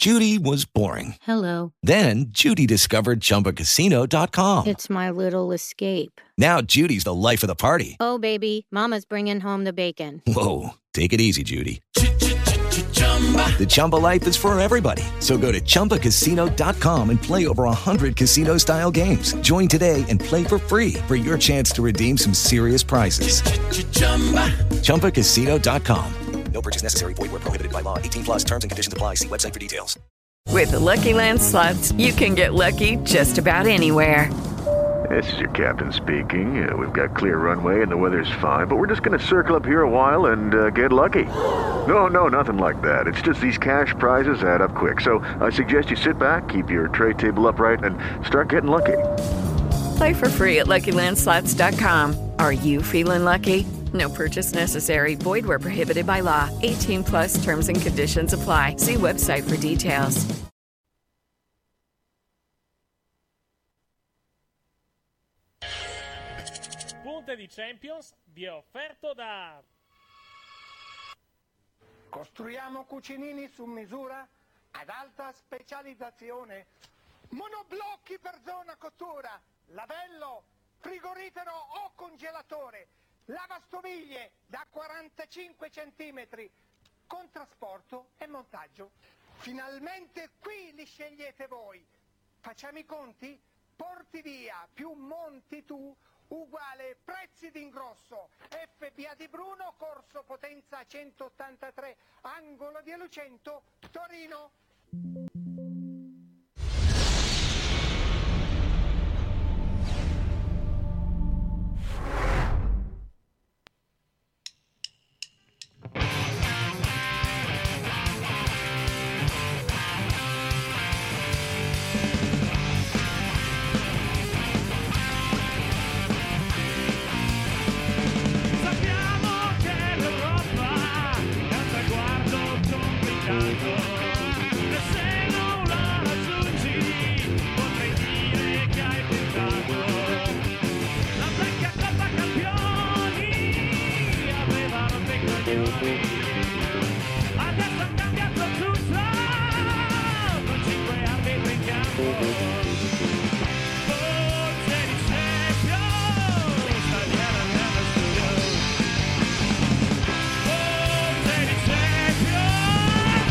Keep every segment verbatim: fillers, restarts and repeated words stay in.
Judy was boring. Hello. Then Judy discovered Chumba Casino dot com. It's my little escape. Now Judy's the life of the party. Oh, baby, mama's bringing home the bacon. Whoa, take it easy, Judy. The Chumba life is for everybody. So go to Chumba Casino dot com and play over one hundred casino-style games. Join today and play for free for your chance to redeem some serious prizes. Chumba Casino dot com. No purchase necessary. Void where prohibited by law. eighteen plus terms and conditions apply. See website for details. With the Lucky Land Slots, you can get lucky just about anywhere. This is your captain speaking. Uh, we've got clear runway and the weather's fine, but we're just going to circle up here a while and uh, get lucky. No, no, nothing like that. It's just these cash prizes add up quick. So I suggest you sit back, keep your tray table upright, and start getting lucky. Play for free at Lucky Land Slots dot com. Are you feeling lucky? No purchase necessary. Void where prohibited by law. eighteen plus terms and conditions apply. See website for details. Punte di Champions vi è offerto da... Costruiamo cucinini su misura ad alta specializzazione. Monoblocchi per zona cottura. Lavello, frigorifero o congelatore. Lavastoviglie da quarantacinque centimetri con trasporto e montaggio. Finalmente qui li scegliete voi. Facciamo i conti? Porti via più monti tu uguale prezzi d'ingrosso. F B A di Bruno, corso potenza centottantatré, angolo di Lucento, Torino. Adesso ha cambiato tutto, con cinque arbitri in campo. Forse di Champions, Stagliara nello studio. Forse di Champions.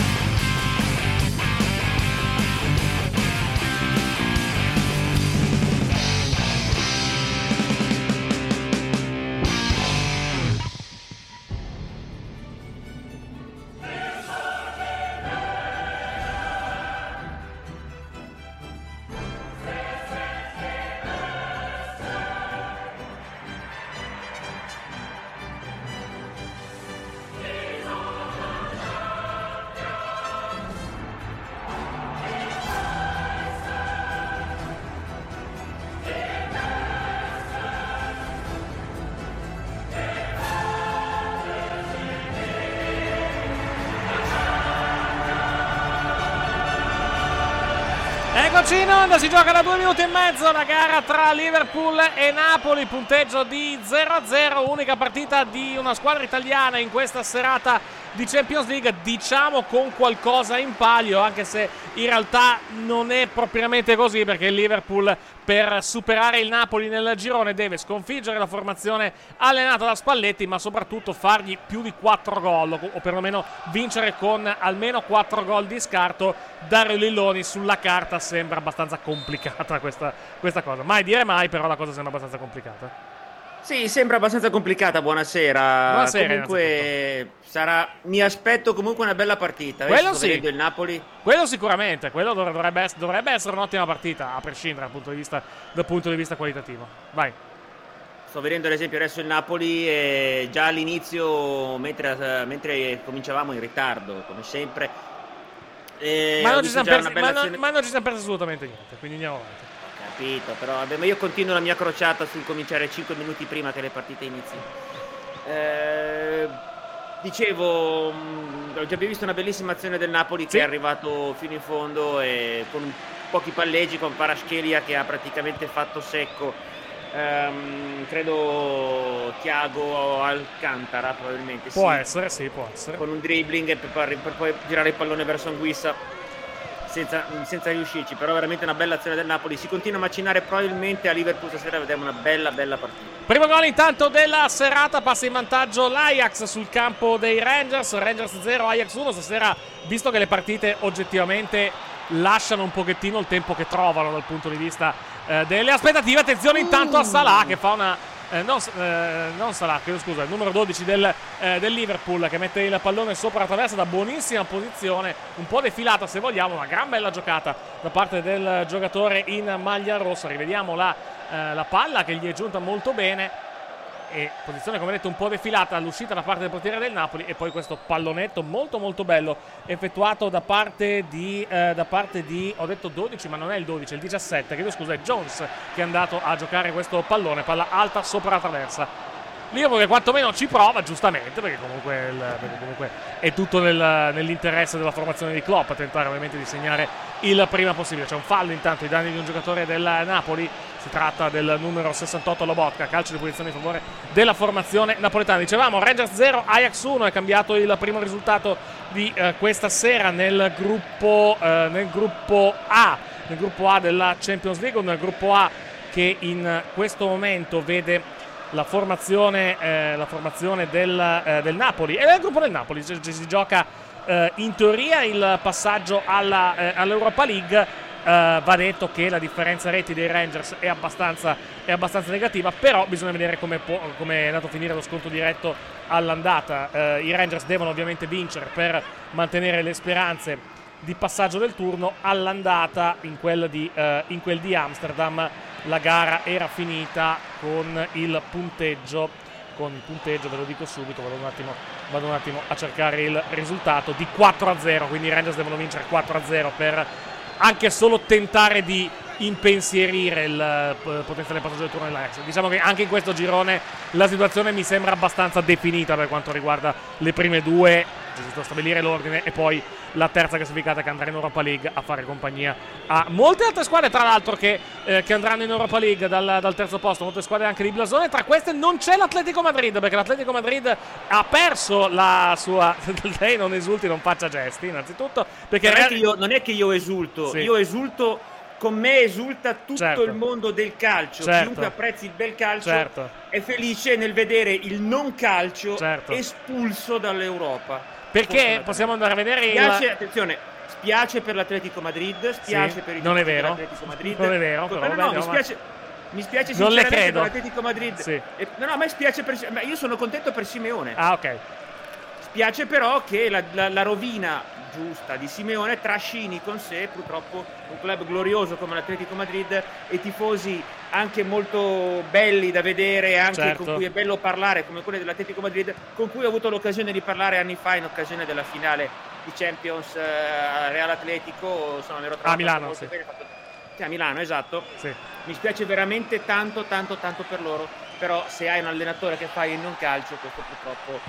Eccoci in onda, si gioca da due minuti e mezzo la gara tra Liverpool e Napoli, punteggio di zero a zero, unica partita di una squadra italiana in questa serata di Champions League, diciamo con qualcosa in palio, anche se in realtà non è propriamente così, perché il Liverpool per superare il Napoli nel girone deve sconfiggere la formazione allenata da Spalletti, ma soprattutto fargli più di quattro gol, o perlomeno vincere con almeno quattro gol di scarto. Dario Lilloni sulla carta sembra abbastanza complicata questa, questa cosa, mai dire mai, però la cosa sembra abbastanza complicata. Sì, sembra abbastanza complicata. Buonasera. Buonasera. Comunque sarà, mi aspetto comunque una bella partita. Adesso Quello sto sì. vedendo il Napoli. Quello sicuramente, quello dovrebbe, ess- dovrebbe essere un'ottima partita, a prescindere dal punto di vista, dal punto di vista qualitativo. Vai. Sto vedendo ad esempio adesso il Napoli e già all'inizio, mentre, mentre cominciavamo in ritardo, come sempre. E Ma ho non, ci visto siamo già persi, una bella ma, non, azione- ma non ci siamo persi assolutamente niente, quindi andiamo avanti. Capito, però vabbè, ma io continuo la mia crociata sul cominciare cinque minuti prima che le partite inizino. Eh, dicevo, mh, ho già visto una bellissima azione del Napoli che Sì. è arrivato fino in fondo e con pochi palleggi, con Kvaratskhelia che ha praticamente fatto secco. Ehm, credo Thiago Alcantara probabilmente Può sì, essere, sì, può essere. con un dribbling per, per, per poi girare il pallone verso Anguissa. senza, senza riuscirci, però veramente una bella azione del Napoli. Si continua a macinare, probabilmente a Liverpool stasera vedremo una bella bella partita. Primo gol intanto della serata, passa in vantaggio l'Ajax sul campo dei Rangers, Rangers zero, Ajax uno. Stasera, visto che le partite oggettivamente lasciano un pochettino il tempo che trovano dal punto di vista eh, delle aspettative, attenzione intanto a Salah che fa una Eh, non, eh, non Salah, chiedo scusa, il numero dodici del, eh, del Liverpool, che mette il pallone sopra la traversa da buonissima posizione, un po' defilata se vogliamo, una gran bella giocata da parte del giocatore in maglia rossa. Rivediamo la, eh, la palla che gli è giunta molto bene, e posizione come detto un po' defilata all'uscita da parte del portiere del Napoli, e poi questo pallonetto molto molto bello effettuato da parte di eh, da parte di, ho detto dodici ma non è il dodici, è il diciassette, chiedo scusa, è Jones che è andato a giocare questo pallone, palla alta sopra la traversa. Liverpool che quantomeno ci prova, giustamente, perché comunque, il, perché comunque è tutto nel, nell'interesse della formazione di Klopp, a tentare ovviamente di segnare il prima possibile. C'è un fallo intanto ai danni di un giocatore del Napoli, si tratta del numero sessantotto Lobotka, calcio di punizione in favore della formazione napoletana. Dicevamo Rangers zero, Ajax uno, è cambiato il primo risultato di eh, questa sera nel gruppo, eh, nel gruppo A, nel gruppo A della Champions League, un gruppo A che in questo momento vede la formazione, eh, la formazione del, eh, del Napoli e del gruppo del Napoli. Ci, ci si gioca eh, in teoria il passaggio alla, eh, all'Europa League. Eh, va detto che la differenza reti dei Rangers è abbastanza, è abbastanza negativa, però bisogna vedere come, può, come è andato a finire lo sconto diretto all'andata. Eh, I Rangers devono ovviamente vincere per mantenere le speranze di passaggio del turno. All'andata in quel di, eh, in quel di Amsterdam la gara era finita con il punteggio, con il punteggio, ve lo dico subito, vado un attimo, vado un attimo a cercare il risultato, di quattro a zero, quindi i Rangers devono vincere quattro a zero per anche solo tentare di impensierire il uh, potenziale passaggio del turno dell'Ajax. Diciamo che anche in questo girone la situazione mi sembra abbastanza definita per quanto riguarda le prime due, giusto stabilire l'ordine, e poi la terza classificata che andrà in Europa League a fare compagnia a molte altre squadre, tra l'altro, che, eh, che andranno in Europa League dal, dal terzo posto, molte squadre anche di blasone. Tra queste non c'è l'Atletico Madrid, perché l'Atletico Madrid ha perso la sua lei non esulti, non faccia gesti innanzitutto, perché non è che io, non è che io esulto, sì. io esulto, con me esulta tutto certo. il mondo del calcio, certo. chiunque apprezzi il bel calcio certo. è felice nel vedere il non calcio certo. espulso dall'Europa. Perché possiamo andare a vedere spiace, il... attenzione, spiace per l'Atletico Madrid, spiace sì, per il non è vero. dell'Atletico Madrid. Non è vero, però, no, no, vabbè, mi spiace, ma... mi spiace non le sinceramente credo. per l'Atletico Madrid. Sì. E, no, no, a me spiace per ma io sono contento per Simeone. Ah, ok. Spiace però che la, la, la rovina giusta di Simeone trascini con sé purtroppo un club glorioso come l'Atletico Madrid e tifosi anche molto belli da vedere, anche certo. con cui è bello parlare, come quelli dell'Atletico Madrid, con cui ho avuto l'occasione di parlare anni fa in occasione della finale di Champions uh, Real Atletico. Insomma, mi ero trovato a Milano, molto sì. bene, fatto... sì, a Milano, esatto. Sì. Mi spiace veramente tanto, tanto, tanto per loro, però se hai un allenatore che fa il non calcio, questo purtroppo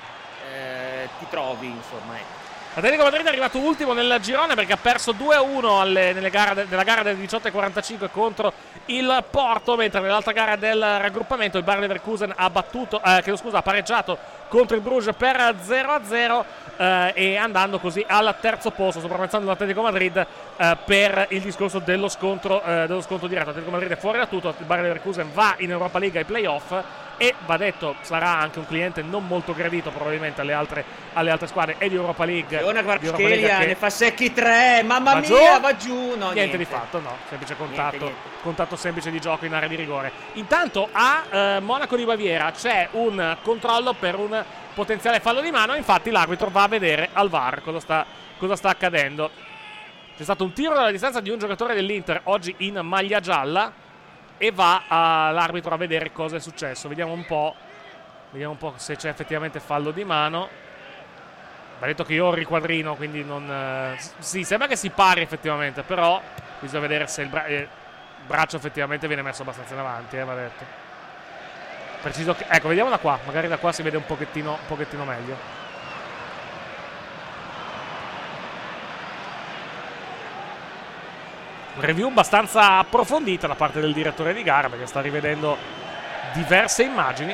eh, ti trovi, insomma, ecco. L'Atletico Madrid è arrivato ultimo nel girone perché ha perso due a uno alle, nelle gare de, nella gara del diciotto e quarantacinque contro il Porto, mentre nell'altra gara del raggruppamento il Bayer Leverkusen ha battuto, eh, chiedo scusa, ha pareggiato contro il Bruges per zero a zero, eh, e andando così al terzo posto, sopravanzando l'Atletico Madrid eh, per il discorso dello scontro, eh, dello scontro diretto. L'Atletico Madrid è fuori da tutto, il Bayer Leverkusen va in Europa League ai playoff, e va detto sarà anche un cliente non molto gradito probabilmente alle altre, alle altre squadre e di Europa League. Buona Kvaratskhelia che ne fa secchi tre, mamma va mia, giù. va giù, no, niente, niente di fatto, no, semplice contatto, niente, niente. contatto semplice di gioco in area di rigore. Intanto a eh, Monaco di Baviera c'è un controllo per un potenziale fallo di mano, infatti l'arbitro va a vedere al V A R cosa sta, cosa sta accadendo. C'è stato un tiro dalla distanza di un giocatore dell'Inter oggi in maglia gialla, e va all'arbitro a vedere cosa è successo. Vediamo un po', vediamo un po' se c'è effettivamente fallo di mano. Va detto che io ho il riquadrino, quindi non... Eh, sì, sembra che si pari effettivamente, però bisogna vedere se il, bra- eh, il braccio effettivamente viene messo abbastanza in avanti, eh, va detto. Preciso che... Ecco, vediamo da qua, magari da qua si vede un pochettino, un pochettino meglio. Review abbastanza approfondita da parte del direttore di gara, perché sta rivedendo diverse immagini.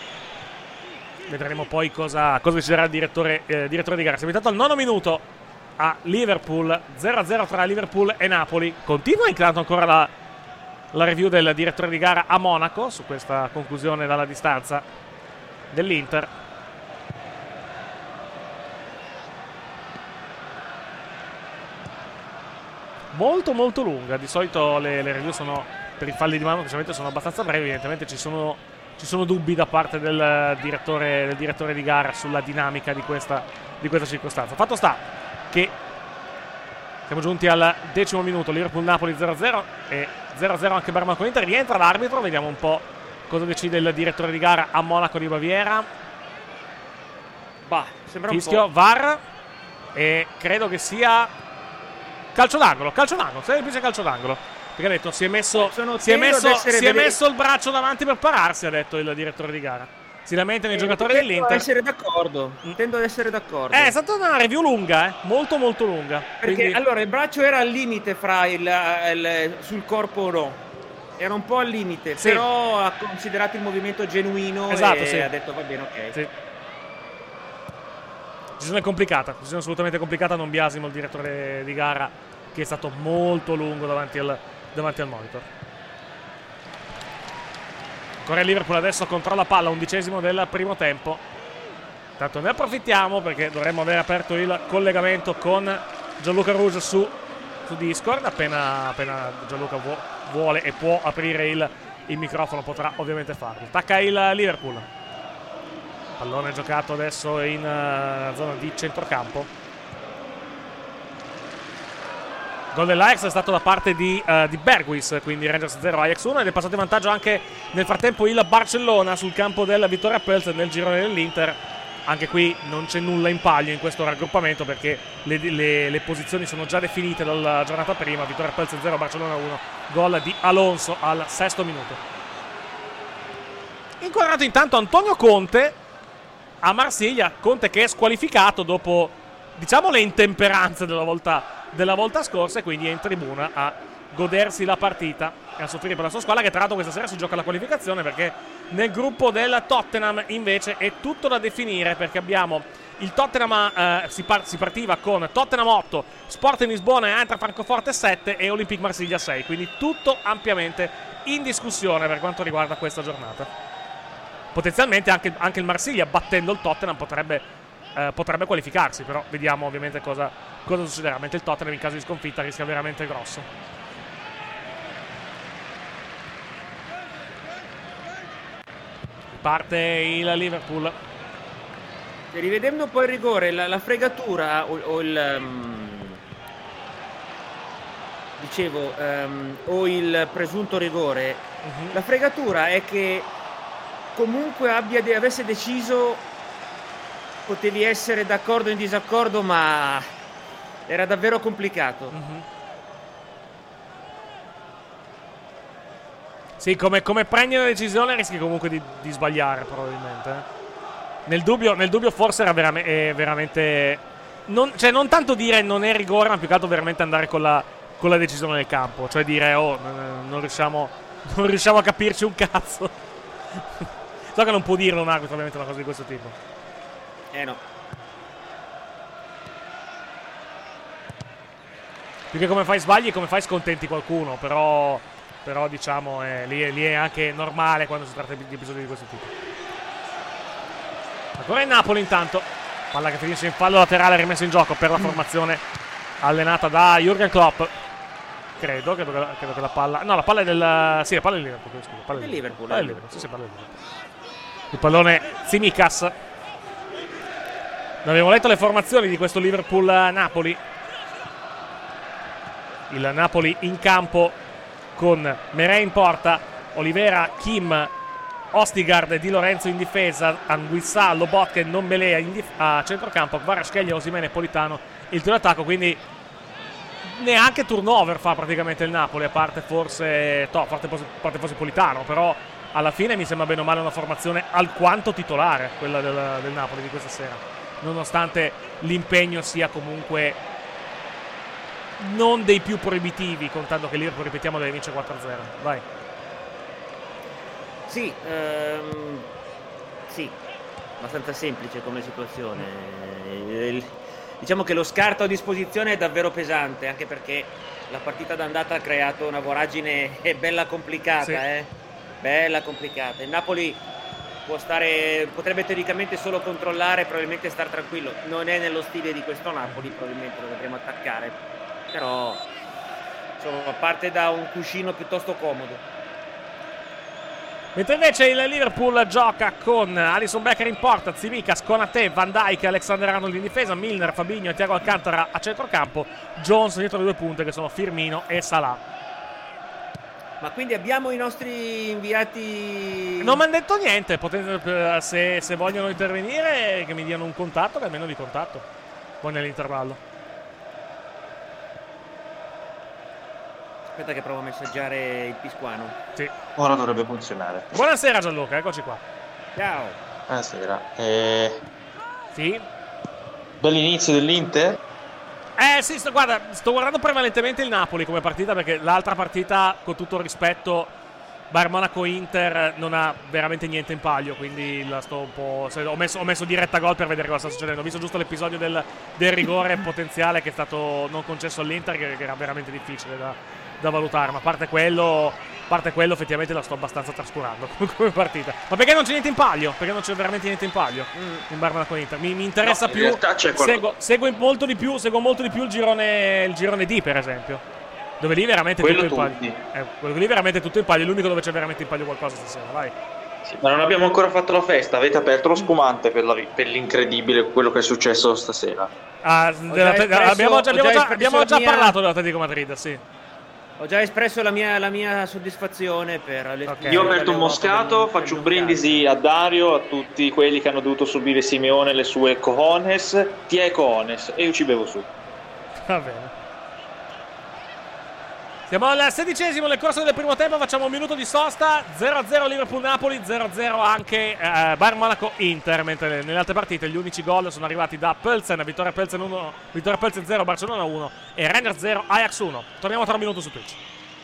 Vedremo poi cosa, cosa deciderà il direttore, eh, direttore di gara. Siamo entrati al nono minuto a Liverpool, zero a zero tra Liverpool e Napoli. Continua intanto ancora la, la review del direttore di gara a Monaco su questa conclusione dalla distanza dell'Inter. Molto molto lunga. Di solito le, le review sono, per i falli di mano specialmente, sono abbastanza brevi. Evidentemente ci sono, ci sono dubbi da parte del direttore, del direttore di gara sulla dinamica di questa, di questa circostanza. Fatto sta che siamo giunti al decimo minuto, Liverpool-Napoli zero a zero e zero a zero anche Bergamo-Inter. Rientra l'arbitro, vediamo un po' cosa decide il direttore di gara a Monaco di Baviera. Bah, sembra Fischio, un po'. V A R, e credo che sia calcio d'angolo, calcio d'angolo, semplice calcio d'angolo. Perché ha detto si è messo, Sono si è tendo ad messo, essere si è delle- messo il braccio davanti per pararsi, ha detto il direttore di gara. Si lamentano i giocatori Tendo ad dell'Inter. essere d'accordo. Tendo ad essere d'accordo. Eh, è stata una review lunga, eh, molto molto lunga. Perché Quindi- allora il braccio era al limite fra il, il- sul corpo o no. Era un po' al limite, Sì. però ha considerato il movimento genuino Esatto, e sì. ha detto va bene, ok. Sì. Decisione complicata, decisione assolutamente complicata. Non biasimo il direttore di gara, che è stato molto lungo davanti al, davanti al monitor. Ancora il Liverpool adesso controlla palla, undicesimo del primo tempo. Tanto ne approfittiamo perché dovremmo aver aperto il collegamento con Gianluca Rouge su, su Discord. Appena, appena Gianluca vu- vuole e può aprire il, il microfono potrà ovviamente farlo. Attacca il Liverpool. Pallone giocato adesso in uh, zona di centrocampo. Gol dell'Ajax è stato da parte di, uh, di Berghuis, quindi Rangers zero Ajax uno, ed è passato in vantaggio anche nel frattempo il Barcellona sul campo del Vittoria Plzen nel girone dell'Inter. Anche qui non c'è nulla in palio in questo raggruppamento perché le, le, le posizioni sono già definite dalla giornata prima. Vittoria Plzen zero, Barcellona uno, gol di Alonso al sesto minuto. Inquadrato intanto Antonio Conte a Marsiglia, Conte che è squalificato dopo, diciamo, le intemperanze della volta della volta scorsa, e quindi è in tribuna a godersi la partita e a soffrire per la sua squadra, che tra l'altro questa sera si gioca la qualificazione, perché nel gruppo del Tottenham invece è tutto da definire, perché abbiamo il Tottenham, eh, si, par- si partiva con Tottenham otto, Sporting Lisbona e Eintracht Francoforte sette e Olympique Marsiglia sei, quindi tutto ampiamente in discussione per quanto riguarda questa giornata. Potenzialmente anche, anche il Marsiglia, battendo il Tottenham, potrebbe Eh, potrebbe qualificarsi, però vediamo ovviamente cosa, cosa succederà, mentre il Tottenham in caso di sconfitta rischia veramente grosso. Parte il Liverpool. E rivedendo un po' il rigore, la, la fregatura o, o il um, dicevo um, o il presunto rigore, Uh-huh. la fregatura è che comunque abbia de- avesse deciso. Potevi essere d'accordo o in disaccordo, ma era davvero complicato. Uh-huh. Sì, come, come prendi una decisione rischi comunque di, di sbagliare probabilmente. Nel dubbio, nel dubbio forse era verame, è veramente... Non, cioè non tanto dire non è rigore, ma più che altro veramente andare con la, con la decisione del campo. Cioè dire, oh, non, non, riusciamo, non riusciamo a capirci un cazzo. So che non può dirlo un arbitro ovviamente una cosa di questo tipo. Eh no. Più che come fai sbagli, come fai scontenti qualcuno. Però, però diciamo, eh, lì, è, lì è anche normale quando si tratta di episodi di questo tipo. Ancora il Napoli intanto. Palla che finisce in fallo laterale, rimesso in gioco per la formazione allenata da Jürgen Klopp. Credo, credo, che, credo che la palla... No, la palla è del... Sì, la palla è del Liverpool. Scusa, palla Del del Liverpool, Palla eh. del Liverpool. Sì, sì, palla del Liverpool. Il pallone Tsimikas. Abbiamo letto le formazioni di questo Liverpool-Napoli. Il Napoli in campo con Meret in porta, Olivera, Kim, Ostigard e Di Lorenzo in difesa, Anguissa, Lobotka e Ndombele in dif- a centrocampo, Kvaratskhelia, Osimhen e Politano il tiro d'attacco, quindi neanche turnover fa praticamente il Napoli, a parte forse, no, a parte, a parte forse Politano, però alla fine mi sembra bene o male una formazione alquanto titolare, quella del, del Napoli di questa sera, nonostante l'impegno sia comunque non dei più proibitivi, contando che Liverpool, ripetiamo, deve vincere quattro a zero. Vai. Sì, ehm, sì, abbastanza semplice come situazione. Il, diciamo che lo scarto a disposizione è davvero pesante, anche perché la partita d'andata ha creato una voragine bella complicata, sì. eh? bella complicata. Il Napoli può stare, potrebbe teoricamente solo controllare, probabilmente star tranquillo, non è nello stile di questo Napoli, probabilmente lo dovremo attaccare, però insomma parte da un cuscino piuttosto comodo. Mentre invece il Liverpool gioca con Alisson Becker in porta, Tsimikas, Konate, Van Dijk, Alexander-Arnold in difesa, Milner, Fabinho e Thiago Alcantara a centrocampo, Jones dietro le due punte che sono Firmino e Salah. Ma quindi abbiamo i nostri inviati... Non mi hanno detto niente, potete, se, se vogliono intervenire che mi diano un contatto, che almeno di contatto, poi nell'intervallo. Aspetta che provo a messaggiare il Pisquano. Sì. Ora dovrebbe funzionare. Buonasera Gianluca, eccoci qua. Ciao. Buonasera. Eh... Sì. Bell'inizio dell'Inter? Eh sì, sto, guarda, sto guardando prevalentemente il Napoli come partita, perché l'altra partita, con tutto il rispetto, Bayern Monaco-Inter, non ha veramente niente in palio, quindi la sto un po'... Ho messo, ho messo diretta gol per vedere cosa sta succedendo. Ho visto giusto l'episodio del, del rigore potenziale che è stato non concesso all'Inter, che, che era veramente difficile da, da valutare, ma a parte quello, a parte quello effettivamente la sto abbastanza trascurando come, come partita. Ma perché non c'è niente in palio? Perché non c'è veramente niente in palio mm. in Bayern Monaco-Inter? Mi, mi interessa no, più... Seguo, seguo molto di più, seguo molto di più il girone, il girone D, per esempio. Dove lì veramente quello tutto in palio. Eh, quello lì veramente tutto in palio, è l'unico dove c'è veramente in palio qualcosa stasera, vai. Sì, ma non abbiamo ancora fatto la festa, avete aperto lo spumante per, la, per l'incredibile quello che è successo stasera. Ah, della, espresso, abbiamo già, abbiamo già, abbiamo già mia... parlato dell'Atletico Madrid, sì. Ho già espresso la mia, la mia soddisfazione per le okay. Io ho aperto un moscato, faccio un brindisi a Dario, a tutti quelli che hanno dovuto subire Simeone e le sue cojones, ti è cojones, e io ci bevo su. Va bene. Siamo al sedicesimo nel corso del primo tempo, facciamo un minuto di sosta, zero a zero Liverpool-Napoli, zero a zero anche eh, Bayern Monaco-Inter, mentre nelle altre partite gli unici gol sono arrivati da Pölsen, vittoria Pölsen uno, vittoria Pölsen zero, Barcellona uno e Rangers zero, Ajax uno. Torniamo tra un minuto su Twitch.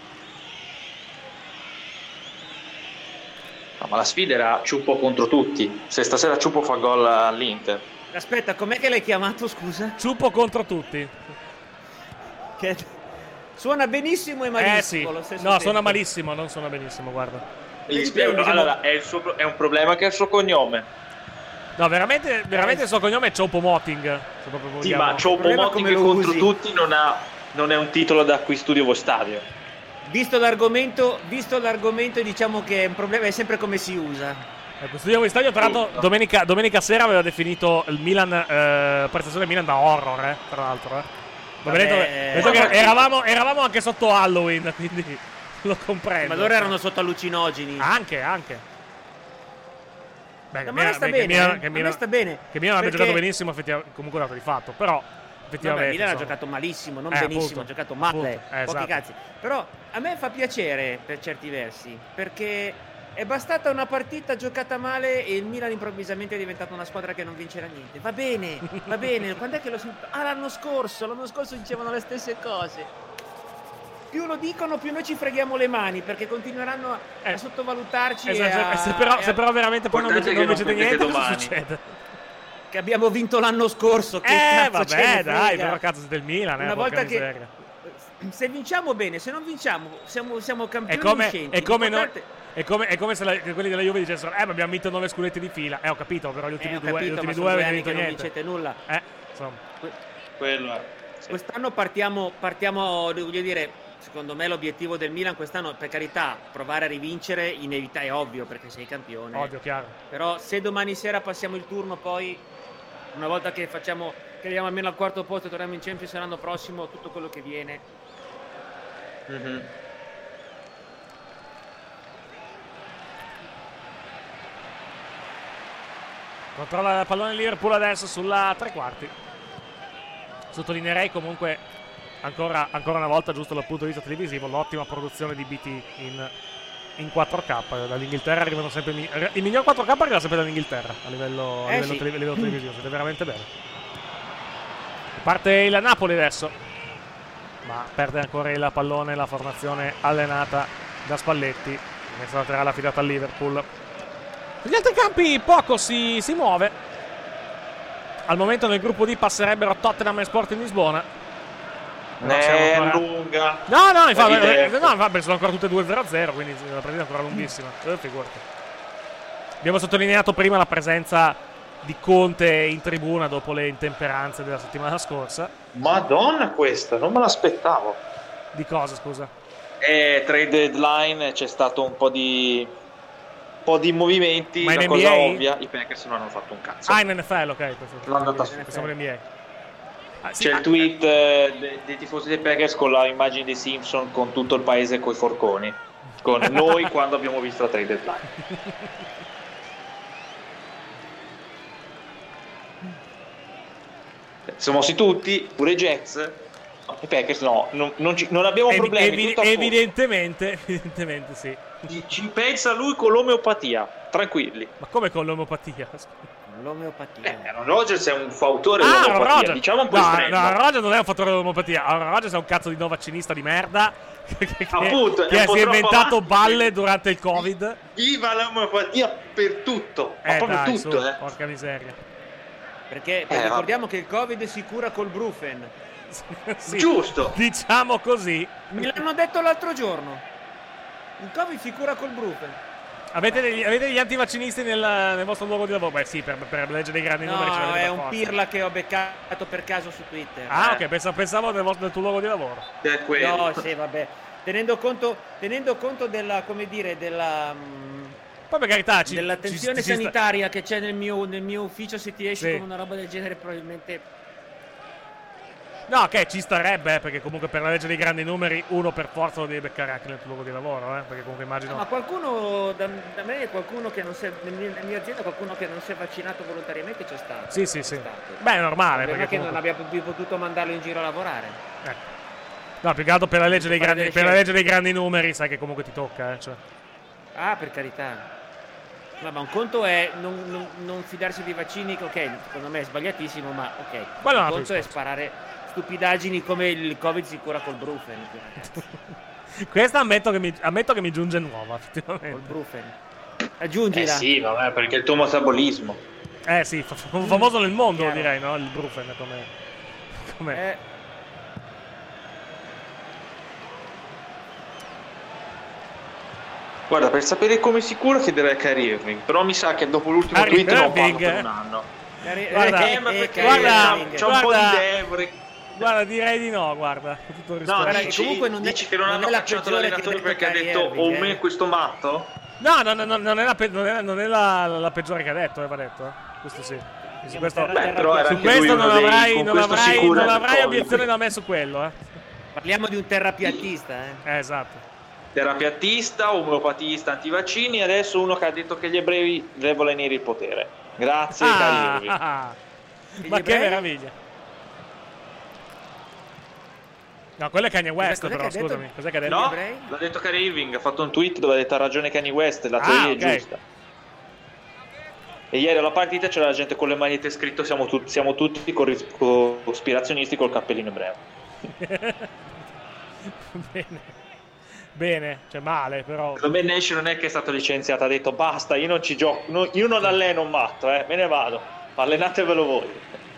No, ma la sfida era Ciuppo contro tutti, se stasera Ciuppo fa gol all'Inter. Aspetta, com'è che l'hai chiamato, scusa? Ciuppo contro tutti. Che... Suona benissimo e malissimo. Eh sì, no, tempo. Suona malissimo, non suona benissimo, guarda. Gli spiego, no, allora, è, il suo, è un problema che è il suo cognome. No, veramente, veramente eh, il suo cognome è Choupo-Moting. Sì, ma Choupo-Moting contro usi. tutti non, ha, non è un titolo da qui Studio Stadio. Visto l'argomento, visto l'argomento, diciamo che è un problema, è sempre come si usa. Ecco, Studio Stadio, tra l'altro, sì, domenica, domenica sera aveva definito il Milan, eh, prestazione Milan da horror, eh, tra l'altro, eh. Vabbè, detto, detto che eravamo, eravamo anche sotto Halloween, quindi lo comprendo. Ma loro erano sotto allucinogeni. Anche, anche. Beh, no, ma Milan, sta bene, Milan, che Milan, sta bene. Che Milan abbia giocato benissimo, effettivamente, comunque dato di fatto, però effettivamente. Vabbè, Milan insomma, ha giocato malissimo, non eh, benissimo, appunto, ha giocato male, eh, pochi esatto. cazzi. Però a me fa piacere per certi versi, perché è bastata una partita giocata male e il Milan improvvisamente è diventata una squadra che non vincerà niente. Va bene, va bene. Quando è che lo sento? Ah, l'anno scorso, l'anno scorso dicevano le stesse cose. Più lo dicono, più noi ci freghiamo le mani, perché continueranno a, eh. a sottovalutarci. Esatto, e a, se, però, e a... se però veramente poi non vincete niente, cosa succede? Che abbiamo vinto l'anno scorso. Che eh, cazzo vabbè, dai, però cazzo siete il Milan. Una eh, volta che... miseria. Se vinciamo bene, se non vinciamo siamo, siamo campioni è come, uscenti. È come, no, è come, è come se la, quelli della Juve dicessero eh ma abbiamo vinto nove scudetti di fila. Eh ho capito, però gli ultimi eh, due, capito, gli ultimi due avete vinto niente. Non vincete nulla. Eh, insomma. Que- Quello è. Sì. Quest'anno partiamo, partiamo, voglio dire, secondo me l'obiettivo del Milan quest'anno, per carità, provare a rivincere, inevita- è ovvio perché sei campione. Ovvio, chiaro. Però se domani sera passiamo il turno, poi una volta che facciamo, che arriviamo almeno al quarto posto e torniamo in Champions l'anno prossimo, tutto quello che viene. Mm-hmm. Controlla il pallone Liverpool adesso sulla tre quarti. Sottolineerei comunque ancora, ancora una volta, giusto dal punto di vista televisivo, l'ottima produzione di B T in, in quattro K. Dall'Inghilterra arrivano sempre il miglior quattro K arriva sempre dall'Inghilterra a livello, a eh livello, sì. tele, a livello televisivo, siete veramente bene. Parte il Napoli adesso, ma perde ancora il pallone la formazione allenata da Spalletti, messa laterale affidata al Liverpool. Negli altri campi poco si, si muove. Al momento nel gruppo D passerebbero Tottenham e Sporting Lisbona. Ne è lunga. No, no, infatti, eh, no, vabbè, sono ancora tutte due zero a zero, quindi la partita è ancora lunghissima. Eh, figurati. Abbiamo sottolineato prima la presenza di Conte in tribuna dopo le intemperanze della settimana scorsa. Madonna, questa, non me l'aspettavo. Di cosa, scusa? Eh, trade deadline, c'è stato un po' di un po' di movimenti. Ma in la N B A? cosa ovvia, i Packers non hanno fatto un cazzo. Ah, in N F L, ok. Perfetto. L'hanno andata su. Pensavo in N B A. Ah, sì, C'è ah, il tweet eh, dei, dei tifosi dei Packers con la immagine dei Simpson con tutto il paese coi forconi, con noi quando abbiamo visto la trade deadline. Siamo mossi tutti, pure i Jets. No, i Packers no, non, non, ci, non abbiamo evi- problemi. evi- evidentemente, evidentemente sì. Ci, ci pensa lui con l'omeopatia, tranquilli. Ma come con l'omeopatia? L'omeopatia. Eh, Aaron Rodgers è un fautore Ah, dell'omeopatia, Rodgers. diciamo un po' No, estremo. no, Rodgers non è un fattore dell'omeopatia. Aaron Rodgers è un cazzo di no vaccinista di merda che, che, Appunto, è che un si po' è troppo inventato avanti. balle durante il Covid. Viva l'omeopatia per tutto, ma Eh proprio dai, tutto, su, eh. porca miseria. Perché, Eh, perché ricordiamo vabbè. che il Covid si cura col Brufen. Sì, Giusto. diciamo così. Me l'hanno detto l'altro giorno. Il Covid si cura col Brufen. Avete degli, avete degli antivaccinisti nel, nel vostro luogo di lavoro? Beh sì, per, per la legge dei grandi numeri ce No, l'avete è per un forza. pirla che ho beccato per caso su Twitter. Ah, Eh. ok, pensavo, pensavo del, vostro, del tuo luogo di lavoro. È quello. No, sì, vabbè. Tenendo conto, tenendo conto della, come dire, della... mh, Poi per carità, ci, dell'attenzione ci- ci sta- sanitaria che c'è nel mio, nel mio ufficio, se ti esci Sì. con una roba del genere probabilmente... No, ok, ci starebbe, eh, perché comunque per la legge dei grandi numeri uno per forza lo devi beccare anche nel tuo luogo di lavoro, eh, perché comunque immagino... Ma qualcuno, da, da me, qualcuno che non si è, nella mia azienda, qualcuno che non si è vaccinato volontariamente c'è stato. Sì, sì, C'è sì. stato. Beh, è normale, Il problema perché è che non comunque... abbiamo più potuto mandarlo in giro a lavorare. Ecco. No, più che altro per la legge dei Fare grandi, delle per la scelte. legge dei grandi numeri sai che comunque ti tocca, eh, cioè. Ah, per carità. Ma, ma un conto è non, non- non fidarsi dei vaccini, che ok, secondo me è sbagliatissimo, ma ok. Quello è un Un altro conto è discorso. sparare stupidaggini come il Covid si cura col Brufen. Questa ammetto che mi, ammetto che mi giunge nuova, Col effettivamente. Brufen. Eh Aggiungila. sì, vabbè, perché il tuo metabolismo. Eh sì, fa- fa- famoso nel mondo, Chiaro. direi, no? Il Brufen come... come... Eh, Guarda, per sapere come si cura chiederei a Kyrie Irving, però mi sa che dopo l'ultimo Kyrie tweet non parlo Irving, per eh? un anno. cari- Guarda, Eh, ma eh, perché cari- guarda, c'ha, c'ha un po' guarda. di debri. Guarda, direi di no, guarda, con tutto il No, rispetto. Guarda, dici, comunque non è- dici che non, non hanno è la cacciato peggiore l'allenatore che perché ha Kyrie detto Irving, oh eh. me questo matto? No, no, no, no, non è la, pe- non è, non è la, la peggiore che ha detto, eh, va detto, eh. Questo sì. Su questo, Beh, però era su anche lui questo uno non dei- avrai, con non questo avrai, si cura non il avrai Covid. obiezione da me su quello, eh. Parliamo di un terrapiattista, eh. Eh, esatto. Terapiattista, omeopatista, antivaccini, adesso uno che ha detto che gli ebrei devono venire il potere. Grazie, Kyrie Ah, Irving. ah, Gli ma che ebrei? meraviglia. No, quello è Kanye West, Cos'è che però, ha detto? scusami. Cos'è che ha detto? No, ebrei? l'ha detto Kyrie Irving, ha fatto un tweet dove ha detto ha ragione Kanye West, la Ah, teoria ok. è giusta. E ieri alla partita c'era la gente con le magliette scritto siamo, tu- siamo tutti corri- cospirazionisti col cappellino ebreo. Bene. Bene, cioè male, però. Secondo me Nash non è che è stato licenziato, ha detto basta, io non ci gioco, no- io non alleno un matto, eh, me ne vado, allenatevelo voi.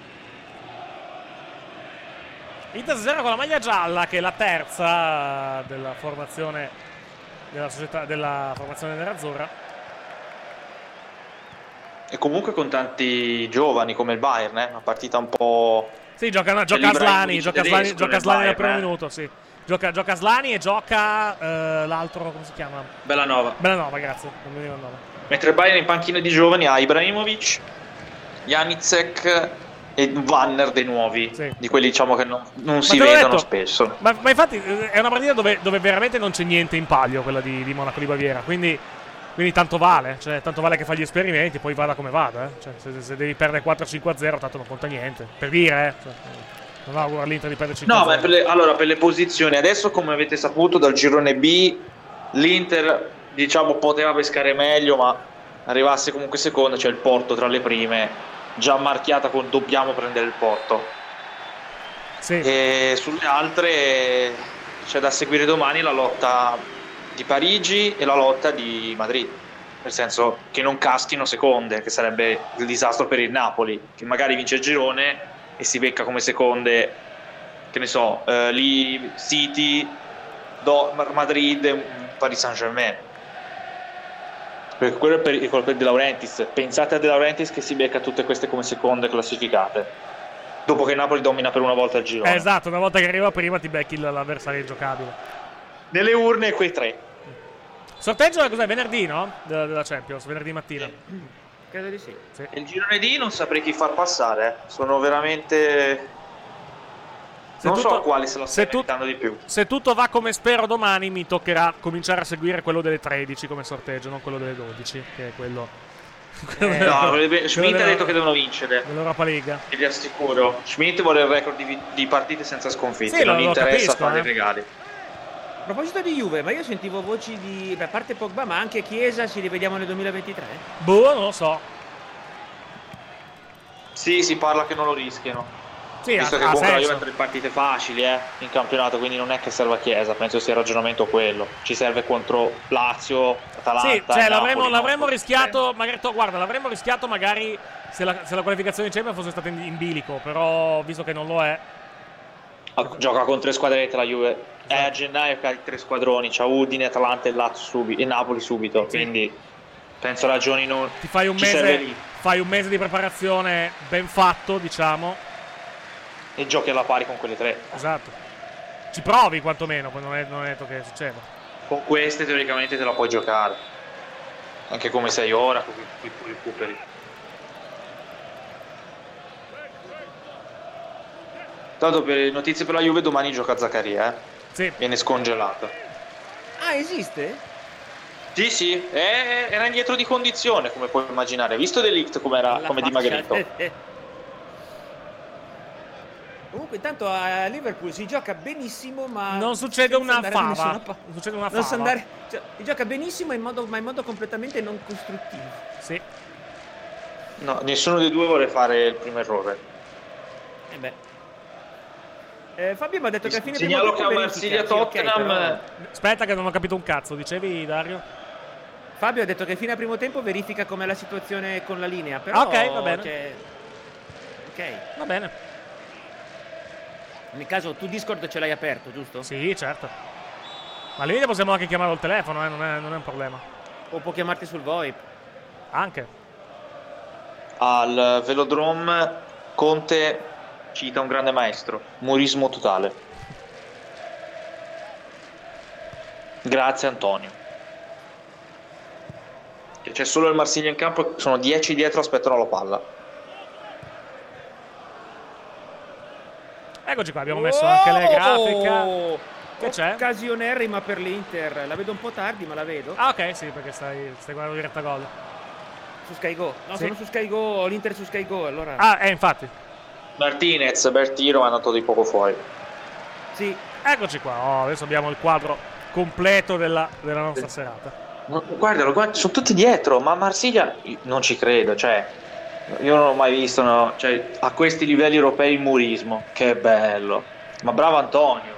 Inter zero con la maglia gialla, che è la terza della formazione della società della formazione nerazzurra. E comunque con tanti giovani come il Bayern, eh, una partita un po'... Sì, gioca, no, C'è gioca Aslani, l'Ibrahimovic gioca tedesco Aslani, gioca nel Aslani nel Bayern, primo eh. minuto, sì. Gioca, gioca Aslani e gioca eh, l'altro, come si chiama? Bellanova. Bellanova, grazie, non mi veniva il nome. Mentre il Bayern in panchina di giovani ha Ibrahimovic, Janicek e Wanner dei nuovi, Sì. di quelli diciamo che non, non si te l'ho vedono detto, spesso. Ma, ma infatti eh, è una partita dove, dove veramente non c'è niente in palio, quella di, di Monaco di Baviera, quindi, quindi tanto vale, cioè tanto vale che fa gli esperimenti, poi vada come vada, eh. Cioè, se, se devi perdere quattro cinque a zero tanto non conta niente, per dire, eh. Cioè, non auguro all'Inter di perdere cinque a No, zero. ma per le, allora per le posizioni, adesso come avete saputo dal girone B, l'Inter diciamo poteva pescare meglio, ma arrivasse comunque seconda, c'è cioè il Porto tra le prime, già marchiata con dobbiamo prendere il Porto. Sì. E sulle altre c'è da seguire domani la lotta di Parigi e la lotta di Madrid. nel senso che non caschino seconde, che sarebbe il disastro per il Napoli, che magari vince il girone e si becca come seconde, che ne so, eh, lì City, Do- Madrid, Paris Saint-Germain. Perché quello è il pericolo per De Laurentiis. Pensate a De Laurentiis che si becca tutte queste come seconde classificate, dopo che Napoli domina per una volta il girone. Eh, esatto, una volta che arriva prima ti becchi l'avversario ingiocabile. Nelle urne quei tre. Sorteggio cos'è? Venerdì, no? Della, della Champions, venerdì mattina. Sì. Credo di sì. sì. Il girone D non saprei chi far passare, eh. Sono veramente... Se non tutto, so a quali se la sta tu, di più. Se tutto va come spero domani, mi toccherà cominciare a seguire quello delle tredici come sorteggio, non quello delle dodici, che è quello... quello eh, no, quello Schmidt ha detto che devono vincere l'Europa League. E vi assicuro, Schmidt vuole il record di, di partite senza sconfitte, sì, non lo, gli interessa capisco, fare eh. i regali. A proposito di Juve, ma io sentivo voci di... Beh, a parte Pogba, ma anche Chiesa, ci rivediamo nel duemilaventitré? Boh, non lo so. Sì, si parla che non lo rischiano. Sì, visto ha, che ha comunque la senso. Juve ha tre partite facili eh, in campionato, quindi non è che serva Chiesa, penso sia il ragionamento quello. Ci serve contro Lazio, Atalanta. Sì, cioè l'avremmo, Napoli, l'avremmo no? rischiato, magari, to, guarda, l'avremmo rischiato magari se la, se la qualificazione in Champions fosse stata in, in bilico, però visto che non lo è. Gioca con tre squadrette la Juve. Esatto. È a gennaio che ha i tre squadroni, c'ha Udine, Atalanta e Lazio subito, e Napoli subito, sì. Quindi penso ragioni non. Ti fai un mese, fai un mese di preparazione ben fatto, diciamo. E giochi alla pari con quelle tre. Esatto. Ci provi quantomeno, poi non è, non è detto che succeda. Con queste teoricamente te la puoi giocare. Anche come sei ora, con cui tu recuperi. Tanto per notizie per la Juve, domani gioca Zaccaria, eh? Sì. Viene scongelata. Ah, esiste? Sì, sì, è, era indietro di condizione, come puoi immaginare. Visto De Ligt come era, come dimagrito. Comunque intanto a Liverpool si gioca benissimo, ma non succede una fava. Pa- non succede una non fava. Andare, cioè, si gioca benissimo in modo, ma in modo completamente non costruttivo. Sì. No, nessuno dei due vuole fare il primo errore. Eh beh. Eh, Fabio mi ha detto che a fine segnalo che a Marsiglia Tottenham. Okay, però... Aspetta che non ho capito un cazzo, dicevi Dario? Fabio ha detto che fino a primo tempo verifica com'è la situazione con la linea, però ok, va bene. Cioè... Ok. Va bene. Nel caso tu Discord ce l'hai aperto, giusto? Sì, certo. Ma lì possiamo anche chiamarlo al telefono, eh? non, è, non è un problema. O può chiamarti sul VoIP. Anche. Al Velodrome Conte cita un grande maestro, murismo totale. Grazie Antonio. Che c'è solo il Marsiglia in campo, sono dieci dietro, aspettano la palla. Eccoci qua, abbiamo messo anche le grafiche. Che c'è? Occasionerrima per l'Inter. La vedo un po' tardi, ma la vedo. Ah, ok, sì, perché stai, stai guardando diretta gol. Su Sky Go. No, sì. sono su Sky Go, l'Inter su Sky Go, allora. Ah, eh, infatti. Martinez, bel tiro, è andato di poco fuori. Sì. Eccoci qua. Oh, adesso abbiamo il quadro completo della, della nostra serata. Guardalo, guarda, sono tutti dietro, ma Marsiglia non ci credo, cioè io non ho mai visto, no, cioè, a questi livelli europei il murismo, che bello. Ma bravo Antonio.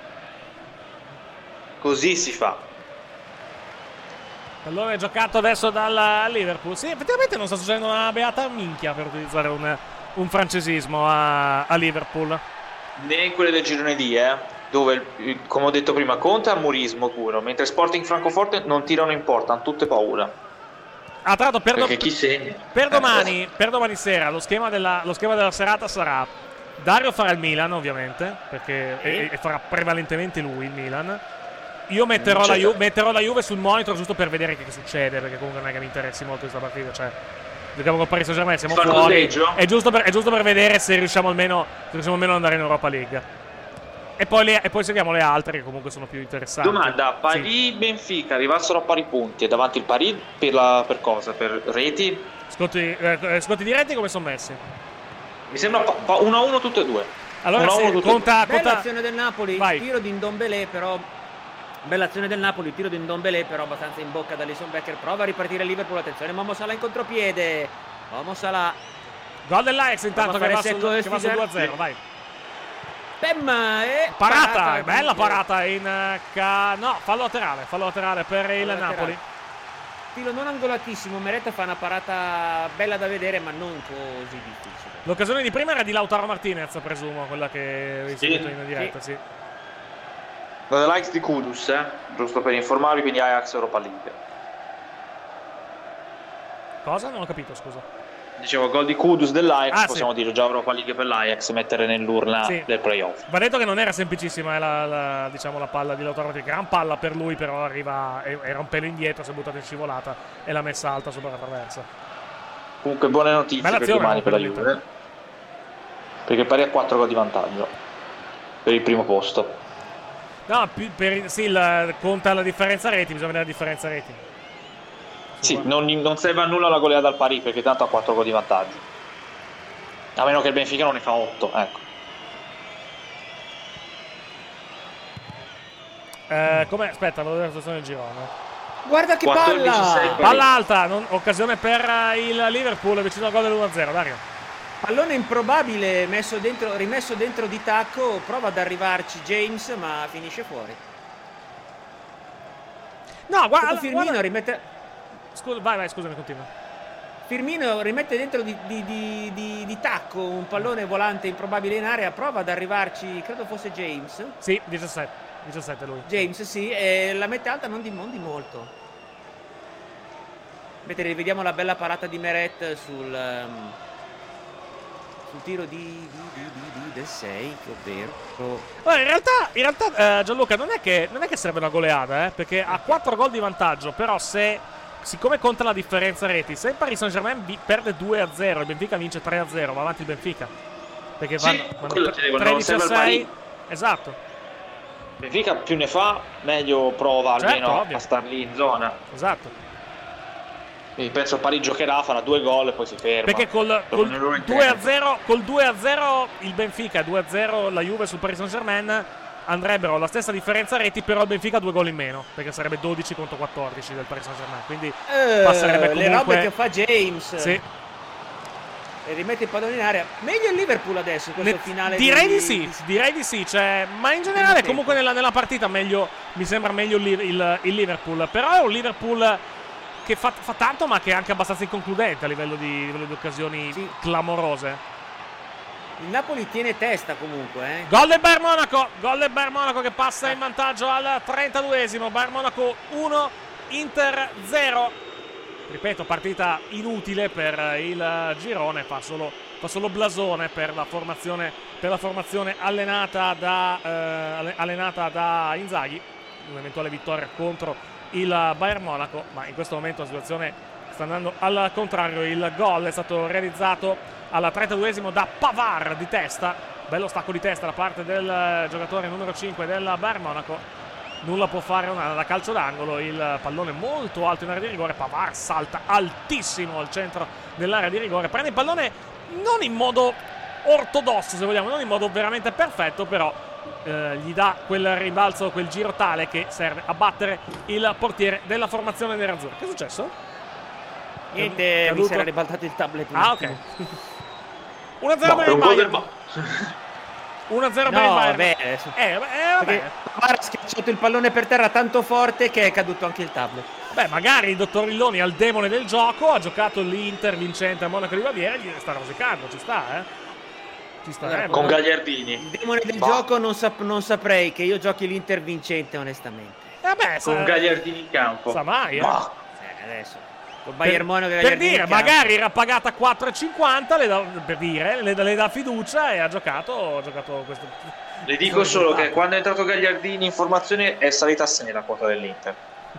Così si fa. Allora è giocato adesso dal Liverpool. Sì, effettivamente non sta succedendo una beata minchia, per utilizzare un, un francesismo a, a Liverpool. Né in quelle del girone D, eh, dove, come ho detto prima, Conte ha murismo puro, mentre Sporting Francoforte non tirano in porta, hanno tutte paura. Ah, tra l'altro per, do- chi segna? per, domani, per domani sera lo schema, della, lo schema della serata sarà: Dario farà il Milan, ovviamente, perché e, e farà prevalentemente lui il Milan. Io metterò la, Ju- metterò la Juve sul monitor giusto per vedere che, che succede, perché comunque non è che mi interessi molto questa partita, cioè giochiamo con Paris Saint-Germain, siamo fuori, è giusto, per, è giusto per vedere se riusciamo almeno, se riusciamo almeno ad andare in Europa League. E poi, le, e poi seguiamo le altre che comunque sono più interessanti. Domanda: Paris sì. Benfica arrivassero a pari punti e davanti il Paris per, la, per cosa? Per reti? Scotti, eh, scotti diretti come sono messi? Mi sembra uno a uno tutte e due. Allora uno sì, uno conta, conta... Bella azione del Napoli, Vai. tiro di Ndombele però. Bella azione del Napoli, tiro di Ndombele però abbastanza in bocca da Alisson Becker. Prova a ripartire Liverpool, attenzione, Momo Salah in contropiede. Momo Salah. Gol dell'Ajax intanto che va, sul, che va sul due a zero, vai. Bem, e parata, parata bella parata in ca... no, fallo laterale, fallo laterale per il fallo Napoli. Laterale. Tiro non angolatissimo, Meret fa una parata bella da vedere ma non così difficile. L'occasione di prima era di Lautaro Martinez, presumo, quella che hai Sì. seguito in diretta, sì. La dell'Ajax di Kudus, eh? Giusto per informarvi, quindi Ajax Europa League. Cosa? Non ho capito, scusa. Dicevo, gol di Kudus dell'Ajax, Ah, possiamo sì. dire già Europa League per l'Ajax, mettere nell'urna Sì. del playoff. Va detto che non era semplicissima eh, la, la, diciamo, la palla di Lautaro Martinez, gran palla per lui, però arriva, era un pelo indietro, si è buttata in scivolata e l'ha messa alta sopra la traversa. Comunque buone notizie Bella per azione, domani per la per Juve, perché pari a quattro gol di vantaggio per il primo posto. No, più per, sì, la, conta la differenza reti, bisogna vedere la differenza reti. Sì, non, non serve a nulla la goleada al pari perché tanto ha quattro gol di vantaggio. A meno che il Benfica non ne fa otto, ecco. Eh, come, aspetta, vedo la situazione del girone. Guarda che quattordici sei palla! Palla alta, non, occasione per il Liverpool, vicino al gol dell'uno a zero, Dario. Pallone improbabile messo dentro, rimesso dentro di tacco, prova ad arrivarci James ma finisce fuori. No, guarda, Dopo Firmino guarda. rimette, Scusa, vai, vai, scusami, continua. Firmino rimette dentro di, di- di- di- di tacco un pallone volante improbabile in area, prova ad arrivarci, credo fosse James. Sì, diciassette, diciassette lui. James sì, e la mette alta non di, non di molto. Mentre rivediamo la bella parata di Meret sul, ehm, sul tiro di, di, di, di- di- del sei, ovvero... Allora, in realtà, in realtà eh, Gianluca, non è, che, non è che serve una goleada, eh, perché ha quattro gol di vantaggio, però se, siccome conta la differenza reti, se il Paris Saint-Germain vi- perde due a zero, il Benfica vince tre a zero, va avanti il Benfica. Perché Sì, vanno, vanno quello ti dico, non tredici a serve il sei. pari. Esatto, Benfica più ne fa, meglio prova Certo, almeno ovvio. a star lì in zona. esatto. Quindi penso il Parigi giocherà, farà due gol e poi si ferma. Perché col, Dopo col nel loro due a interno. zero, col due a zero il Benfica, due a zero la Juve sul Paris Saint-Germain andrebbero la stessa differenza reti, però il Benfica due gol in meno, perché sarebbe dodici contro quattordici del Paris Saint-Germain, quindi Eh, passerebbe le comunque... robe che fa James. Sì. E rimette il pallone in area. Meglio il Liverpool adesso in questo Ne- finale. direi di sì, direi di sì, cioè, ma in generale tempo. comunque nella, nella partita meglio, mi sembra meglio il, il- il Liverpool, però è un Liverpool che fa, fa tanto ma che è anche abbastanza inconcludente a livello di, livello di occasioni Sì. clamorose. Il Napoli tiene testa comunque, eh. Gol del Bayern Monaco, gol del Bayern Monaco che passa in vantaggio al trentaduesimo, Bayern Monaco uno, Inter zero. Ripeto, partita inutile per il girone, fa solo, fa solo blasone per la formazione, per la formazione allenata da, eh, allenata da Inzaghi. Un'eventuale vittoria contro il Bayern Monaco, ma in questo momento la situazione sta andando al contrario. Il gol è stato realizzato al trentaduesimo da Pavard di testa, bello stacco di testa da parte del giocatore numero cinque del Bayern Monaco. Nulla può fare una, da calcio d'angolo, il pallone molto alto in area di rigore, Pavard salta altissimo al centro dell'area di rigore, prende il pallone non in modo ortodosso se vogliamo, non in modo veramente perfetto, però eh, gli dà quel rimbalzo, quel giro tale che serve a battere il portiere della formazione nerazzurra. Che è successo? Niente, Caduto. mi si era ribaltato il tablet un Ah, attimo. ok. uno a zero No, per per il un gol del Bayern. Ba- uno a zero per il No, Bayern. vabbè, Eh, eh, vabbè. perché Pavard ha schiacciato il pallone per terra tanto forte che è caduto anche il tablet. Beh, magari il dottor Illoni al demone del gioco, ha giocato l'Inter vincente a Monaco di Baviera, gli sta rosicando, ci sta, eh? Ci sta, eh? con ma- Gagliardini. Il demone del Bah. gioco non, sap- non saprei che io giochi l'Inter vincente onestamente. Eh, vabbè, Con sa, Gagliardini in campo. sa mai, eh? Ma Eh, adesso col Bayern Monaco e per Gagliardini dire, in campo. magari era pagata quattro e cinquanta, le dà, per dire, le, dà- le dà fiducia e ha giocato, ha giocato questo. le dico solo che quando è entrato Gagliardini in formazione è salita a sei la quota dell'Inter.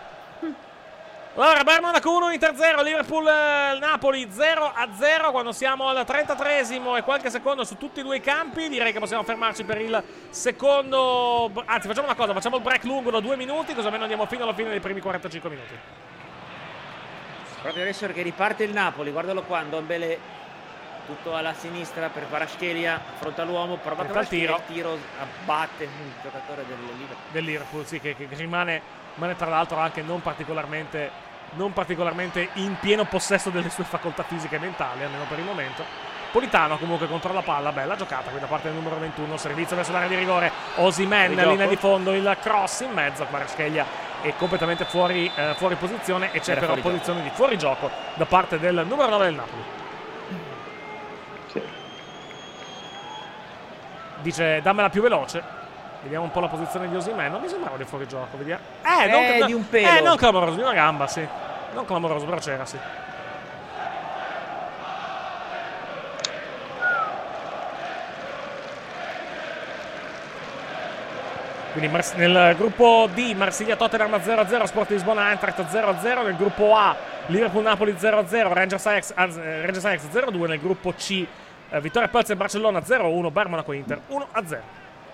Allora, Bayern Monaco uno, Inter zero, Liverpool eh, Napoli zero a zero quando siamo al trentatreesimo e qualche secondo su tutti e due i campi. Direi che possiamo fermarci per il secondo. Anzi, facciamo una cosa, facciamo il break lungo da due minuti, così almeno andiamo fino alla fine dei primi quarantacinque minuti. Proprio adesso che riparte il Napoli, guardalo qua, Ndombele tutto alla sinistra per Kvaratskhelia, fronte all'uomo, prova Tenta il tiro. il tiro abbatte il giocatore del Liverpool. Del Liverpool, sì, che, che rimane, rimane tra l'altro anche non particolarmente, non particolarmente in pieno possesso delle sue facoltà fisiche e mentali, almeno per il momento. Politano comunque contro la palla, bella giocata qui da parte del numero ventuno, servizio verso l'area di rigore, Osimhen, Rigioco. linea di fondo, il cross in mezzo, Kvaratskhelia è completamente fuori, eh, fuori posizione, e c'è Era però fuori posizione di fuorigioco da parte del numero nove del Napoli. Sì. Dice dammela più veloce. Vediamo un po' la posizione di Osimhen. Non mi sembrava di fuorigioco, vediamo. Eh, non, Eh, no, di un pelo. Eh, non clamoroso, di una gamba, sì. Non clamoroso, però c'era, sì. Quindi Mars- nel gruppo D Marsiglia-Tottenham zero a zero, Sport Lisbona-Eintracht zero a zero. Nel gruppo A Liverpool-Napoli zero a zero, Rangers-Ajax eh, Rangers-Ajax zero a due. Nel gruppo C eh, Vittoria-Plzen-Barcellona zero a uno, Bayern Monaco-Inter uno a zero.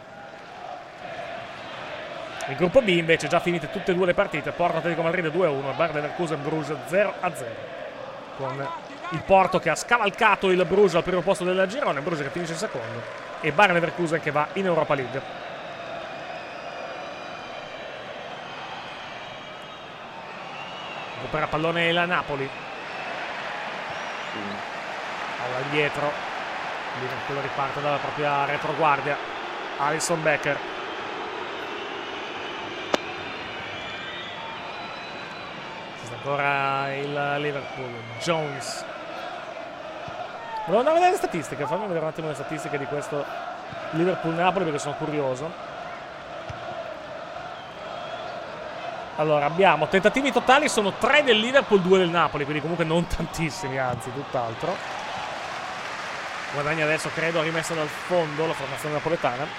Nel gruppo B invece già finite tutte e due le partite. Porto Atletico Madrid due a uno, Bayer Leverkusen-Bruges zero a zero. Con il Porto che ha scavalcato il Bruges al primo posto del girone, Bruges che finisce il secondo, e Bayer Leverkusen che va in Europa League. Recupera pallone la Napoli. Alla dietro. Liverpool riparte dalla propria retroguardia. Alisson Becker. Ci sta ancora il Liverpool. Jones. Volevo andare a vedere le statistiche. Fammi vedere un attimo le statistiche di questo Liverpool-Napoli, perché sono curioso. Allora, abbiamo tentativi totali, sono tre del Liverpool, due del Napoli, quindi comunque non tantissimi, anzi, tutt'altro. Guadagna adesso, credo, rimessa dal fondo la formazione napoletana.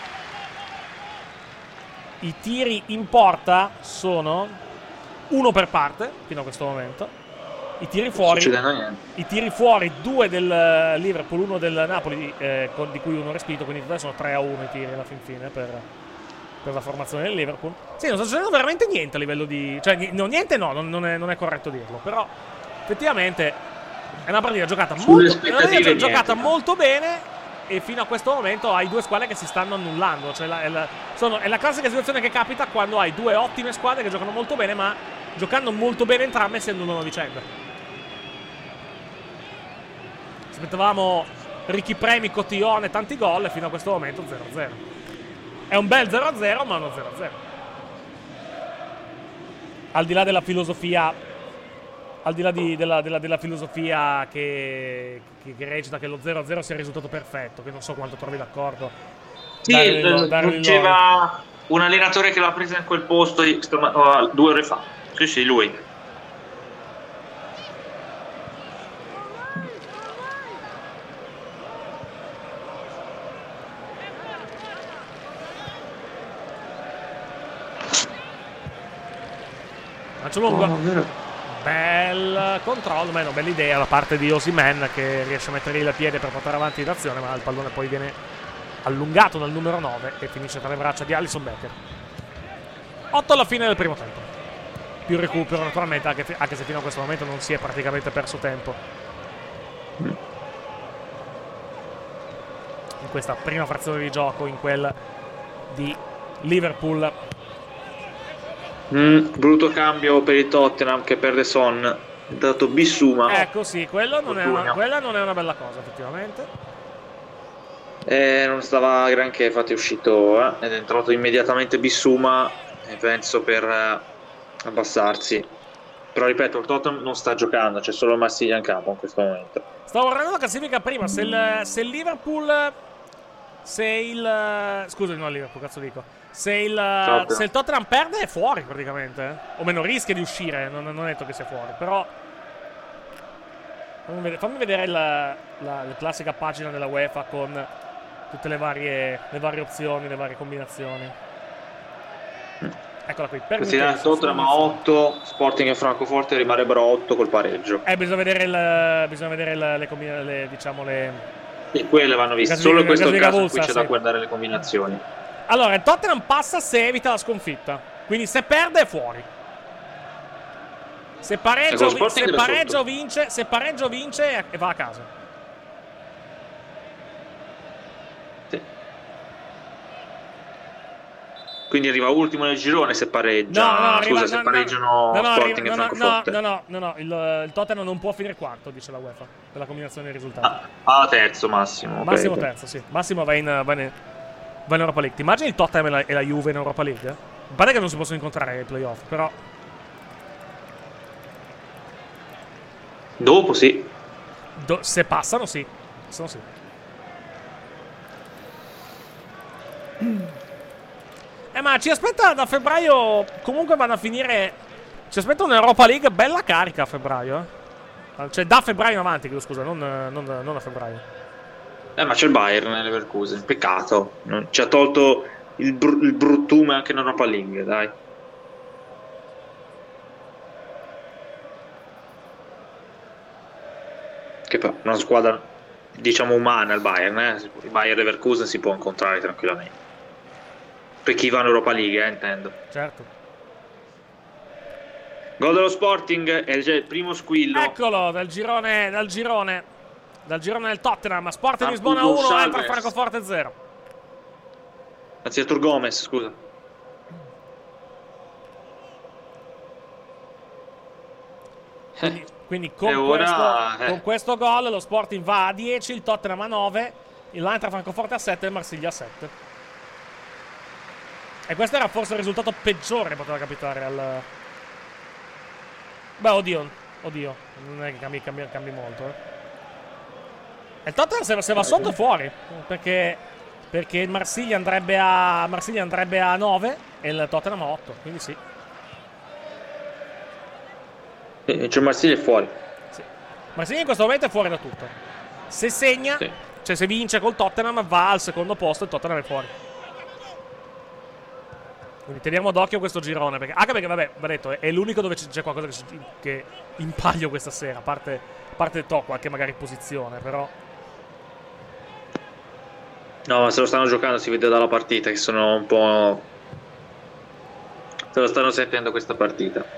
I tiri in porta sono uno per parte, fino a questo momento. I tiri fuori, i tiri fuori, due del Liverpool, uno del Napoli, eh, con, di cui uno respinto, quindi sono tre a uno i tiri alla fin fine per... per la formazione del Liverpool. Sì, non sta succedendo veramente niente a livello di... Cioè, no, niente no, non, non, è, non è corretto dirlo. Però, effettivamente, è una partita giocata, molto, è una partita giocata molto bene, e fino a questo momento hai due squadre che si stanno annullando. Cioè, la, è, la, sono, è la classica situazione che capita quando hai due ottime squadre che giocano molto bene, ma giocando molto bene entrambe si annullano a vicenda. Aspettavamo ricchi premi, cotillone, tanti gol, e fino a questo momento zero a zero. È un bel zero a zero, ma uno zero a zero. Al di là della filosofia, al di là di, della, della, della filosofia che, che, che recita che lo zero a zero sia il risultato perfetto, che non so quanto trovi d'accordo. Sì, lo diceva un allenatore che l'ha presa in quel posto due ore fa. Sì, sì, lui. Lancio lungo. Oh, bel controllo, ma è una bella idea da parte di Osimhen, che riesce a mettere il piede per portare avanti l'azione, ma il pallone poi viene allungato dal numero nove e finisce tra le braccia di Alisson Becker. otto alla fine del primo tempo. Più recupero naturalmente, anche, anche se fino a questo momento non si è praticamente perso tempo in questa prima frazione di gioco, in quel di Liverpool. Mm, brutto cambio per il Tottenham che perde Son, è dato Bissouma. Ecco, sì, quello non è una, quella non è una bella cosa, effettivamente. Eh, non stava granché, infatti è uscito eh, ed è entrato immediatamente Bissouma, e penso per eh, abbassarsi. Però ripeto, il Tottenham non sta giocando, c'è solo Marsiglia in campo in questo momento. Stavo guardando la classifica prima, se il, se il Liverpool... Se il... Scusa, no, Liverpool, cazzo dico. Se il, se il Tottenham perde è fuori praticamente, eh? O meno rischia di uscire, non, non è detto che sia fuori. Però fammi vedere, fammi vedere la, la, la classica pagina della UEFA con tutte le varie, le varie opzioni, le varie combinazioni. Eccola qui. Se il Tottenham a otto, Sporting e Francoforte rimarrebbero a otto col pareggio. Eh, bisogna vedere, il, bisogna vedere le, le, le, le, diciamo le... E quelle vanno viste, solo in questo caso in cui c'è da guardare le combinazioni. Allora, il Tottenham passa se evita la sconfitta. Quindi se perde è fuori. Se pareggia, o, se pareggia o vince, se pareggia o vince e va a casa. Sì. Quindi arriva ultimo nel girone se pareggia. No, no, Scusa, arriva, se no, pareggiano no, no, Sporting no, e no, Francoforte. No, no, no, no, il, il Tottenham non può finire quarto, dice la UEFA, per la combinazione dei risultati. Ah, ah terzo massimo. Massimo okay. terzo, sì. Massimo va in, va in, va in Europa League. Ti immagini il Tottenham e la, e la Juve in Europa League? pare che non si possono incontrare ai playoff, però dopo sì. Do- se passano sì. Passano sì. Eh, ma ci aspetta da febbraio. Comunque vanno a finire. Ci aspetta un'Europa League bella carica a febbraio. Eh? Cioè, da febbraio in avanti, scusa, non, non, non a febbraio. Eh, ma c'è il Bayern nelle Leverkusen. Peccato. Non... Ci ha tolto il, br- il bruttume anche in Europa League, dai. Che poi una squadra, diciamo, umana il Bayern, eh? Il Bayern Leverkusen si può incontrare tranquillamente. Per chi va in Europa League, eh, intendo. Certo. Gol dello Sporting e c'è il primo squillo. Eccolo, dal girone, dal girone, dal girone del Tottenham. Sporting Arturo Lisbona uno, Salves. entra Francoforte zero. Anzi, Artur Gomez, scusa. Quindi, quindi con, E ora, questo, eh. con questo gol lo Sporting va a dieci, il Tottenham a nove, l'Eintracht Francoforte a sette e il Marsiglia a sette. E questo era forse il risultato peggiore che poteva capitare al... Beh, oddio, oddio, non è che cambi, cambi, cambi molto, eh. E il Tottenham se, se va sotto fuori, perché, perché il Marsiglia andrebbe a Marsiglia andrebbe a nove e il Tottenham a otto, quindi sì. Eh, C'è Marsiglia è fuori. Sì. Marsiglia in questo momento è fuori da tutto. Se segna, Sì. cioè se vince col Tottenham, va al secondo posto e il Tottenham è fuori. Quindi teniamo d'occhio questo girone, perché, anche perché, vabbè, va detto, è, è l'unico dove c'è qualcosa che, che impaglio questa sera, a parte, a parte to, qualche magari posizione, però... No, ma se lo stanno giocando, si vede dalla partita che sono un po'... Se lo stanno sentendo questa partita.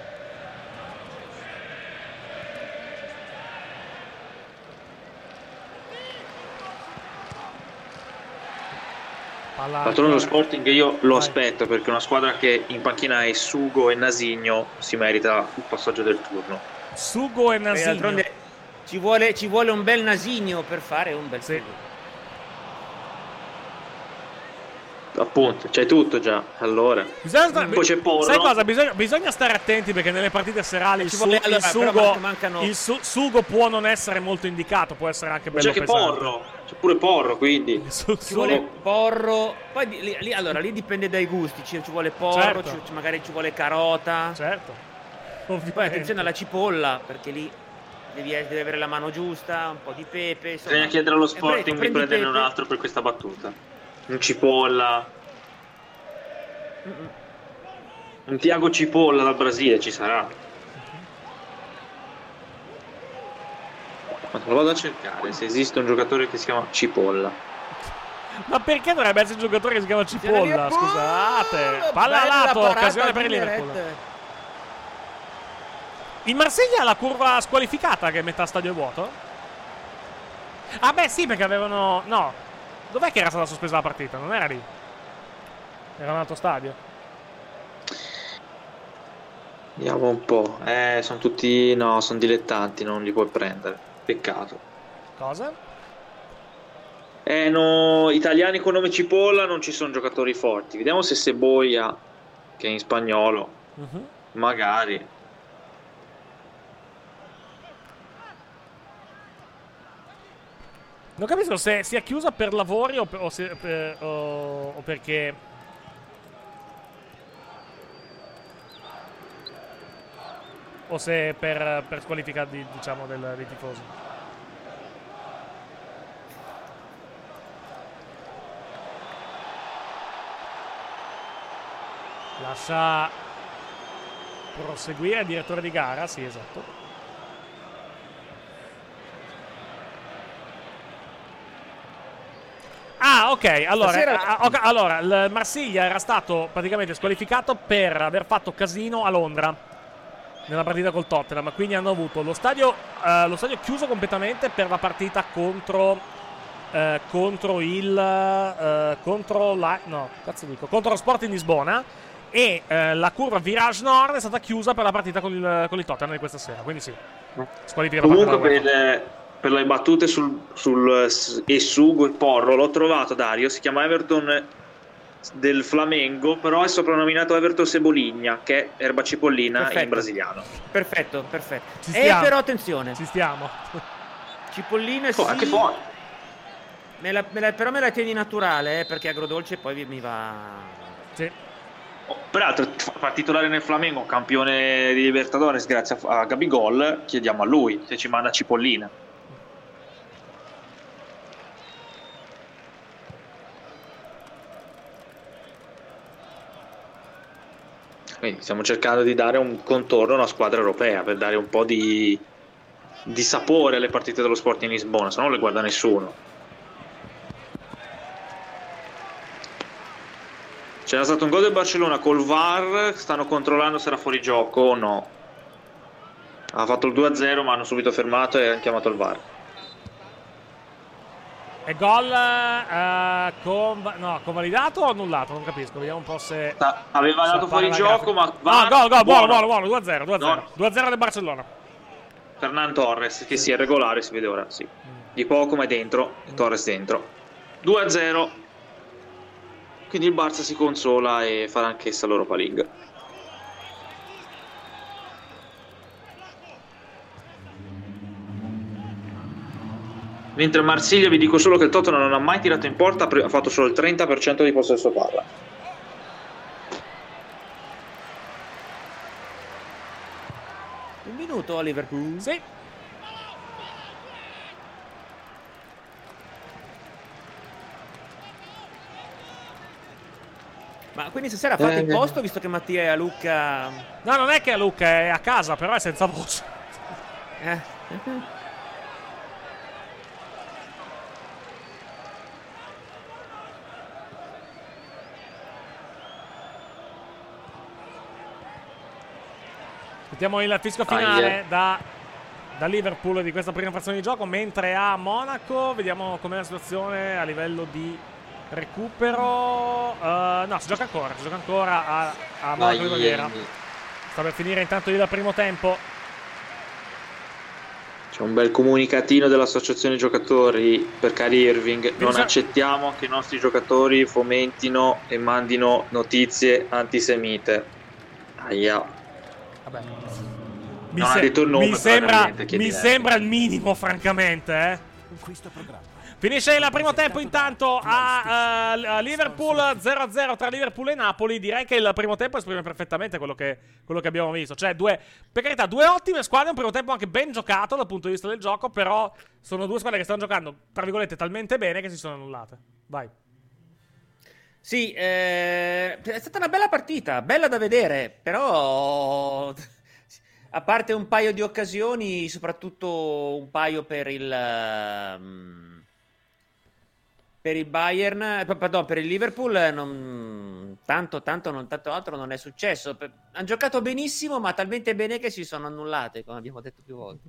Palla... Patrono dello Sporting io lo Vai. aspetto, perché una squadra che in panchina è Sugo e Nasigno si merita il passaggio del turno. Sugo e E Nasigno. d'altronde ci vuole, ci vuole un bel nasigno per fare un bel Sì. turno. Appunto, c'hai tutto già, allora. Bisogna stare- Poi c'è Porro. Sai cosa? Bisogna, bisogna stare attenti, perché nelle partite serali il, Ci su- vuole- il allora, però sugo, mancano- il su- sugo può non essere molto indicato, può essere anche bello C'è che pesante. Porro, c'è pure Porro, quindi. Il su- Ci sugo- vuole porro, poi di- lì, lì- allora lì dipende dai gusti, ci, ci vuole porro, Certo. ci- magari ci vuole carota. Certo. Poi Ovviamente. attenzione alla cipolla, perché lì devi, devi avere la mano giusta, un po' di pepe. Insomma. Bisogna chiedere allo Eh, Sporting prendi- di prendi prenderne un pepe. altro per questa battuta. Un Cipolla. Un Tiago Cipolla dal Brasile ci sarà. Ma lo vado a cercare se esiste un giocatore che si chiama Cipolla. Ma perché dovrebbe essere un giocatore che si chiama Cipolla? Liverpool! Scusate. Palla a Bella lato, parata occasione per il di Liverpool. Meret. Il Marsiglia ha la curva squalificata, che è metà stadio vuoto? Ah beh sì, perché avevano... No. Dov'è che era stata sospesa la partita? Non era lì. Era un altro stadio. Vediamo un po'. Eh, sono tutti... No, sono dilettanti, non li puoi prendere. Peccato. Cosa? Eh, no, italiani con nome Cipolla non ci sono giocatori forti. Vediamo se Seboia, che è in spagnolo, Mhm. magari. Non capisco se sia chiusa per lavori o, per- o se- per- o- o perché... O se per, per squalifica di, diciamo, del- dei tifosi. Lascia proseguire il direttore di gara, sì, esatto. Ah, ok, allora, Stasera- ah, ok, allora, il Marsiglia era stato praticamente squalificato per aver fatto casino a Londra nella partita col Tottenham, quindi hanno avuto lo stadio, eh, lo stadio chiuso completamente per la partita contro eh, contro il eh, contro la no, cazzo dico, contro lo Sporting Lisbona, e eh, la curva Virage Nord è stata chiusa per la partita con il, con il Tottenham di questa sera, quindi sì, squalifica da parte Comunque della per, UEFA. le- per le battute sul, sul eh, Esugo e Porro l'ho trovato, Dario, si chiama Everton del Flamengo, però è soprannominato Everton Cebolinha, che è erba cipollina Perfetto. in brasiliano. Perfetto, perfetto. Ci E stiamo. però attenzione, Ci stiamo. cipollina Oh, sì, anche fuori. me la, me la, però me la tieni naturale, eh, perché agrodolce poi mi va... Sì. Oh, peraltro fa titolare nel Flamengo, campione di Libertadores grazie a, a Gabigol, chiediamo a lui se ci manda cipollina. Quindi stiamo cercando di dare un contorno a una squadra europea per dare un po' di, di sapore alle partite dello Sporting Lisbona, se no non le guarda nessuno. C'era stato un gol del Barcellona col V A R, stanno controllando se era fuori gioco o no. Ha fatto il due a zero ma hanno subito fermato e hanno chiamato il V A R. E gol eh, con, no, convalidato o annullato? Non capisco, vediamo un po' se... Aveva se dato fuori appare la gioco grafica. ma V A R, Ah, gol, gol, buono, buono, buono. buono, due a zero, due a zero. No. due a zero del Barcellona. Fernan Torres, che sia regolare, si vede ora, sì. Di poco ma è dentro, Torres dentro. due a zero. Quindi il Barça si consola e farà anch'essa l'Europa League. Mentre Marsiglia vi dico solo che il Tottenham non ha mai tirato in porta, ha fatto solo il trenta per cento di possesso palla. Un minuto a Liverpool. Sì. Ma quindi stasera fate Eh, il posto, visto che Mattia e a Lucca... No, non è che Luca è a casa, però è senza voce. Eh. Mettiamo il fischio finale da, da Liverpool di questa prima frazione di gioco, mentre a Monaco vediamo com'è la situazione a livello di recupero. Uh, no, si gioca ancora, si gioca ancora a, a Monaco di Baviera. Sta per finire intanto il primo tempo. C'è un bel comunicatino dell'associazione giocatori per Kyrie Irving. Non Pensa- accettiamo che i nostri giocatori fomentino e mandino notizie antisemite. Aia. Vabbè. Mi, Non ha detto il nome, mi però sembra, niente, che mi direi. sembra il minimo, francamente. Eh? Finisce il primo tempo intanto a, uh, a Liverpool, zero a zero tra Liverpool e Napoli. Direi che il primo tempo esprime perfettamente quello che, quello che abbiamo visto. Cioè, due, per carità, due ottime squadre. Un primo tempo anche ben giocato dal punto di vista del gioco. Però sono due squadre che stanno giocando, tra virgolette, talmente bene che si sono annullate. Vai. Sì, eh, è stata una bella partita, bella da vedere, però a parte un paio di occasioni, soprattutto un paio per il um, per il Bayern, eh, pardon, per il Liverpool, non, tanto, tanto, non tanto altro non è successo. Per, hanno giocato benissimo, ma talmente bene che si sono annullate, come abbiamo detto più volte.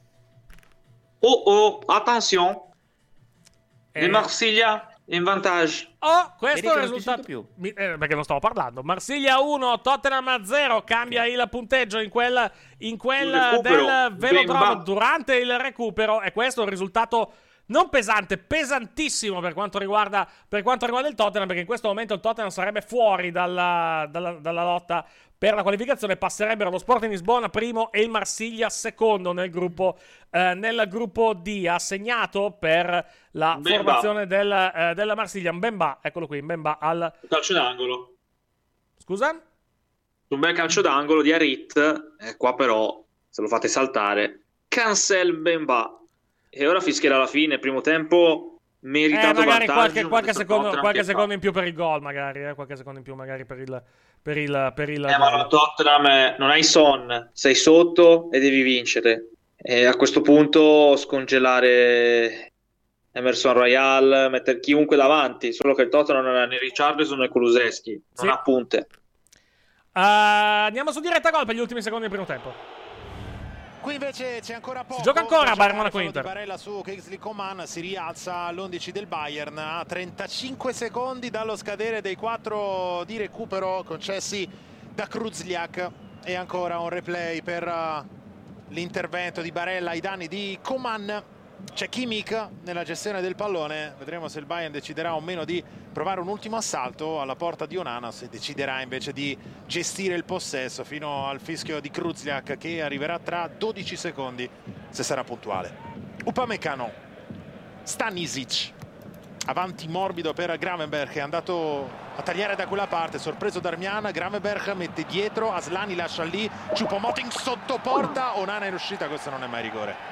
Oh oh, attention, Eh. il Marsiglia in vantaggio. Oh, questo Vedi è che il non ti risultato. sento più. Mi- eh, perché non stavo parlando. Marsiglia uno, Tottenham zero. Cambia il punteggio in quel, in quel Il recupero, del velodromo Bemba. durante il recupero. E questo è un risultato non pesante, pesantissimo per quanto riguarda, per quanto riguarda il Tottenham. Perché in questo momento il Tottenham sarebbe fuori dalla, dalla, dalla lotta per la qualificazione. Passerebbero lo Sporting Lisbona primo e il Marsiglia secondo nel gruppo, eh, nel gruppo D. Ha segnato per la Bemba. formazione del, eh, della Marsiglia Mbemba, eccolo qui, Mbemba al... Calcio d'angolo. Scusa? Un bel calcio d'angolo di Harit. Eh, qua però, se lo fate saltare, cancel Bemba. E ora fischierà alla fine, primo tempo Eh, meritato magari vantaggio. qualche, ma qualche, questo secondo, Tottenham qualche che secondo fa? in più per il gol, magari, eh, qualche secondo in più magari per il... Per il, per il Eh, ma la Tottenham eh, non hai Son, sei sotto e devi vincere. E a questo punto scongelare Emerson Royal, mettere chiunque davanti, solo che il Tottenham non ha né Richarlison né Kulusevski, non Sì. ha punte. Uh, andiamo su diretta gol per gli ultimi secondi del primo tempo. Qui invece c'è ancora poco. Si gioca ancora C'è Bayern giocare, Monaco fallo Inter. di Barella su Kingsley Coman, si rialza l'undici del Bayern a trentacinque secondi dallo scadere dei quattro di recupero concessi da Kruzliak, e ancora un replay per uh, l'intervento di Barella ai danni di Coman. C'è Kimmich nella gestione del pallone, vedremo se il Bayern deciderà o meno di provare un ultimo assalto alla porta di Onana, se deciderà invece di gestire il possesso fino al fischio di Kruzliak che arriverà tra dodici secondi se sarà puntuale. Upamecano, Stanisic, avanti morbido per Gravenberch, è andato a tagliare da quella parte, sorpreso Darmian, Gravenberch mette dietro, Aslani lascia lì, Choupo-Moting sotto porta, Onana in uscita, questo non è mai rigore.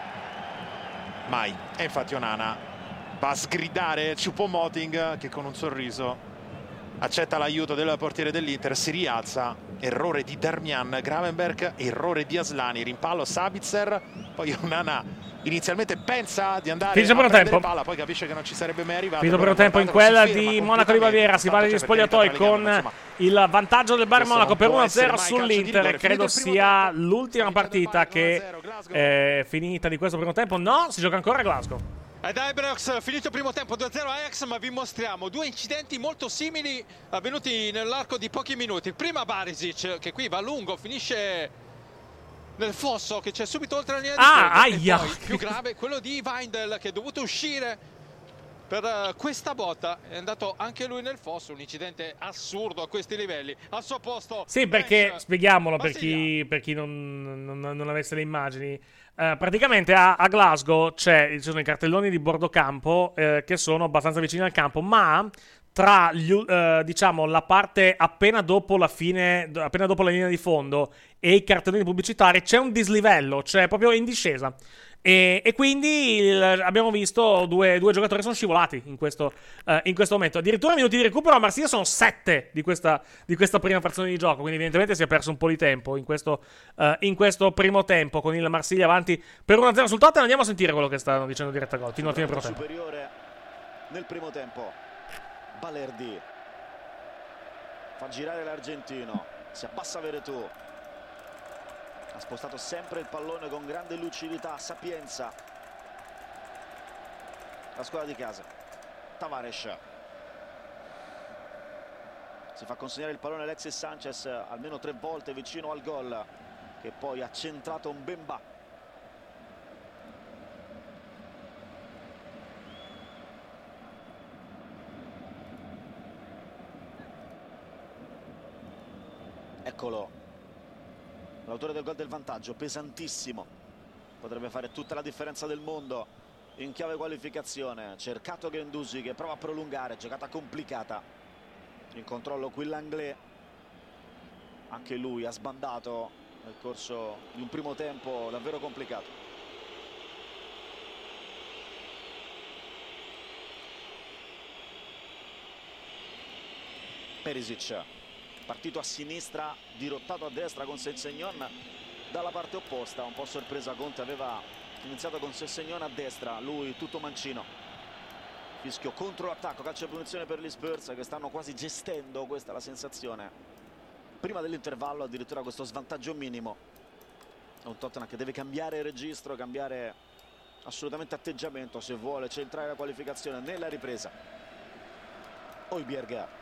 Mai. E infatti Onana va a sgridare Choupo-Moting che con un sorriso accetta l'aiuto del portiere dell'Inter, si rialza, errore di Darmian, Gravenberch, errore di Aslani, rimpallo Sabitzer, poi Onana inizialmente pensa di andare Finisce a per prendere tempo. palla, poi capisce che non ci sarebbe mai arrivato. Finito per tempo in quella di Monaco di Baviera, si va negli spogliatoi con il vantaggio del Bayern Monaco per uno a zero sull'Inter. Credo sia l'ultima partita che è finita di questo primo tempo. No, si gioca ancora a Glasgow. Ed Ibrox, finito il primo tempo due a zero Ajax, ma vi mostriamo due incidenti molto simili avvenuti nell'arco di pochi minuti. Prima Barisic, che qui va a lungo, finisce nel fosso che c'è subito oltre la linea di fondo. Ah, aia! E poi, più grave, quello di Weindl, che è dovuto uscire per uh, questa botta. È andato anche lui nel fosso, un incidente assurdo a questi livelli. Al suo posto... Sì, perché, Bench, spieghiamolo per chi, per chi non, non, non avesse le immagini. Uh, praticamente a, a Glasgow c'è, ci sono i cartelloni di bordo campo eh, che sono abbastanza vicini al campo, ma tra gli, uh, diciamo la parte appena dopo la fine, appena dopo la linea di fondo e i cartelloni pubblicitari c'è un dislivello, cioè proprio in discesa. E, e quindi il, abbiamo visto due, due giocatori sono scivolati in questo, uh, in questo momento. Addirittura minuti di recupero a Marsiglia sono sette di questa, di questa prima frazione di gioco, quindi evidentemente si è perso un po' di tempo in questo, uh, in questo primo tempo, con il Marsiglia avanti per uno a zero sul Tottenham. Andiamo a sentire quello che stanno dicendo diretta gol fino alla fine del primo tempo. Superiore nel primo tempo. Balerdi fa girare l'argentino, si abbassa Veretù, ha spostato sempre il pallone con grande lucidità, sapienza. La squadra di casa, Tavares si fa consegnare il pallone Alexis Sanchez almeno tre volte vicino al gol, che poi ha centrato un Mbemba. Eccolo, l'autore del gol del vantaggio, pesantissimo, potrebbe fare tutta la differenza del mondo in chiave qualificazione. Cercato Guendouzi che prova a prolungare, giocata complicata, in controllo qui l'Anglais, anche lui ha sbandato nel corso di un primo tempo davvero complicato. Perisic, partito a sinistra, dirottato a destra con Sessegnon dalla parte opposta. Un po' sorpresa Conte, aveva iniziato con Sessegnon a destra, lui tutto mancino. Fischio contro l'attacco, calcio di punizione per gli Spurs che stanno quasi gestendo, questa è la sensazione. Prima dell'intervallo addirittura questo svantaggio minimo. È un Tottenham che deve cambiare registro, cambiare assolutamente atteggiamento se vuole centrare la qualificazione nella ripresa. Højbjerg,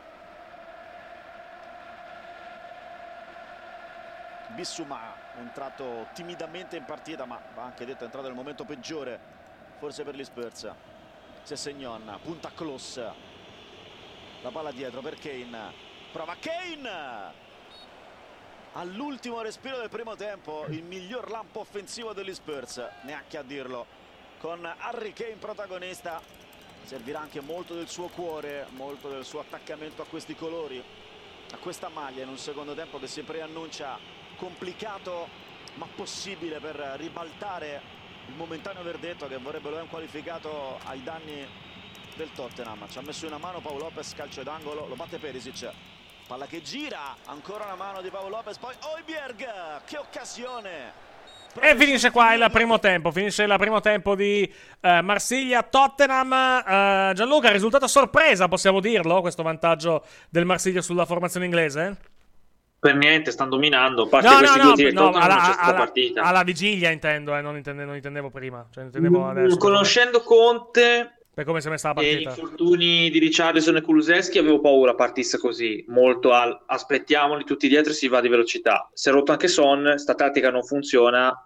Bissouma è entrato timidamente in partita, ma va anche detto è entrato nel momento peggiore forse per gli Spurs. Sessegnon punta Klose, la palla dietro per Kane, prova Kane all'ultimo respiro del primo tempo, il miglior lampo offensivo degli Spurs, neanche a dirlo, con Harry Kane protagonista. Servirà anche molto del suo cuore, molto del suo attaccamento a questi colori, a questa maglia, in un secondo tempo che si preannuncia complicato ma possibile per ribaltare il momentaneo verdetto che vorrebbe lo qualificato ai danni del Tottenham. Ci ha messo una mano Pau Lopez, calcio d'angolo, lo batte Perisic, palla che gira, ancora una mano di Pau Lopez, poi Højbjerg, che occasione! E finisce qua il primo tempo, finisce il primo tempo di uh, Marsiglia-Tottenham. uh, Gianluca, risultato a sorpresa, possiamo dirlo, questo vantaggio del Marsiglia sulla formazione inglese? Per niente, stanno dominando. A parte no, questi no, due no, tiri, no, non alla, c'è stata alla, partita. Alla vigilia intendo, eh, non, intende, non intendevo prima, cioè intendevo adesso. Conoscendo Conte, per come si è messa la e gli partita, infortuni di Richarlison e Kulusevski, avevo paura partisse così, molto al aspettiamoli tutti dietro e si va di velocità. Si è rotto anche Son, sta tattica non funziona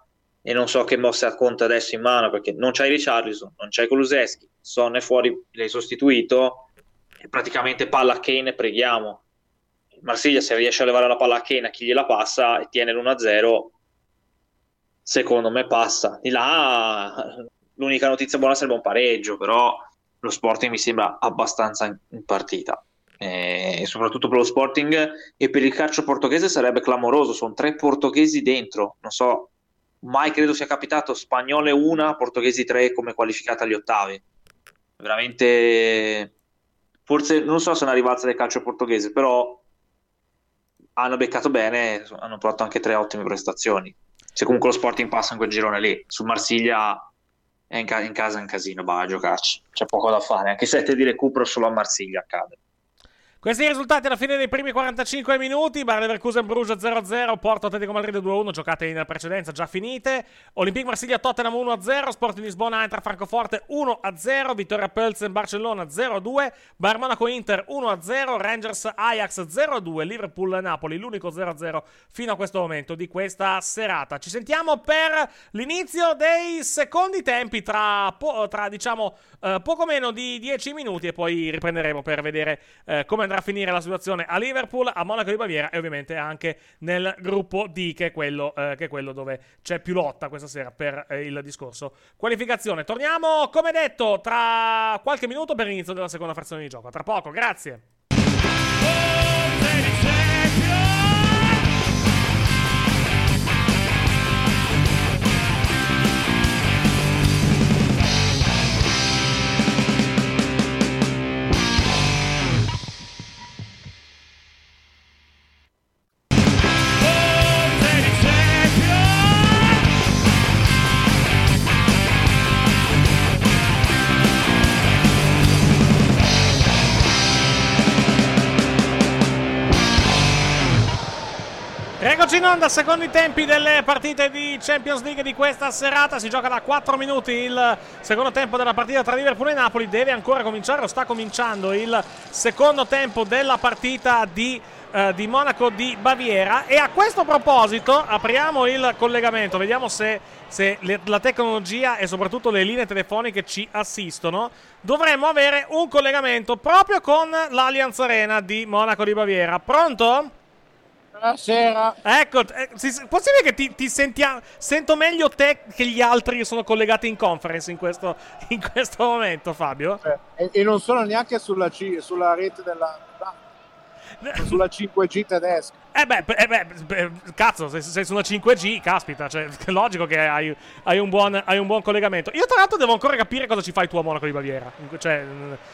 e non so che mosse ha Conte adesso in mano, perché non c'hai Richarlison, non c'hai Kulusevski, Son è fuori, l'hai sostituito, e praticamente palla a Kane e preghiamo. Marsiglia, se riesce a levare la palla a Kane a chi gliela passa e tiene l'uno a zero, secondo me passa. Di là l'unica notizia buona sarebbe un pareggio, però lo Sporting mi sembra abbastanza in partita, e soprattutto per lo Sporting e per il calcio portoghese sarebbe clamoroso. Sono tre portoghesi dentro, non so, mai credo sia capitato. Spagnole una, portoghesi tre come qualificata agli ottavi. Veramente, forse non so se è una rivalsa del calcio portoghese, però hanno beccato bene, hanno portato anche tre ottime prestazioni. Se comunque lo Sporting passa in quel girone lì, su Marsiglia è in, ca- in casa è un casino, va a giocarci, c'è poco da fare, anche sette di recupero solo a Marsiglia accade. Questi risultati alla fine dei primi quarantacinque minuti: Bayer Leverkusen Bruges zero a zero, Porto Atletico Madrid due a uno, giocate in precedenza già finite. Olympique Marsiglia Tottenham uno a zero, Sporting Lisbona Eintracht Francoforte uno a zero, Vittoria Pilsen Barcellona zero a due, Bayern Monaco Inter uno a zero, Rangers Ajax zero a due, Liverpool Napoli l'unico zero a zero fino a questo momento di questa serata. Ci sentiamo per l'inizio dei secondi tempi tra, po- tra diciamo eh, poco meno di dieci minuti, e poi riprenderemo per vedere eh, come andrà a finire la situazione a Liverpool, a Monaco di Baviera e ovviamente anche nel gruppo D, che è quello, eh, che è quello dove c'è più lotta questa sera per eh, il discorso qualificazione. Torniamo, come detto, tra qualche minuto per l'inizio della seconda frazione di gioco. Tra poco, grazie. Eccoci in onda, secondi tempi delle partite di Champions League di questa serata. Si gioca da quattro minuti il secondo tempo della partita tra Liverpool e Napoli. Deve ancora cominciare, o sta cominciando, il secondo tempo della partita di, uh, di Monaco di Baviera. E a questo proposito apriamo il collegamento, vediamo se, se le, la tecnologia e soprattutto le linee telefoniche ci assistono. Dovremmo avere un collegamento proprio con l'Allianz Arena di Monaco di Baviera. Pronto? Buonasera. Ecco, è possibile che ti, ti sentia, sento meglio te che gli altri che sono collegati in conference in questo, in questo momento, Fabio? E, e non sono neanche sulla, C, sulla rete della... sulla cinque G tedesca. Eh beh, eh beh, cazzo, se sei sulla cinque G, caspita, cioè, è logico che hai, hai, un buon, hai un buon collegamento. Io tra l'altro devo ancora capire cosa ci fai tu a Monaco di Baviera. Cioè...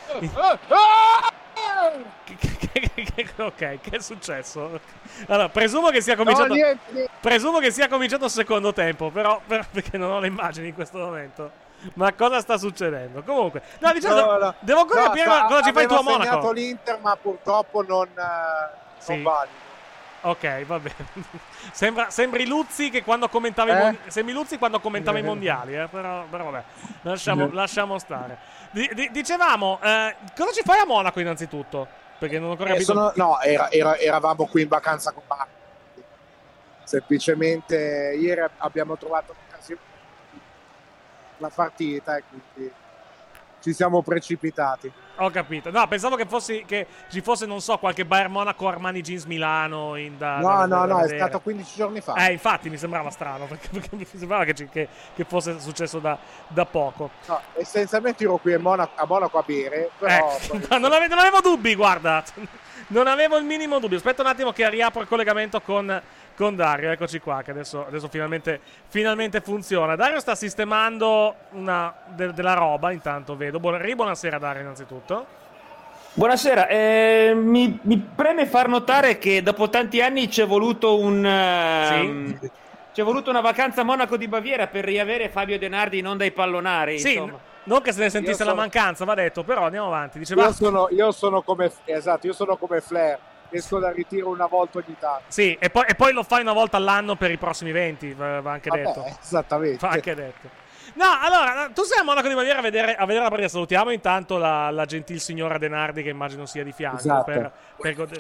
Ok, che è successo? Allora, presumo che sia cominciato no, niente, niente. Presumo che sia cominciato il secondo tempo, però, però perché non ho le immagini in questo momento. Ma cosa sta succedendo? Comunque, no, diciamo, no, no. devo ancora no, capire sta, cosa ci fai tu a Monaco. Ho segnato l'Inter, ma purtroppo non, sì. non valido. Ok, va bene. Sembra, sembri Luzzi che quando commentava eh? i, mon- sembri Luzzi quando commentava eh. i mondiali, eh? però, però vabbè, lasciamo, eh. lasciamo stare. D- d- dicevamo, eh, cosa ci fai a Monaco innanzitutto? Perché non ho ancora eh, capito. Sono, no, era, era, eravamo qui in vacanza con Marco. Semplicemente ieri abbiamo trovato l'occasione la partita e quindi ci siamo precipitati. Ho capito. No, pensavo che fossi che ci fosse, non so, qualche Bayern Monaco Armani Jeans Milano in da, No, da, no, da no, vedere. È stato quindici giorni fa. Eh, infatti mi sembrava strano, perché, perché mi sembrava che, che, che fosse successo da, da poco. No, essenzialmente ero qui a Monaco a, Monaco a bere, però eh, poi... no, non, avevo, non avevo dubbi, guarda. Non avevo il minimo dubbio. Aspetta un attimo che riapro il collegamento con, con Dario. Eccoci qua, che adesso, adesso finalmente, finalmente funziona. Dario sta sistemando una de, della roba, intanto vedo. Buona, buonasera Dario, innanzitutto. Buonasera, eh, mi, mi preme far notare che dopo tanti anni c'è voluto un... Uh, sì. C'è voluto una vacanza a Monaco di Baviera per riavere Fabio Denardi non dai pallonari, sì, insomma. Non che se ne sentisse sono... la mancanza, va detto, però andiamo avanti. Diceva... Io sono, io sono come esatto, io sono come Flair, esco da ritiro una volta ogni tanto. Sì, e poi, e poi lo fai una volta all'anno per i prossimi venti, va anche Vabbè, detto. Esattamente. Va anche detto. No, allora, tu sei a Monaco di Baviera a vedere, a vedere la partita. Salutiamo intanto la, la gentil signora Denardi, che immagino sia di fianco. Esatto. per, per godere.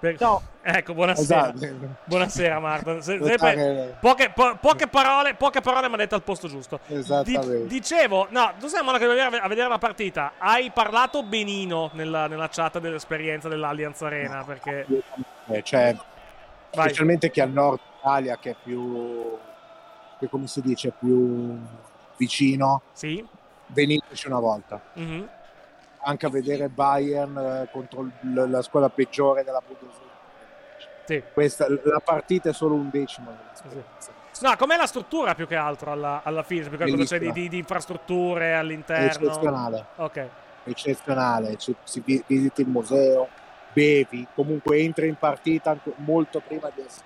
Per... No. Ecco, buonasera. Esatto. Buonasera Marta. Se- sempre poche, po- poche parole, poche parole ma dette al posto giusto. Esattamente. Di- dicevo, no, tu sei a Monaco a vedere la partita. Hai parlato benino nella, nella chat dell'esperienza dell'Allianz Arena, perché eh, cioè, Vai. specialmente che al nord Italia, che è più, che come si dice, più vicino. Sì. Veniteci una volta. Mm-hmm. Anche a vedere Bayern eh, contro l- la squadra peggiore della Bundesliga. Sì. Questa, la partita è solo un decimo dell'esperienza. No, com'è la struttura più che altro alla, alla fine? Più che altro c'è di, di, di infrastrutture all'interno. È eccezionale. Ok. Eccezionale. Ci, si vi- visiti il museo, bevi, comunque entri in partita anche molto prima di essere.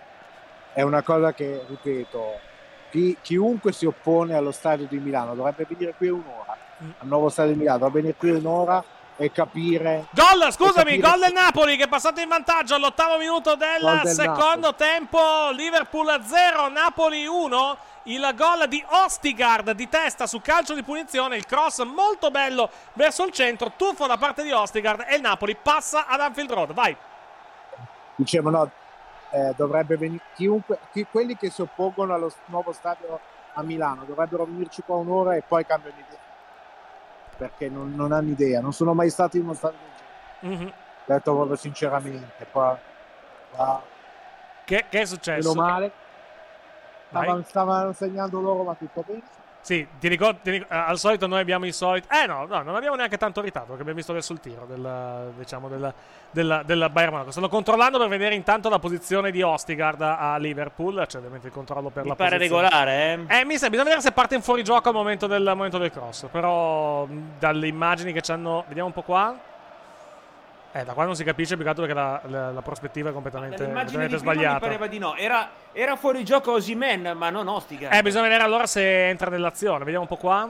È una cosa che, ripeto, chi, chiunque si oppone allo stadio di Milano dovrebbe venire qui un'ora. Al nuovo stadio di Milano dovrebbe venire qui un'ora e capire. Gol, scusami, e capire... gol del Napoli che è passato in vantaggio all'ottavo minuto del, del secondo Napoli. Tempo. Liverpool zero, Napoli uno. Il gol di Ostigard di testa su calcio di punizione, il cross molto bello verso il centro, tuffo da parte di Ostigard e il Napoli passa ad Anfield Road. Vai. Dicevo, no, eh, dovrebbe venire chiunque, chi, quelli che si oppongono allo nuovo stadio a Milano dovrebbero venirci qua un'ora e poi cambiano idea, perché non, non hanno idea, non sono mai stati in uno stadio del genere. Mm-hmm. Detto proprio sinceramente. Qua, qua, che, che è successo? Meno male. Stavano, stavano segnando loro, ma tutto bene. Sì, ti ricordo, ti ricordo, al solito noi abbiamo il solito. Eh no, no, non abbiamo neanche tanto ritardo, perché abbiamo visto adesso il tiro del, diciamo, del, del, del Bayern Monaco. Stanno controllando per vedere intanto la posizione di Ostigard a Liverpool. C'è ovviamente il controllo per mi la pare posizione. regolare, eh? Eh, mi sa, bisogna vedere se parte in fuorigioco al momento del, al momento del cross. Però dalle immagini che ci hanno. Vediamo un po' qua. Eh, da qua non si capisce più che altro perché la, la, la prospettiva è completamente, completamente sbagliata. Mi pareva di no. Era, era fuori gioco Osimhen, ma non Ostigard. Eh, bisogna vedere allora se entra nell'azione. Vediamo un po' qua.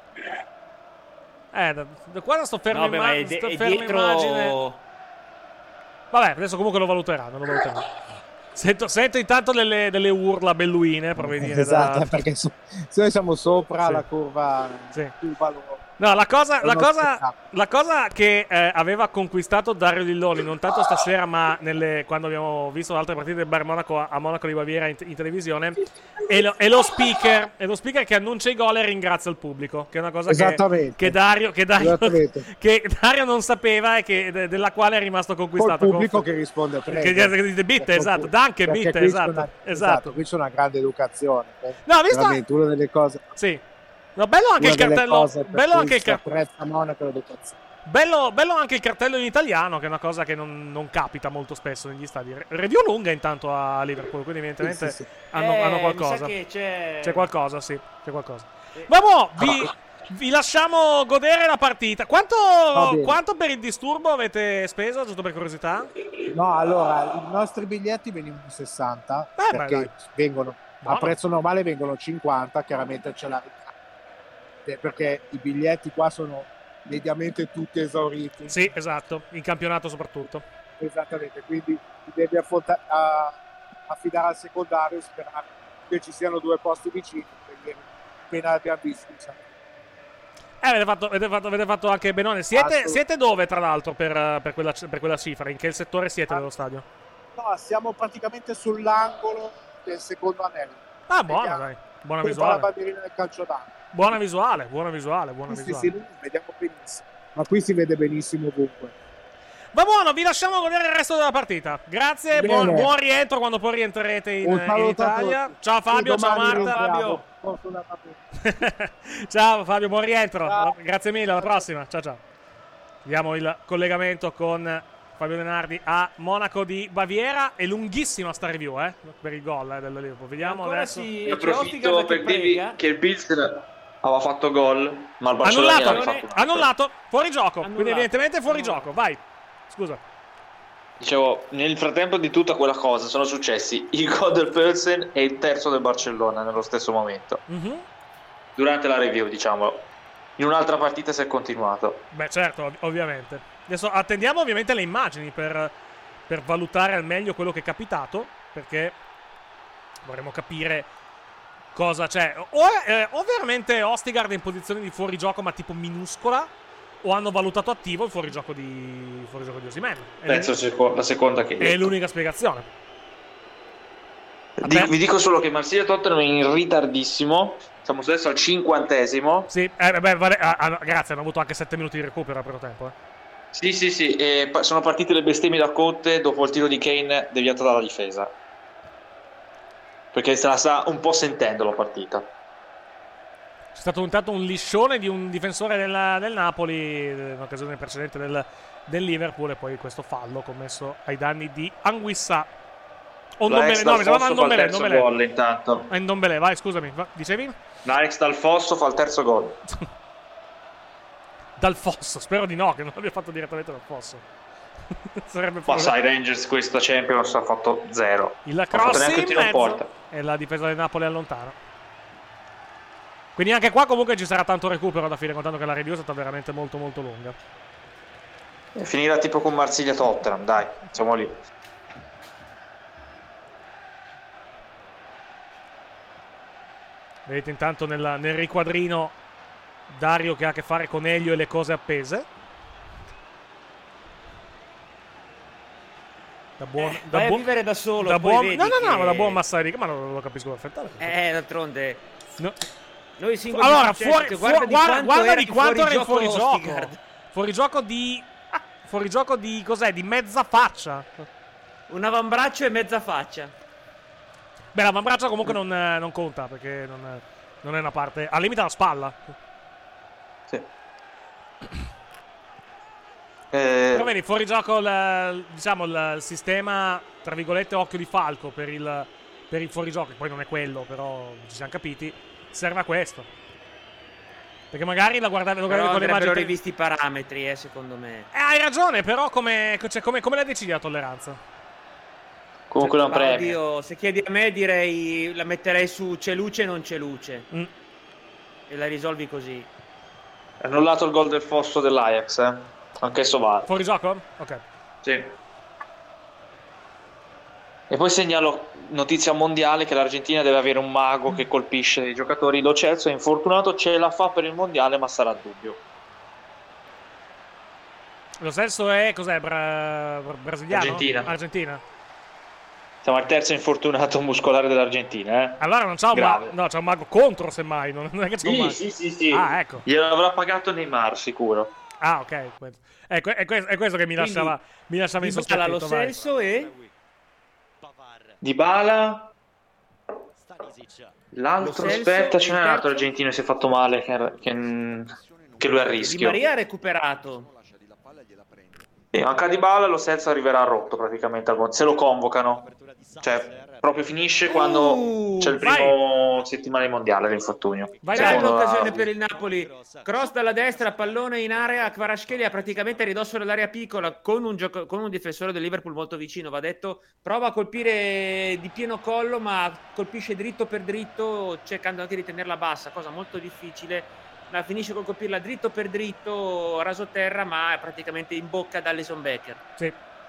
Eh, da, da qua sto fermo, no, imma- beh, sto è fermo dietro... immagine. Vabbè, adesso comunque lo valuteranno. Lo valuteranno. Sento, sento intanto delle, delle urla belluine provenire esatto, da... perché so, se noi siamo sopra sì. la curva, sì. curva loro. No, la cosa, la cosa, la cosa che eh, aveva conquistato Dario Lilloni, non tanto stasera, ma nelle, quando abbiamo visto altre partite del Bayern Monaco a, a Monaco di Baviera in, in televisione, è lo, è lo speaker, è lo speaker che annuncia i gol e ringrazia il pubblico, che è una cosa che, che, Dario, che, Dario, che Dario non sapeva e che, de, della quale è rimasto conquistato. Il pubblico con, che risponde prego. Che, che, che, che bitte, esatto, danke bitte, esatto, una, esatto. esatto. Qui c'è una grande educazione. No, visto? Veramente, una delle cose... Sì. No, bello anche il cartello. Bello anche il cartello. Bello, bello anche il cartello in italiano, che è una cosa che non, non capita molto spesso negli stadi. Review lunga intanto a Liverpool, quindi evidentemente sì, sì, sì. Hanno, eh, hanno qualcosa. Mi sa che c'è... c'è qualcosa, sì, c'è qualcosa. Sì. Vabbè, vi, vi lasciamo godere la partita. Quanto, quanto per il disturbo avete speso, giusto per curiosità? No, allora, i nostri biglietti venivano sessanta, eh, perché beh, vengono Buono. A prezzo normale vengono cinquanta, chiaramente c'è la perché i biglietti qua sono mediamente tutti esauriti. Sì, esatto, in campionato soprattutto. Esattamente, quindi ti devi affronta- a- affidare al secondario e sperare che ci siano due posti vicini, perché appena abbiamo visto. Diciamo. Eh, avete fatto, avete, fatto, avete fatto anche benone. Siete, siete dove, tra l'altro, per, per, quella, per quella cifra? In che settore siete ah, dello stadio? No, siamo praticamente sull'angolo del secondo anello. Ah, buono, dai. Buona visuale. La bandierina del calcio d'angolo. Buona visuale, buona visuale, buona sì, visuale. Sì, sì, vediamo benissimo. Ma qui si vede benissimo ovunque. Va buono, vi lasciamo godere il resto della partita. Grazie, buon, buon rientro quando poi rientrerete in, in Italia. Ciao Fabio, ciao Marta. Fabio. Ciao Fabio, buon rientro. Ciao. Grazie mille, alla prossima. Ciao ciao. Vediamo il collegamento con Fabio Denardi a Monaco di Baviera. È lunghissima sta review, eh, per il gol eh, del Liverpool. Vediamo adesso. Si, Io approfitto per dirvi che il Pilsen aveva fatto gol, ma il Barcellona annullato, fatto annullato, fuori gioco, annullato. quindi evidentemente fuori annullato. gioco, vai, scusa. Dicevo, nel frattempo di tutta quella cosa sono successi il gol del Pilsen e il terzo del Barcellona nello stesso momento, mm-hmm. durante la review, diciamo. In un'altra partita si è continuato. Beh certo, ov- ovviamente. Adesso attendiamo ovviamente le immagini per, per valutare al meglio quello che è capitato, perché vorremmo capire cosa c'è. O, eh, o veramente Ostigard in posizione di fuorigioco ma tipo minuscola, o hanno valutato attivo il fuorigioco di fuorigioco di Osimhen. Penso seco- la seconda che è l'unica spiegazione. Di- vi dico solo che Marsiglia-Tottenham è in ritardissimo. Siamo adesso al cinquantesimo. Sì, eh, beh, vale, ah, ah, grazie, hanno avuto anche sette minuti di recupero a primo tempo. Eh. Sì, sì, sì. E pa- sono partite le bestemmie da Conte dopo il tiro di Kane deviato dalla difesa. Perché se la sta un po' sentendo la partita. C'è stato intanto un liscione di un difensore del, del Napoli in occasione precedente del, del Liverpool, e poi questo fallo commesso ai danni di Anguissa. O Ndombele, no, mi sembrava Ndombele, Ndombele. Gol intanto. È Ndombele, vai, scusami, va, dicevi? L'Ajax dal fosso fa il terzo gol. Dal fosso, spero di no, che non l'abbia fatto direttamente dal fosso. Sarebbe Ma sai, Rangers questa Champions ha fatto zero. Il cross in mezzo e la difesa del Napoli allontana. Quindi anche qua comunque ci sarà tanto recupero da fine, contando che la review è stata veramente molto molto lunga. E finirà tipo con Marsiglia-Tottenham, dai, siamo lì. Vedete intanto nella, nel riquadrino Dario che ha a che fare con Elio e le cose appese. Da buon, eh, da vai buon, a vivere da solo. da poi buon, vedi no, no, no, che... da buon Massari, ma non lo capisco perfettamente. Eh, d'altronde. No. Noi singoli allora, successo, fuori, guarda, fuori, di guarda, quanto guarda era di quanto era il fuorigioco fuorigioco. Stigard. Fuorigioco di. Fuorigioco di cos'è? Di mezza faccia. Un avambraccio e mezza faccia. Beh, l'avambraccio comunque non, non conta perché non, non è una parte. Al limite la spalla. Sì. Eh... Però vedi, fuori gioco il, diciamo, il, il sistema, tra virgolette, occhio di falco per il, per il fuorigioco, che poi non è quello, però ci siamo capiti, serve a questo. Perché magari la guardate, lo guardate però con le immagini. Andrebbero rivisti i parametri, eh, secondo me. Eh, hai ragione, però come, cioè, come, come la decidi la tolleranza? Comunque non premio. Oddio, se chiedi a me direi la metterei su c'è luce non c'è luce. Mm. E la risolvi così. È annullato il gol del fosso dell'Ajax, eh. Anch'esso vale. Fuori gioco? Ok. Sì. E poi segnalo notizia mondiale che l'Argentina deve avere un mago che colpisce i giocatori. Lo Celso è infortunato, ce la fa per il mondiale, ma sarà a dubbio. Lo Celso è cos'è? Bra... brasiliano? Argentina. Argentina. Siamo al terzo infortunato muscolare dell'Argentina, eh. Allora non c'ha un mago. No, c'è un mago contro, semmai. Non è che c'è sì, un mago. Sì, sì, sì. Ah, ecco. Glielo avrà pagato Neymar, sicuro. Ah, ok. È, que- è, que- è questo che mi lasciava, mi lasciava insospettito. Lo Celso e Dybala. L'altro, aspetta, ce n'è un altro argentino che si è fatto male, che, che, che lui è a rischio. Di Maria ha recuperato. E manca Dybala, lo Celso arriverà rotto praticamente se lo convocano. Cioè, proprio finisce quando uh, c'è il primo vai. settimana di mondiale l'infortunio. Vai, c'è l'occasione la... per il Napoli. Cross dalla destra, pallone in area. Kvaratskhelia praticamente a ridosso dell'area piccola con un, gioco... con un difensore del Liverpool molto vicino. Va detto, prova a colpire di pieno collo, ma colpisce dritto per dritto, cercando anche di tenerla bassa, cosa molto difficile. La finisce con colpirla dritto per dritto, raso terra, ma è praticamente in bocca da Alisson Becker. Sì.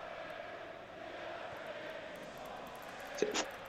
Sì.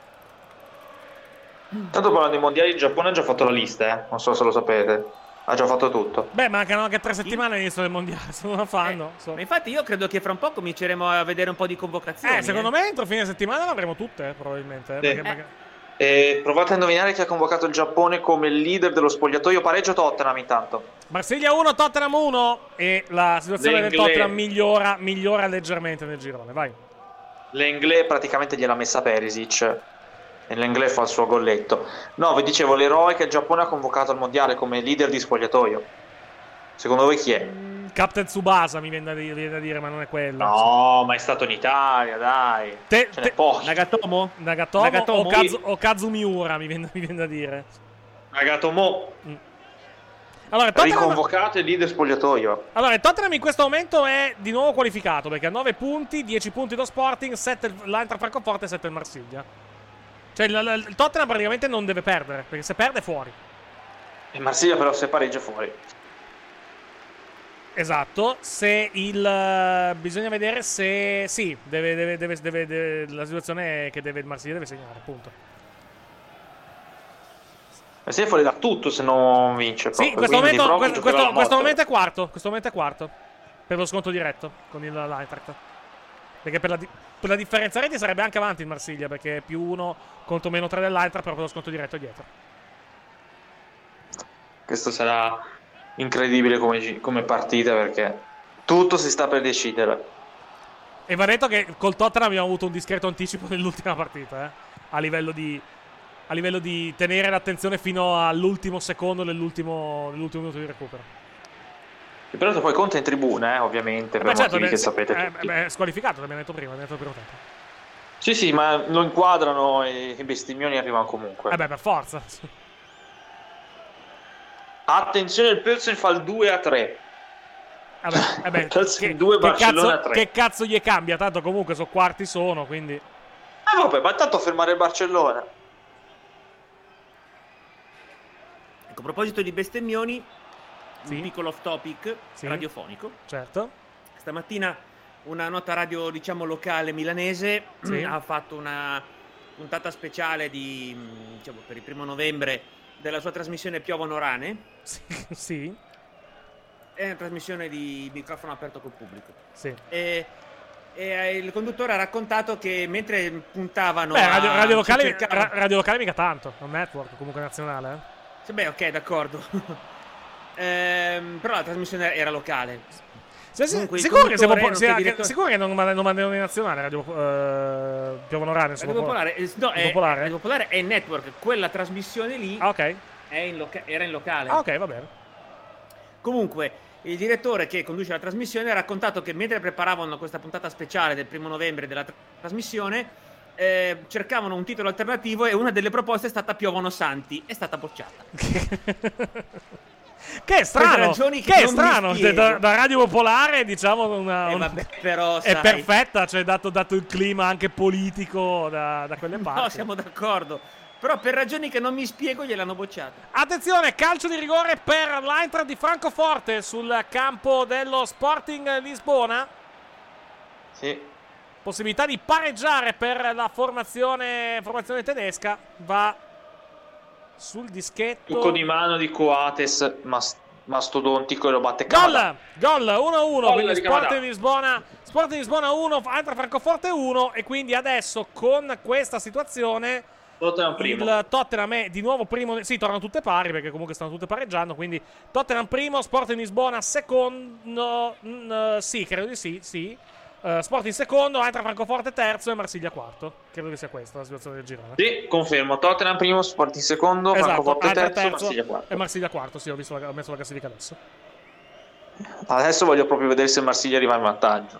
Tanto parlando dei mondiali, il Giappone ha già fatto la lista, eh? Non so se lo sapete. Ha già fatto tutto. Beh, mancano anche tre settimane all'inizio del mondiale, se non lo fanno. Eh, so. Ma infatti io credo che fra un po' cominceremo a vedere un po' di convocazioni. Eh, secondo eh. me entro fine settimana le avremo tutte, eh, probabilmente. Eh, sì. perché, eh. perché... Eh, provate a indovinare chi ha convocato il Giappone come leader dello spogliatoio. Pareggio Tottenham intanto. Marsiglia uno, Tottenham uno. E la situazione L'Englè. del Tottenham migliora, migliora leggermente nel girone. Vai. L'Englè praticamente gliel'ha messa Perisic. E l'Englè fa il suo golletto. No, vi dicevo, l'eroe che il Giappone ha convocato al mondiale come leader di spogliatoio. Secondo voi chi è? Captain Tsubasa mi viene da dire, viene da dire ma non è quello. No, ma è stato in Italia, dai. Te, Ce te, n'è pochi. Nagatomo? Nagatomo, Nagatomo? O, Kazu, o Kazumiura mi viene, mi viene da dire. Nagatomo. Mm. Allora, Tottenham... riconvocato e leader spogliatoio. Allora, il Tottenham in questo momento è di nuovo qualificato perché ha nove punti, dieci punti lo Sporting, sette l'Eintracht Francoforte e sette il Marsiglia. Cioè il, il Tottenham praticamente non deve perdere, perché se perde è fuori. Il Marsiglia però se pareggia è fuori. Esatto, se il uh, bisogna vedere se sì, deve, deve, deve, deve, deve la situazione è che deve, il Marsiglia deve segnare, appunto. Si è fuori da tutto se non vince. Sì, in questo momento, questo, questo, questo momento è quarto. Questo momento è quarto. Per lo sconto diretto con il l'Eintracht. Perché per la, di- per la differenza reti sarebbe anche avanti il Marsiglia, perché è più uno contro meno tre dell'Eintracht, però per lo sconto diretto è dietro. Questo sarà incredibile come, come partita, perché tutto si sta per decidere. E va detto che col Tottenham abbiamo avuto un discreto anticipo nell'ultima partita, eh? A livello di a livello di tenere l'attenzione fino all'ultimo secondo dell'ultimo, dell'ultimo minuto di recupero. E però poi Conte in tribuna, eh, ovviamente, Eh per beh, certo, motivi beh, che sapete eh, tutti. beh, è squalificato, l'abbiamo detto prima, l'abbiamo detto prima tempo. Sì, sì, ma lo inquadrano e i bestemmioni arrivano comunque. Eh beh, per forza. Attenzione, il Pilsen fa il due a tre. Vabbè, eh beh, che, due, che, Barcellona cazzo, tre. che cazzo gli cambia? Tanto comunque sono quarti sono, quindi... Eh vabbè, ma tanto fermare il Barcellona. Ecco, a proposito di bestemmioni, Sì. un piccolo off topic Sì. radiofonico. Certo. Stamattina una nota radio, diciamo, locale milanese Sì. ha fatto una puntata speciale di, diciamo, per il primo novembre della sua trasmissione Piovono Rane. Sì. Sì. È una trasmissione di microfono aperto col pubblico. Sì. E, e il conduttore ha raccontato che mentre puntavano Beh, radio, a radio, locale, cercare- ra- radio locale mica tanto. È un network comunque nazionale, eh. Sì, beh, ok, d'accordo. Ehm, però la trasmissione era locale. Sì, sì, Comunque, il sicuro, che siamo po- conduttore, sia- nonché che- direttore- sicuro che non, mand- non mandano in nazionale Radio eh, Piovono Rane su Radio Popolare, eh, no, su è, Popolare? Radio Popolare è il network, quella trasmissione lì Ah, ok. è in loca- era in locale. Ah, ok, va bene. Comunque, il direttore che conduce la trasmissione ha raccontato che mentre preparavano questa puntata speciale del primo novembre della tra- trasmissione, eh, cercavano un titolo alternativo e una delle proposte è stata Piovono Santi, è stata bocciata. Che è strano, ragioni che che è non mi strano, spiego. da, da Radio Popolare diciamo una, Eh, un- vabbè, però, è sai. perfetta, cioè dato, dato il clima anche politico da, da quelle parti. No, siamo d'accordo. Però per ragioni che non mi spiego gliel'hanno bocciata. Attenzione, calcio di rigore per l'Eintracht di Francoforte sul campo dello Sporting Lisbona. Sì. Possibilità di pareggiare per la formazione, formazione tedesca. Va sul dischetto. Tocco di mano di Coates, mas- mastodontico, e lo batte Gol, Kamada. gol uno a uno, Gol quindi di Kamada. Sporting Lisbona, Sporting Lisbona uno, Eintracht Francoforte uno, e quindi adesso con questa situazione Tottenham primo. il Tottenham è di nuovo primo, sì, tornano tutte pari perché comunque stanno tutte pareggiando, quindi Tottenham primo, Sporting Lisbona secondo, mm, sì, credo di sì, sì. Uh, Sporting secondo, Eintracht Francoforte terzo e Marsiglia quarto. Credo che sia questa la situazione del girone. Sì, confermo. Tottenham primo, Sporting secondo, Esatto, Francoforte Eintracht terzo, terzo Marsiglia quarto. e Marsiglia quarto, sì, ho, visto la, ho messo la classifica adesso. Adesso voglio proprio vedere se Marsiglia arriva in vantaggio.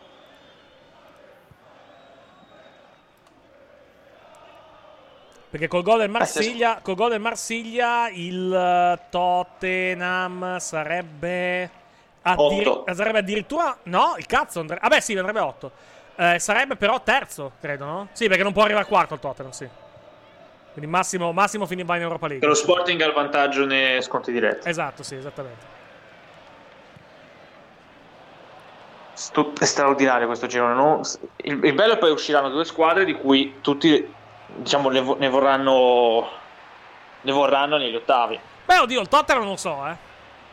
Perché col gol del Marsiglia, col gol del Marsiglia il Tottenham sarebbe addiri- Otto. sarebbe addirittura no, il cazzo andre- vabbè sì, andrebbe otto. Eh, sarebbe però terzo, credo, no? Sì, perché non può arrivare quarto il Tottenham, sì. Quindi massimo massimo fino va in Europa League. Che lo Sporting ha il vantaggio nei sconti diretti. Esatto, sì, esattamente. Sto- è straordinario questo girone, no? il, il bello è poi usciranno due squadre di cui tutti, diciamo, ne, vo- ne vorranno ne vorranno negli ottavi. Beh, oddio, il Tottenham non so, eh.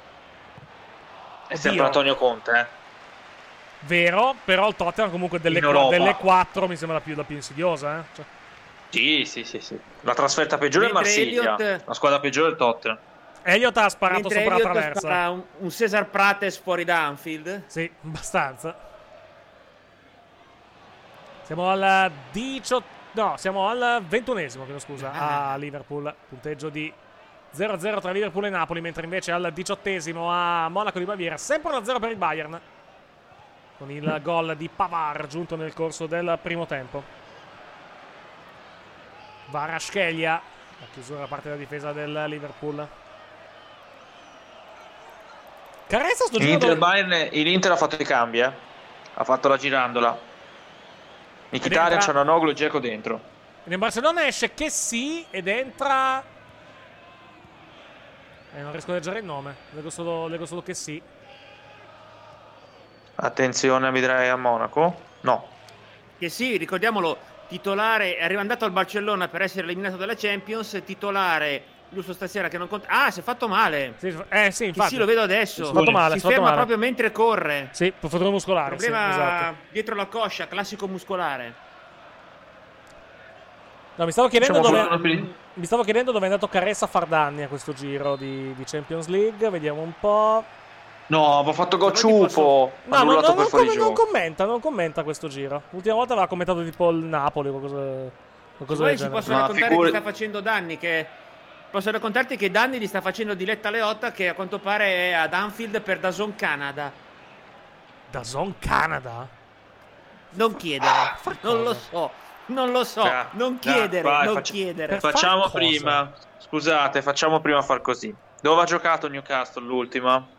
È sempre Oddio. Antonio Conte, eh. Vero, però il Tottenham comunque delle, In Europa. delle quattro mi sembra la più, la più insidiosa, eh. Cioè, Sì, sì, sì, sì. La trasferta peggiore è Mentre Marsiglia, Elliott- la squadra peggiore è il Tottenham. Elliott ha sparato Mentre sopra la Elliott traversa. spara un, un Cesar Prates fuori da Anfield. Sì, abbastanza. Siamo al diciotto. No, siamo al ventunesimo, chiedo scusa, a Liverpool. Punteggio di zero a zero tra Liverpool e Napoli, mentre invece al diciottesimo a Monaco di Baviera. Sempre uno a zero per il Bayern, con il gol di Pavard giunto nel corso del primo tempo. Kvaratskhelia, la chiusura da parte della difesa del Liverpool. Carezza sto In giro Inter dove- Bayern, in Inter ha fatto i cambi, eh. Ha fatto la girandola. Mkhitaryan, entra- Çalhanoğlu e Dzeko dentro. Nel Barcellona esce che sì ed entra. Eh, non riesco a leggere il nome. Leggo solo, leggo solo che sì. Attenzione, vedrai a Monaco. No. Che sì, ricordiamolo, titolare, è arrivato al Barcellona per essere eliminato dalla Champions, titolare giusto stasera che non conta. Ah, si è fatto male. Sì, eh sì, infatti. Sì, lo vedo adesso. Si è fatto male, si si è fatto ferma male. proprio mentre corre. Sì, problema muscolare. Problema sì, esatto. dietro la coscia, classico muscolare. No, mi stavo chiedendo Diciamo dove solo per- mi stavo chiedendo dove è andato Caressa Fardanni a questo giro di, di Champions League. Vediamo un po'. No, avevo fatto gol ciuffo. No, no, annullato no, per non, fuori com- non gioco. commenta, non commenta questo giro. L'ultima volta aveva commentato tipo il Napoli o qualcosa, qualcosa Poi del ci genere. posso No, raccontare figuri- che sta facendo danni. Che posso raccontarti che danni gli sta facendo Diletta Leotta, che a quanto pare è ad Anfield per DAZN Canada. DAZN Canada? Non chiedere, non lo so, non lo so, Ah, non dai, chiedere, vai, non faccia- chiedere. Facciamo cosa? prima. Scusate, facciamo prima far così. Dove ha giocato Newcastle l'ultima?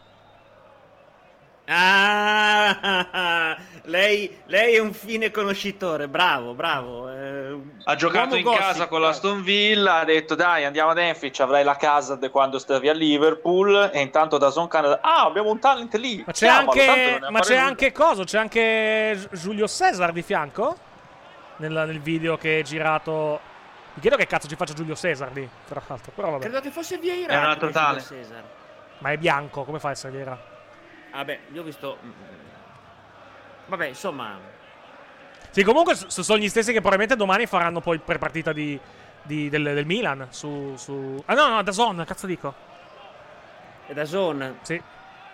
Ah, lei, lei è un fine conoscitore, bravo, bravo. eh, Ha giocato uomo in gossip, casa con bravo. l'Aston Villa, ha detto dai andiamo ad Anfield, avrai la casa de quando stavi a Liverpool e intanto da Zone Canada, ah abbiamo un talent lì. Ma c'è Chiamalo, tanto anche, non ne ma appare c'è nulla. anche cosa? C'è anche Giulio Cesar di fianco? Nel, nel video che è girato. Mi chiedo che cazzo ci faccia Giulio Cesar lì, tra l'altro. Però vabbè. Credo che fosse Vieira. È un altro talent. Cesar. Ma è bianco, come fa a essere Vieira? Vabbè, io ho visto. Vabbè, insomma. Sì, comunque s- sono gli stessi che probabilmente domani faranno poi per partita di, di- del, del Milan su, su... Ah no, no, DAZN, cazzo dico. È da zone. Sì.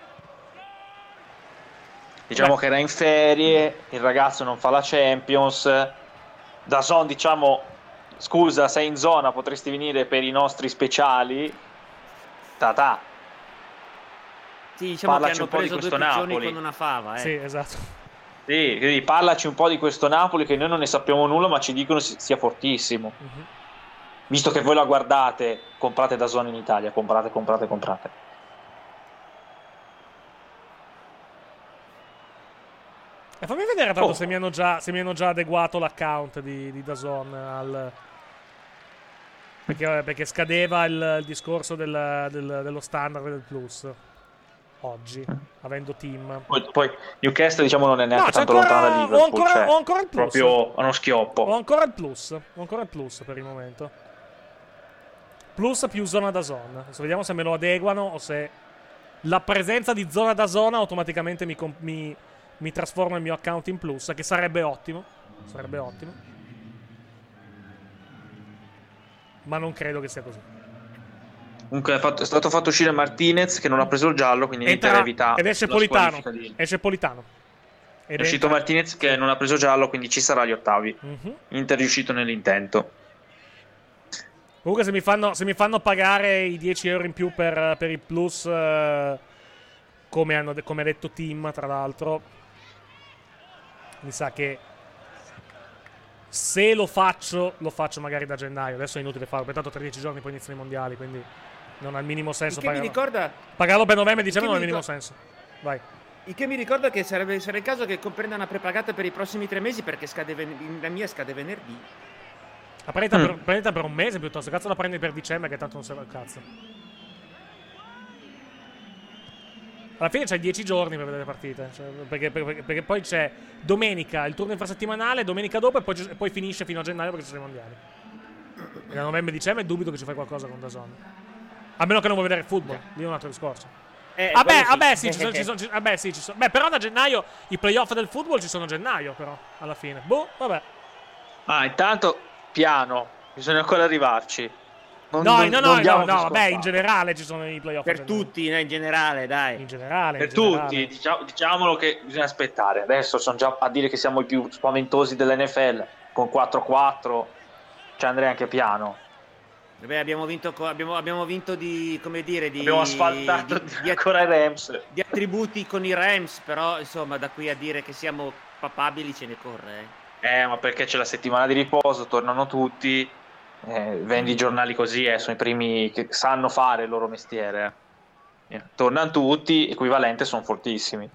Diciamo Beh. che era in ferie, il ragazzo non fa la Champions. Da Zone diciamo, scusa sei in zona, potresti venire per i nostri speciali. Ta-ta. Sì, diciamo Parlaci che hanno un po' di preso due questo piccioni Napoli. con una fava, eh. Sì, esatto. Sì, quindi parlaci un po' di questo Napoli che noi non ne sappiamo nulla, ma ci dicono si- sia fortissimo. Mhm. Visto che voi la guardate, comprate da Zone in Italia, comprate, comprate, comprate. E fammi vedere tanto Oh. se, mi hanno già, se mi hanno già adeguato l'account di, di DAZN al... Perché, perché scadeva il, il discorso del, del- dello standard e del plus oggi, avendo team. Poi, poi Newcastle diciamo non è neanche No, c'è tanto ancora- lontana da ho Liverpool, ancora- cioè, ho ancora il plus. proprio a uno schioppo. Ho ancora il plus, ho ancora il plus per il momento. Plus più zona da zona. Adesso vediamo se me lo adeguano o se la presenza di zona da zona automaticamente mi, comp- mi, mi trasforma il mio account in plus, che sarebbe ottimo. Sarebbe ottimo. Ma non credo che sia così. Comunque è, fatto- è stato fatto uscire Martinez che non ha preso il giallo, quindi l'Inter Entra- evita ed esce la Politano. squalifica di- Esce Politano. Ed È uscito entra- Martinez che non ha preso giallo, quindi ci sarà agli ottavi. Mhm. Inter è riuscito nell'intento. Comunque se mi fanno, se mi fanno pagare i dieci euro in più per, per il plus, eh, come, hanno, de- come ha detto Tim, tra l'altro, mi sa che se lo faccio, lo faccio magari da gennaio. Adesso è inutile farlo, per tanto tra dieci giorni poi iniziano i mondiali, quindi non ha il minimo senso Il che mi pagarlo. ricorda. Pagarlo per novembre e dicembre il non che ha mi il minimo ricor- senso. Vai. Il che mi ricorda che sarebbe, sarebbe il caso che comprenda una prepagata per i prossimi tre mesi perché scade ven- la mia scade venerdì. La prendita, Mm. per, prendita per un mese piuttosto. Cazzo la prendi per dicembre che tanto non serve al cazzo. Alla fine c'hai dieci giorni per vedere le partite. Cioè, perché, perché- perché poi c'è domenica il turno infrasettimanale, domenica dopo e poi, ci- e poi finisce fino a gennaio perché ci sono i mondiali. E da novembre e dicembre dubito che ci fai qualcosa con DAZN. A meno che non vuoi vedere il football, lì è un altro discorso. Eh, Vabbè, quello sì. vabbè, sì, ci sono, ci sono, ci- vabbè, sì, ci sono. Beh, però da gennaio i playoff del football ci sono a gennaio, però, alla fine. Boh, vabbè. Ah, intanto piano, bisogna ancora arrivarci. Non, No, non- no, non no, diamo no, per no, vabbè, scontato. in generale ci sono i playoff. a Per gennaio. tutti, no, in generale, dai. In generale. Per in generale. tutti, diciamo- diciamolo che bisogna aspettare. Adesso sono già a dire che siamo i più spaventosi dell'N F L con quattro quattro, ci andrei anche piano. Vabbè, abbiamo vinto, co- abbiamo, abbiamo vinto di, come dire, di... Abbiamo asfaltato di, di, ancora i Rams. di attributi con i Rams, però, insomma, da qui a dire che siamo papabili ce ne corre, eh. Eh, ma perché c'è la settimana di riposo, tornano tutti, eh, vendi i giornali così, eh, sono i primi che sanno fare il loro mestiere. Eh, tornano tutti, equivalente, sono fortissimi.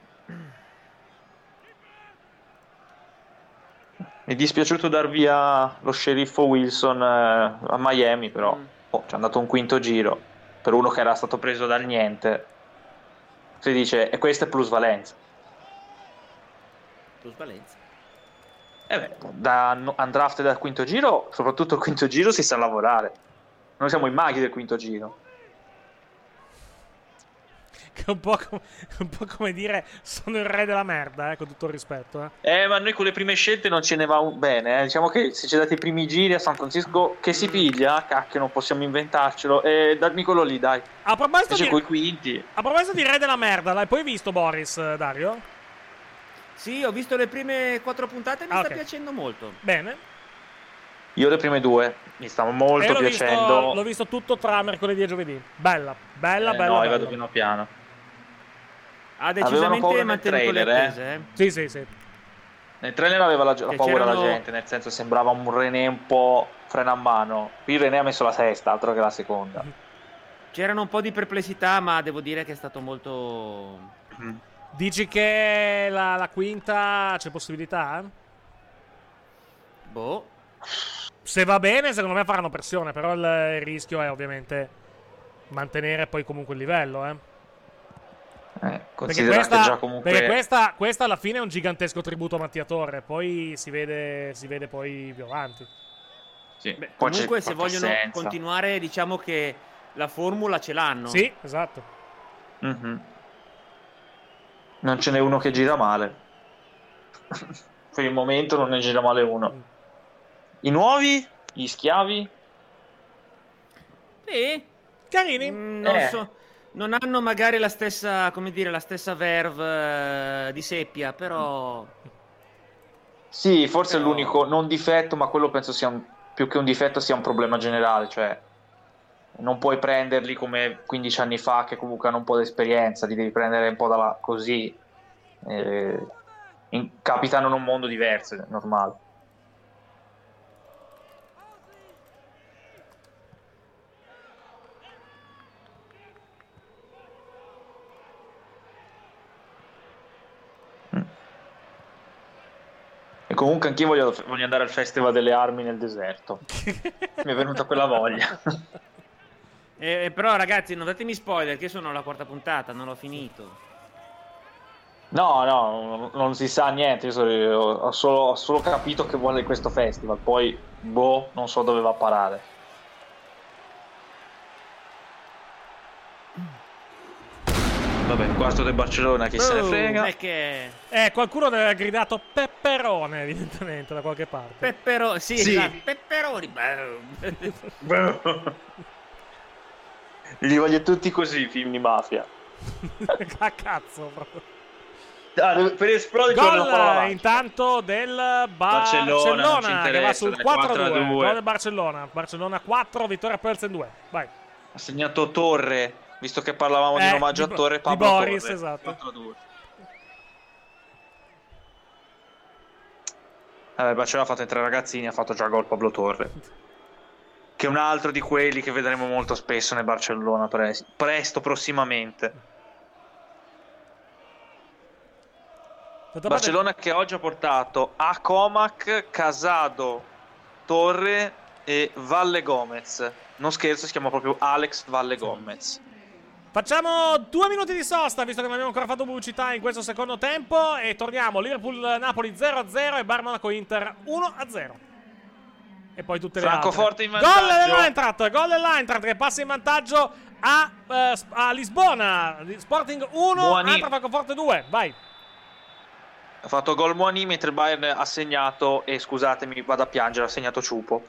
Mi è dispiaciuto dar via lo sceriffo Wilson eh, a Miami, però Mm. oh, ci è andato un quinto giro per uno che era stato preso dal niente. Si dice, e questa è plusvalenza. Plusvalenza. Eh beh, da no- undrafted dal quinto giro, soprattutto il quinto giro si sa lavorare. Noi siamo i maghi del quinto giro. Che è un po', com- un po' come dire sono il re della merda, eh, con tutto il rispetto. Eh. Eh, ma noi con le prime scelte non ce ne va un- bene. Eh. Diciamo che se ci date i primi giri a San Francisco, che si piglia, cacchio, non possiamo inventarcelo. E dammi quello lì, dai. A proposito, Invece di... coi quinti. A proposito di re della merda, l'hai poi visto Boris, Dario? Sì, ho visto le prime quattro puntate e mi Ah, sta ok. piacendo molto. Bene. Io le prime due mi stanno molto E l'ho piacendo. Visto, l'ho visto tutto tra mercoledì e giovedì. Bella, bella, Eh, bella. no, io bella. vado piano piano. Ha Avevano decisamente paura nel mantenuto le trailer, eh. attese, eh. Sì, sì, sì. Nel trailer aveva la, la Che paura la c'erano- gente, nel senso sembrava un René un po' freno a mano. Qui René ha messo la sesta, altro che la seconda. C'erano un po' di perplessità, ma devo dire che è stato molto... Dici che la, la quinta c'è possibilità? Boh. Se va bene, secondo me faranno pressione, però il, il rischio è ovviamente mantenere poi comunque il livello, eh. Eh, Perché, considera questa, che già comunque perché questa, questa alla fine è un gigantesco tributo a Mattia Torre, poi si vede, si vede poi più avanti. sì, Beh, poi c'è comunque se qualche vogliono assenza. continuare, diciamo che la formula ce l'hanno. Sì, esatto. Mhm. Non ce n'è uno che gira male. Per il momento non ne gira male uno. I nuovi? Gli schiavi? Sì. Carini. Mm, non Eh. so. Non hanno magari la stessa, come dire, la stessa verve eh, di Seppia, però... Sì, forse Però- è l'unico, non difetto, ma quello penso sia un, più che un difetto sia un problema generale, cioè non puoi prenderli come quindici anni fa che comunque hanno un po' di esperienza, li devi prendere un po' dalla, così. Eh, in- capitano in un mondo diverso, è normale. E comunque anch'io voglio, voglio andare al Festival delle Armi nel deserto. Mi è venuta quella voglia. Eh, però ragazzi, non datemi spoiler, che io sono alla quarta puntata, non l'ho finito. No, no, non si sa niente. Io so- ho, solo, ho solo capito che vuole questo festival. Poi, boh, non so dove va a parare. Vabbè, quarto del Barcellona, chi se ne Oh, frega. è che... Eh, qualcuno deve aver gridato Pepperone, evidentemente, da qualche parte. Peppero... Sì, Sì. esatto, Pepperoni. Li voglio tutti così, i film di mafia. A cazzo, proprio. Ah, per esplodere c'è una parola Gol avanti. intanto del Barcellona, non ci Barcellona che va interessa, sul dai, quattro a quattro a due. due. Gol del Barcellona. Barcellona quattro, vittoria Pelsen due. Vai. Ha segnato Torre, visto che parlavamo di Eh, un omaggio di a Bo- Torre, di Pablo Boris, Torre. esatto. quattro a due. Vabbè, Barcellona ha fatto entrare ragazzini, ha fatto già gol Pablo Torre. Che è un altro di quelli che vedremo molto spesso nel Barcellona pres- presto, prossimamente. Barcellona che oggi ha portato a Comac, Casado, Torre e Valle Gomez. Non scherzo, si chiama proprio Alex Valle Gomez. Facciamo due minuti di sosta, visto che non abbiamo ancora fatto pubblicità in questo secondo tempo. E torniamo. Liverpool-Napoli zero a zero e Bayern Monaco-Inter uno a zero. E poi tutte le Francoforte altre. in vantaggio. Gol dell'Eintracht, gol dell'Eintracht che passa in vantaggio a, eh, a Lisbona. Sporting uno, Muani. Eintracht Francoforte due. Vai. Ha fatto gol Muani mentre il Bayern ha segnato, e scusatemi, vado a piangere, ha segnato Ciupo.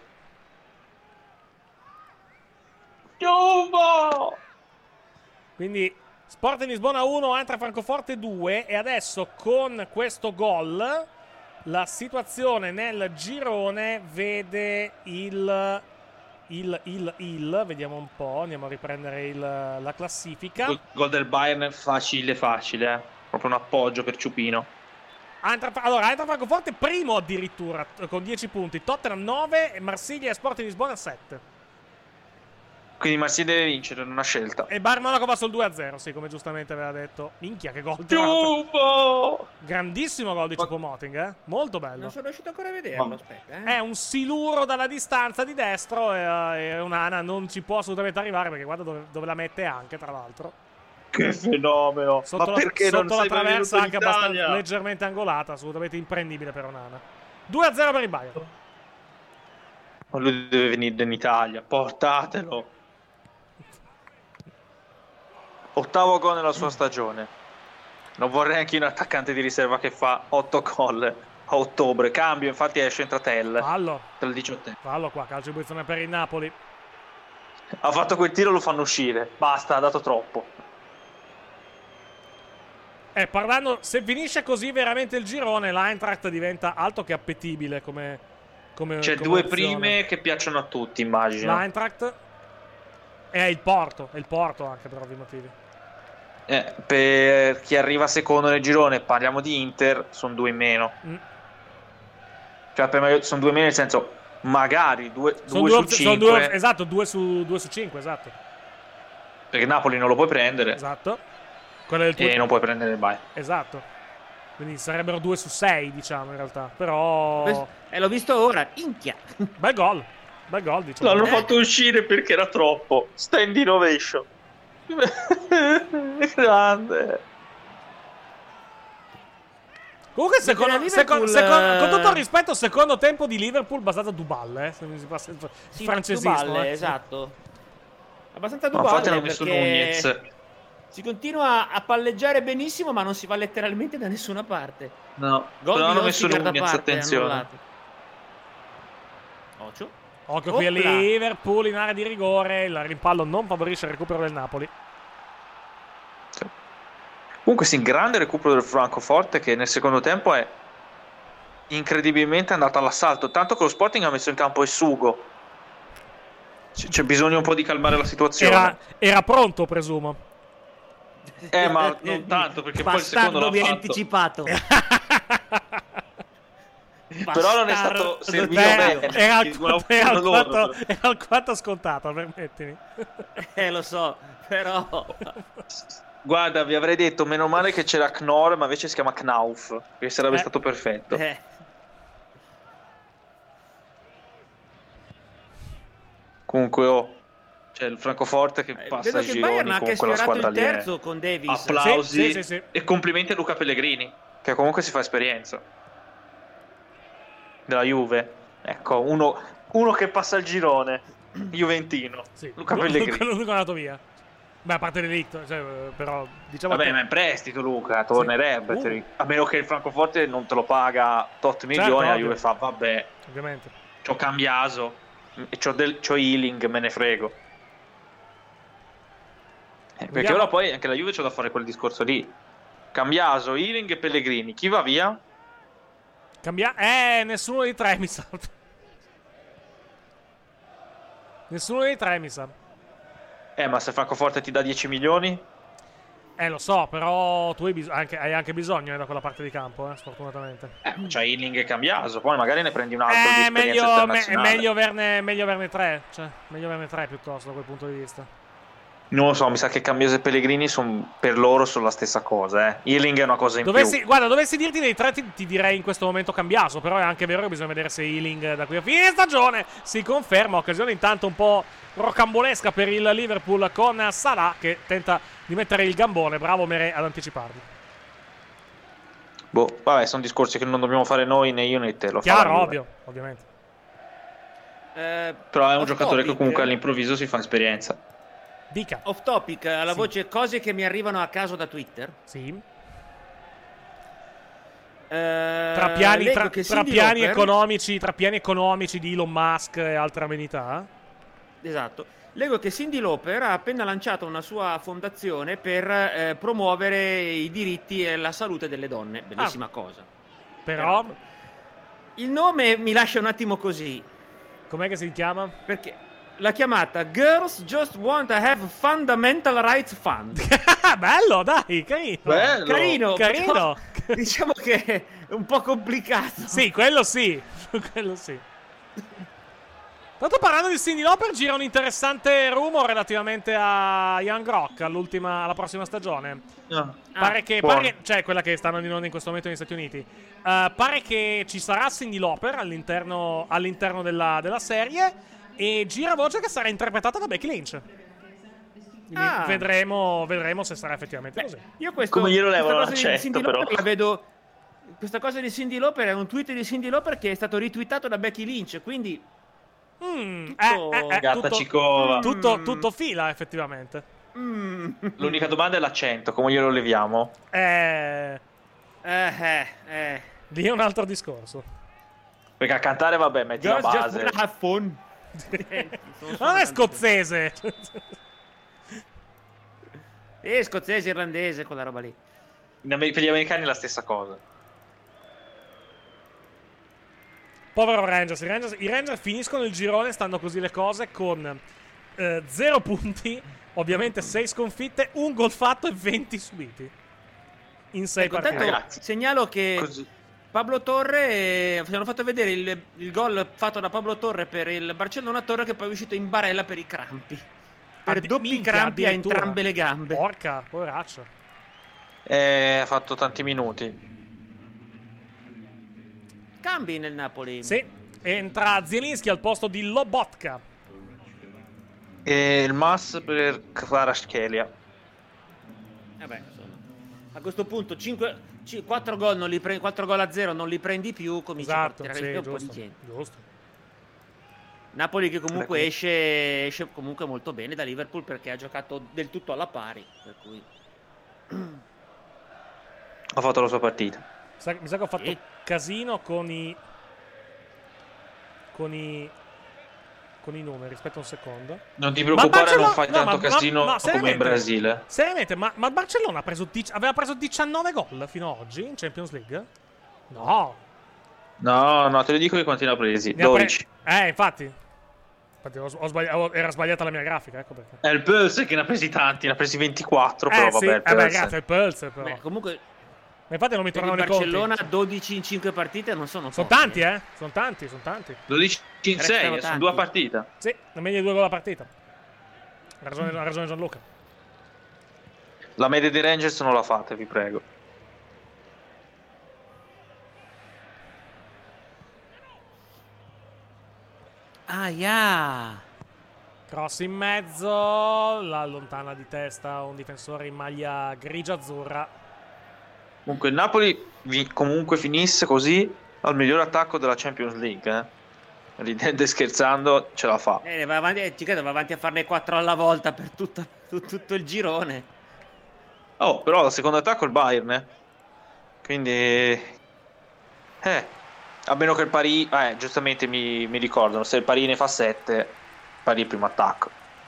Ciupo! Quindi Sporting Lisbona uno, Eintracht Francoforte due. E adesso con questo gol la situazione nel girone vede il il il il vediamo un po', andiamo a riprendere il, la classifica. Gol, gol del Bayern facile facile, eh. Proprio un appoggio per Ciupino. Eintracht, allora Eintracht Francoforte primo addirittura con dieci punti, Tottenham nove e Marsiglia e Sporting Lisbona sette. Quindi Marsiglia deve vincere, non ha scelta. E Bayern Monaco va sul due a zero, sì, come giustamente aveva detto. Minchia, che gol! tra l'altro. Ciupo! Grandissimo gol di Choupo-Moting, eh? Molto bello. Non sono riuscito ancora a vederlo, Ma- aspetta. Eh. È un siluro dalla distanza di destro e, e Onana non ci può assolutamente arrivare perché guarda dove, dove la mette anche, tra l'altro. Che fenomeno! Sotto Ma la, perché sotto non la sei mai traversa venuto anche in abbastanza Italia? leggermente angolata, assolutamente imprendibile per Onana. due a zero per il Bayern. Ma lui deve venire in Italia, portatelo. Ottavo gol nella sua stagione. Non vorrei anche un attaccante di riserva che fa otto gol a ottobre. Cambio, infatti esce entra Tell. Fallo. Tra il diciotto. Fallo qua, calcio di punizione per il Napoli. Ha fatto quel tiro, lo fanno uscire. Basta, ha dato troppo. Eh, parlando, se finisce così veramente il girone, l'Eintracht diventa altro che appetibile come, come C'è come due opzione. prime che piacciono a tutti, immagino. L'Eintracht e il Porto, e il Porto anche per ovvi motivi. Eh, per chi arriva secondo nel girone, parliamo di Inter, sono due in meno. Mm. Cioè, per me sono due in meno nel senso, magari due, Sono due due, su op- sono cinque. due, esatto, due su, due su cinque, esatto. Perché Napoli non lo puoi prendere. Esatto. Quello del tuo... E non puoi prendere il Bayern. Esatto. Quindi sarebbero due su sei, diciamo, in realtà. Però... E eh, l'ho visto ora, inchia. Bel gol. Bel gol, diciamo. L'hanno Eh. fatto uscire perché era troppo. Stand ovation. Grande. Comunque, secondo, Liverpool, secondo, secondo, eh, con tutto il rispetto, secondo tempo di Liverpool basato a Dubal, eh, se mi si passa il Sì, francesismo. Duballe, eh. esatto. Abbastanza Ma infatti Duballe hanno messo perché Nunez. si continua a palleggiare benissimo, ma non si va letteralmente da nessuna parte. No, Gol però di hanno messo Oscar da Nunez, parte, attenzione. annullato. Ocio. Occhio qui a Opla. Liverpool in area di rigore. Il rimpallo non favorisce il recupero del Napoli. Comunque sì, grande recupero del Francoforte che nel secondo tempo è incredibilmente andato all'assalto, tanto che lo Sporting ha messo in campo Essugo. C- c'è bisogno un po' di calmare la situazione. Era, era pronto, presumo. Eh, ma non tanto, perché poi il secondo l'ha mi ha fatto. anticipato. Però non è stato servito Beh, bene. era, Ci vuole un era, po' alquanto, loro. era alquanto scontato, permettimi. Eh, lo so, però... Guarda, vi avrei detto meno male che c'era Knorr, ma invece si chiama Knauf, che sarebbe Eh. stato perfetto. Eh. Comunque, oh, c'è il Francoforte che passa Vedo i che il Bayern gironi, ha anche comunque la sfiorato squadra il lì è- terzo con Davis. Applausi Sì, sì, sì, sì. e complimenti a Luca Pellegrini, che comunque si fa esperienza. Della Juve. Ecco, uno, uno che passa il girone, Juventino. Sì. Luca Quello- Pellegrini. quello l'unico è andato via. Beh, a parte l'Elite, cioè, però diciamo Vabbè, che... ma è in prestito Luca, tornerebbe. Uh. te- A meno che il Francoforte non te lo paga tot milioni, la ovvio. Juve fa, vabbè, Ovviamente. c'ho Cambiaso e c'ho, del, c'ho Ealing, me ne frego. Eh, perché Vediamo. ora poi anche la Juve c'è da fare quel discorso lì. Cambiaso, Ealing e Pellegrini. Chi va via? Cambia... Eh, nessuno dei tre mi sa. Nessuno dei tre mi sa. Eh, ma se Francoforte ti dà dieci milioni? Eh, lo so, però tu hai, bis- anche, hai anche bisogno eh, da quella parte di campo, eh, sfortunatamente. Eh, c'ha Ealing e Cambiaso, poi magari ne prendi un altro di Eh, esperienza meglio, me- è internazionale. meglio averne, meglio averne tre. Cioè, meglio averne tre piuttosto da quel punto di vista. Non lo so, mi sa che Cambiaso e Pellegrini son, per loro sono la stessa cosa, eh. Ealing è una cosa in Dovessi, più. guarda, dovessi dirti dei tre, ti, ti direi in questo momento Cambiaso. Però è anche vero che bisogna vedere se Ealing da qui a fine stagione si conferma. Occasione intanto un po' rocambolesca per il Liverpool con Salah che tenta di mettere il gambone. Bravo Mere ad anticiparli. Boh, vabbè, sono discorsi che non dobbiamo fare noi, né io né te. Lo fa Chiaro, la Juve. ovvio, ovviamente. Eh, Però è un off giocatore che topic. comunque all'improvviso si fa esperienza. Dica. Off topic, alla Sì. voce cose che mi arrivano a caso da Twitter. Sì. Eh, Tra piani, leggo tra, che tra Cyndi piani Lauper- economici, tra piani economici di Elon Musk e altre amenità. Esatto. Leggo che Cyndi Lauper ha appena lanciato una sua fondazione per eh, promuovere i diritti e la salute delle donne. Bellissima cosa. Però, Peraltro. Il nome mi lascia un attimo così. com'è che si chiama? Perché l'ha chiamata Girls Just Want to Have Fundamental Rights Fund. Ah, bello, dai, carino. Bello. Carino, Carino. però diciamo che è un po' complicato. Sì, quello sì. Quello sì. Tanto parlando di Cyndi Lauper, gira un interessante rumor relativamente a Young Rock all'ultima, alla prossima stagione. No. Pare che, buono. pare che- cioè quella che sta andando in onda in questo momento negli Stati Uniti. Eh, pare che ci sarà Cyndi Lauper all'interno, all'interno della, della serie. E gira voce che sarà interpretata da Becky Lynch. Quindi Ah. vedremo, vedremo se sarà effettivamente così. Io questo, Come glielo questa levano cosa di l'accetto, Cyndi però. Lauper la vedo. Questa cosa di Cyndi Lauper è un tweet di Cyndi Lauper che è stato retweetato da Becky Lynch, quindi Mm, tutto... eh, eh, eh, Gatta tutto, Cicova. Tutto, tutto fila, effettivamente. Mm. L'unica domanda è l'accento, come glielo leviamo? Eh... Eh, eh, eh. Lì è un altro discorso. Perché a cantare, vabbè, metti Just, la just base. wanna have fun. Non è scozzese. Eh, scozzese, irlandese, quella roba lì. In Amer- per gli americani è la stessa cosa. Povero Rangers. I Rangers. I Rangers finiscono il girone, stanno così le cose, con eh, zero punti, ovviamente sei sconfitte, un gol fatto e venti subiti. In sei Ecco, partite. tanto Ragazzi. segnalo che Così. Pablo Torre, eh, ci hanno fatto vedere il, il gol fatto da Pablo Torre per il Barcellona Torre, che poi è uscito in barella per i crampi. Per Addi- doppi minchia, crampi a addirittura. entrambe le gambe. Porca, poveraccio. Eh, ha fatto tanti minuti. Cambi nel Napoli. Sì, entra Zielinski al posto di Lobotka. E il Mas per Kvaratskhelia. Vabbè, insomma. A questo punto cinque, quattro gol non li prendi, quattro gol a zero non li prendi più, comincia Esatto, a tirare sì, via un po' giusto, di gente. giusto. Napoli che comunque Beh, esce, esce comunque molto bene da Liverpool, perché ha giocato del tutto alla pari, per cui Ha fatto la sua partita. Sa- mi sa che ho fatto Sì. casino con i con i con i numeri. Aspetta un secondo. Non ti Ma preoccupare, Barcellona- non fai no, tanto ma- ma- casino ma come in seriamente? Brasile. Seriamente, ma, ma il Barcellona ha preso dic- aveva preso diciannove gol fino ad oggi in Champions League? No. No, no, te lo dico che quanti ne ha presi. Ne ha pre- dodici. Eh, infatti. Infatti ho, ho sbagli- ho- era sbagliata la mia grafica, ecco perché. È il Pulse che ne ha presi tanti, ne ha presi ventiquattro, Eh, però sì, vabbè, il eh beh, Pulse. grazie al Pulse, però. beh, comunque Ma infatti non mi per il tornano i conti. Barcellona dodici in cinque partite non sono Sono pochi, tanti, eh? Sono tanti, sono tanti. dodici in Restano sei, sono tanti. due partite. Sì, la media di due gol a partita. Ha ragione, ha ragione Gianluca. La media dei Rangers non la fate, vi prego. Ah, yeah. Cross in mezzo, la allontana di testa un difensore in maglia grigia-azzurra. Comunque il Napoli vi- comunque finisse così al miglior attacco della Champions League, eh. Ridendo e scherzando, ce la fa. Eh, va avanti, eh, ci credo, va avanti a farne quattro alla volta per tutta- tu- tutto il girone. Oh, però il secondo attacco è il Bayern, eh. Quindi... Eh, a meno che il Paris... Eh, giustamente mi, mi ricordano, se il Paris ne fa sette, Paris è il primo attacco.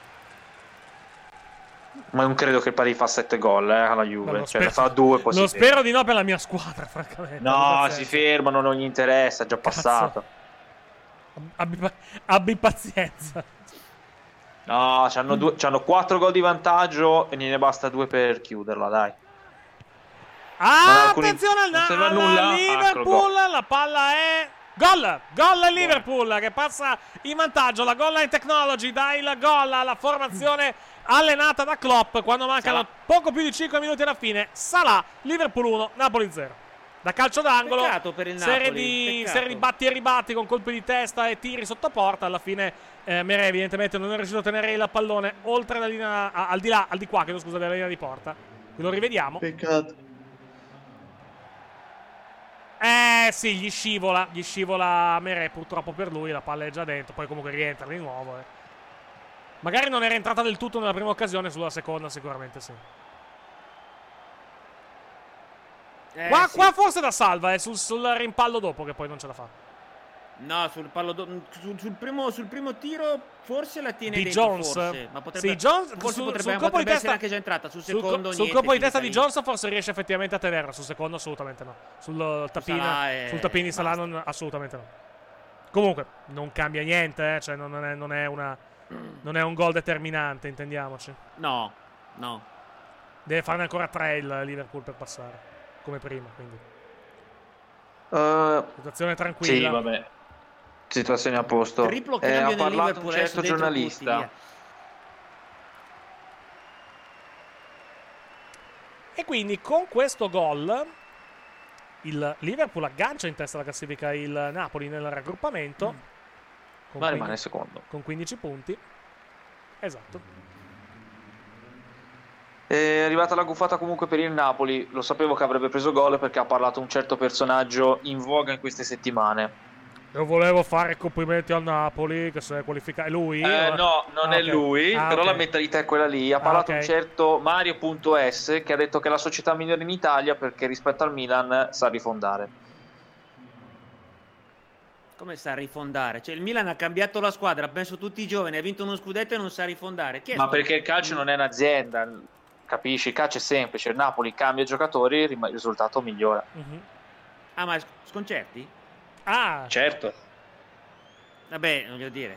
Ma non credo che il Paris fa sette gol, eh, alla Ma Juve. lo Cioè, spero- ne fa due, poi Lo si spero di no per la mia squadra, francamente. ferma. No, Pazienza. si fermano, non gli interessa, è già Cazzo. passato. Abbi, pa- abbi pazienza. No, c'hanno, due, c'hanno quattro gol di vantaggio e gliene basta due per chiuderla, dai. Non ha Ah, alcuni- attenzione al non serve a alla nulla. Liverpool, Ah, la palla è gol, gol al Liverpool che passa in vantaggio. La goal line technology dà il gol alla formazione allenata da Klopp quando mancano Salah. poco più di cinque minuti alla fine. Salah, Liverpool uno, Napoli zero. Da calcio d'angolo, Peccato per il serie Napoli, di, peccato. serie di batti e ribatti con colpi di testa e tiri sotto porta. Alla fine eh, Mere evidentemente non è riuscito a tenere il pallone oltre la linea, a- al di là, al di qua, chiedo scusa, della linea di porta. Lo rivediamo. Peccato. Eh sì, gli scivola, gli scivola Mere purtroppo per lui, la palla è già dentro, poi comunque rientra di nuovo. Eh. Magari non era entrata del tutto nella prima occasione, sulla seconda sicuramente sì. Eh, qua, sì. qua forse da salva, è sul, sul rimpallo dopo che poi non ce la fa. No, sul, pallo do- sul, sul primo, sul primo tiro forse la tiene Di dentro, Jones. forse, ma potrebbe, Sì, Jones, forse sul- potrebbe, sul colpo potrebbe di essere testa- anche già entrata. Sul Sul, secondo sul niente, colpo di testa finita di lì. Jones forse riesce effettivamente a tenerla, sul secondo assolutamente no. Sul tappino, Salah è- sul tappino di Salah non, assolutamente no. Comunque, non cambia niente, eh, cioè non, non è, non è una non è un gol determinante, intendiamoci. No, no. Deve farne ancora tre il Liverpool per passare, come prima, quindi. Uh, Situazione tranquilla. sì, vabbè. Situazione a posto. Triplo Eh, cambio ha del parlato un Liverpool, adesso certo dentro giornalista. tutti, via. E quindi con questo gol il Liverpool aggancia in testa alla classifica il Napoli nel raggruppamento. Mm. Con Ma quindi- rimane secondo. Con quindici punti. Esatto. È arrivata la gufata comunque per il Napoli. Lo sapevo che avrebbe preso gol perché ha parlato un certo personaggio in voga in queste settimane. Io volevo fare complimenti al Napoli che si è qualificato. È lui? Eh, no, non ah, è okay. lui, ah, però okay. la mentalità è quella lì. Ha parlato ah, okay. un certo Mario.s che ha detto che è la società migliore in Italia perché rispetto al Milan sa rifondare. Come sa rifondare? Cioè il Milan ha cambiato la squadra, ha messo tutti i giovani, ha vinto uno scudetto e non sa rifondare. Chi è Ma sto? perché il calcio non è un'azienda, capisci? Il calcio è semplice, il Napoli cambia giocatori, il risultato migliora. Mm-hmm. Ah, ma sconcerti? Ah, certo. Vabbè, voglio dire.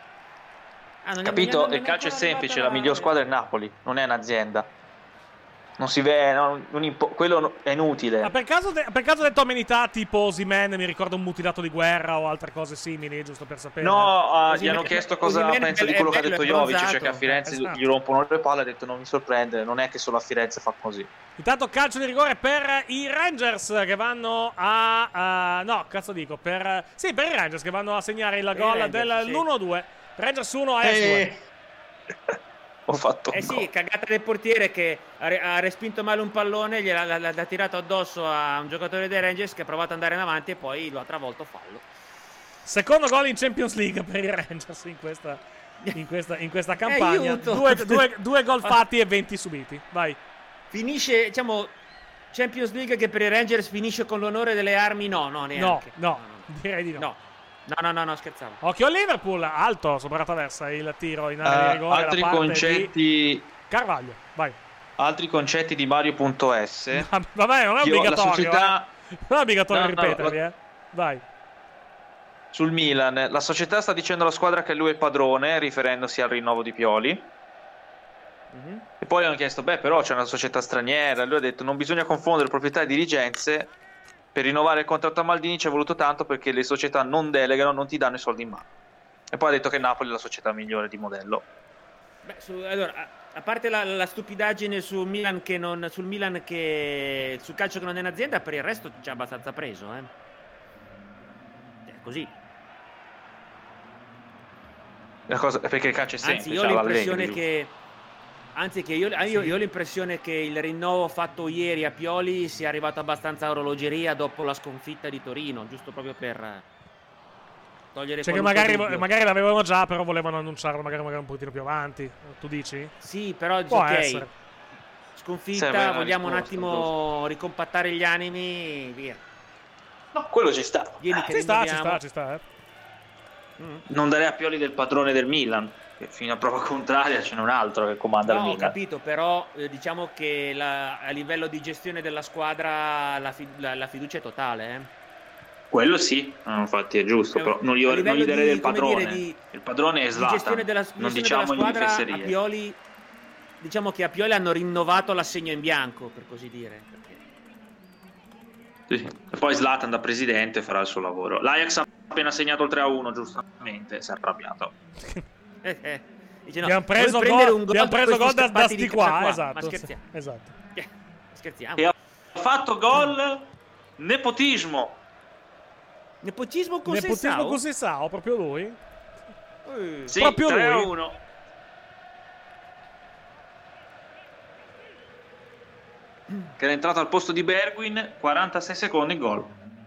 Ah, non Capito? Non è, non il calcio è semplice, la... la miglior squadra è il Napoli, non è un'azienda. Non si vede, no, non impo- quello è inutile. Ma per caso, de- per caso detto amenità tipo Osimhen, mi ricordo un mutilato di guerra o altre cose simili, giusto per sapere? No, uh, gli Osimhen- hanno chiesto cosa Osimhen pensa è di quello bello, che ha detto è Jovic, bronzato. cioè che a Firenze Eh, esatto. gli rompono le palle, ha detto non mi sorprende, non è che solo a Firenze fa così. Intanto calcio di rigore per i Rangers che vanno a... Uh, no, cazzo dico, per... Sì, per i Rangers che vanno a segnare il gol Rangers, dell'uno due. sì. Rangers uno, Ajax due. Eh. Ho fatto Eh un sì, gol. cagata del portiere che ha, re- ha respinto male un pallone, gliel'ha l'ha, l'ha tirato addosso a un giocatore dei Rangers che ha provato ad andare in avanti e poi lo ha travolto fallo. Secondo gol in Champions League per i Rangers in questa, in questa, in questa campagna. Aiuto. Due, due, due gol fatti e venti subiti. Vai. Finisce, diciamo, Champions League che per i Rangers finisce con l'onore delle armi? No, no, neanche. No, no, direi di no. No, no, no, no, no scherzavo. Occhio al Liverpool, alto sopra la traversa il tiro in area di Uh, rigore. altri da parte concetti di Carvaglio, vai. altri concetti di Mario.s. Vabbè, non è Io, obbligatorio. la società... eh. Non è obbligatorio No, no, ripeterli, la- eh. Vai. Sul Milan, la società sta dicendo alla squadra che lui è il padrone, riferendosi al rinnovo di Pioli. Mm-hmm. E poi hanno chiesto, beh, però c'è una società straniera. Lui ha detto, non bisogna confondere proprietà e dirigenze. Per rinnovare il contratto a Maldini ci è voluto tanto perché le società non delegano, non ti danno i soldi in mano. E poi ha detto che Napoli è la società migliore di modello. Beh, su, allora, a, a parte la, la stupidaggine sul Milan che non, sul Milan che sul calcio che non è un'azienda, per il resto c'è abbastanza preso, eh. Cioè, così. La cosa, perché il calcio è Anzi, semplice. io ho ha l'impressione l'Allegri, che Anzi, che io, io, io ho l'impressione che il rinnovo fatto ieri a Pioli sia arrivato abbastanza a orologeria dopo la sconfitta di Torino, giusto proprio per togliere Cioè che qualunque magari, dubbio. magari l'avevano già, però volevano annunciarlo magari, magari un pochettino più avanti. Tu dici? Sì, però dici, Può ok, essere. sconfitta, Serve una vogliamo un risposta, attimo ricompattare gli animi, via. No, quello ci sta. Vieni che Ci sta, ci rinnoviamo. sta, ci sta, eh. Mm. Non darei a Pioli del padrone del Milan, che fino a prova contraria ce n'è un altro che comanda No, il ho Milan. capito, però eh, diciamo che la- a livello di gestione della squadra la, fi- la- la fiducia è totale, eh. Quello sì, no, infatti è giusto, Eh, però non gli, a non livello gli darei di- del come padrone. dire, di- il padrone è Di Zlatan, gestione della, non gestione diciamo della squadra a fesserie. Pioli, diciamo che a Pioli hanno rinnovato l'assegno in bianco, per così dire. Sì, sì. E poi Zlatan da presidente farà il suo lavoro. L'Ajax ha appena segnato il tre a uno, giustamente, si è arrabbiato. Eh, eh. Dice, no, Abbiamo preso vuoi prendere gol, un abbiamo da preso questi gol da, da scappati sti di qua, casa esatto. Ma scherziamo. Esatto. Eh, scherziamo. E ha fatto gol nepotismo. Nepotismo con Nepotismo Sessao? con Sessao, proprio lui? Eh, Sì, Proprio tre a lui. uno. Che era entrato al posto di Bergwin, quarantasei secondi, gol.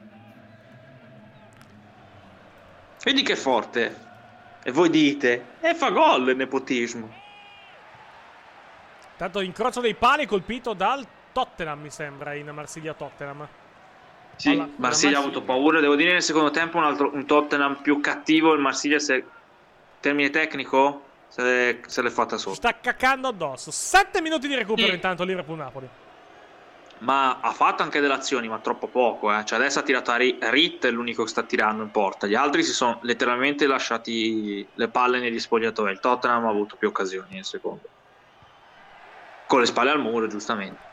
Vedi che forte. E voi dite, e fa gol il nepotismo. Tanto incrocio dei pali colpito dal Tottenham, mi sembra, in Marsiglia-Tottenham. Sì, Alla- Marsiglia ha avuto paura. Devo dire nel secondo tempo un, altro, un Tottenham più cattivo. Il Marsiglia, se termine tecnico, se l'è, se l'è fatta Ci sotto. sta caccando addosso. Sette minuti di recupero Sì. intanto Liverpool-Napoli. Ma ha fatto anche delle azioni, ma troppo poco. Eh. Cioè adesso ha tirato a Ri- Rit, è l'unico che sta tirando in porta. Gli altri si sono letteralmente lasciati le palle negli spogliatoi. Il Tottenham ha avuto più occasioni nel secondo. Con le spalle al muro, giustamente.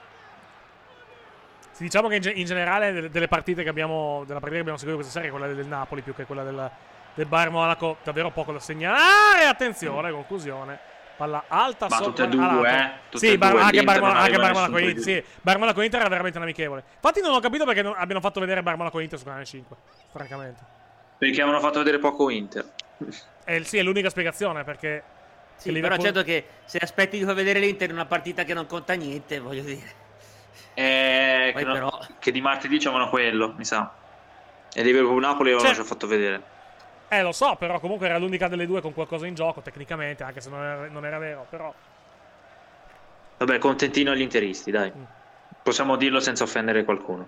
Sì, diciamo che in, ge- in generale delle, delle partite che abbiamo, della partita che abbiamo seguito questa serie, quella del Napoli più che quella del, del Bayern Monaco, davvero poco da segnalare. Attenzione, conclusione. Palla alta Ma sopra. tutte e due, all'alto. eh. Tutte Sì, e Bar- due. anche L'Inter Bayern non Monaco- anche aveva Bayern Monaco nessun Inter. Sì, Bayern Monaco Inter era veramente un amichevole. Infatti non ho capito perché non abbiano fatto vedere Bayern Monaco Inter su canale cinque, francamente. Perché avevano fatto vedere poco Inter. Eh, sì, è l'unica spiegazione, perché Sì, che però Liverpool- certo che se aspetti di far vedere l'Inter in una partita che non conta niente, voglio dire. Eh, Poi che, non- però- che di martedì c'avevano quello, mi sa. E Liverpool-Napoli l'hanno Cioè- già fatto vedere. Eh, lo so, però comunque era l'unica delle due con qualcosa in gioco, tecnicamente, anche se non era, non era vero, però... Vabbè, contentino agli interisti, dai. Mm. Possiamo dirlo senza offendere qualcuno.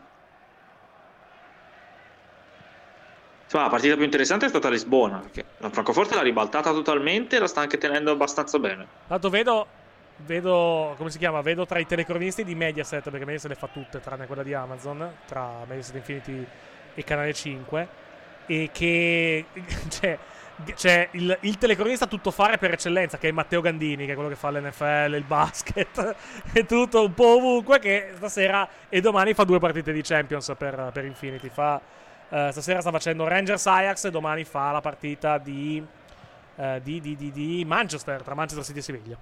Insomma, la partita più interessante è stata a Lisbona, perché la Francoforte l'ha ribaltata totalmente e la sta anche tenendo abbastanza bene. Tanto vedo, vedo, come si chiama? Vedo tra i telecronisti di Mediaset, perché Mediaset le fa tutte, tranne quella di Amazon, tra Mediaset Infinity e Canale cinque, e che c'è, c'è il, il telecronista tuttofare per eccellenza, che è Matteo Gandini, che è quello che fa l'N F L, il basket, e tutto un po' ovunque, che stasera e domani fa due partite di Champions per, per Infinity. Fa... Uh, stasera sta facendo Rangers Ajax e domani fa la partita di, uh, di, di, di, di Manchester, tra Manchester City e Siviglia.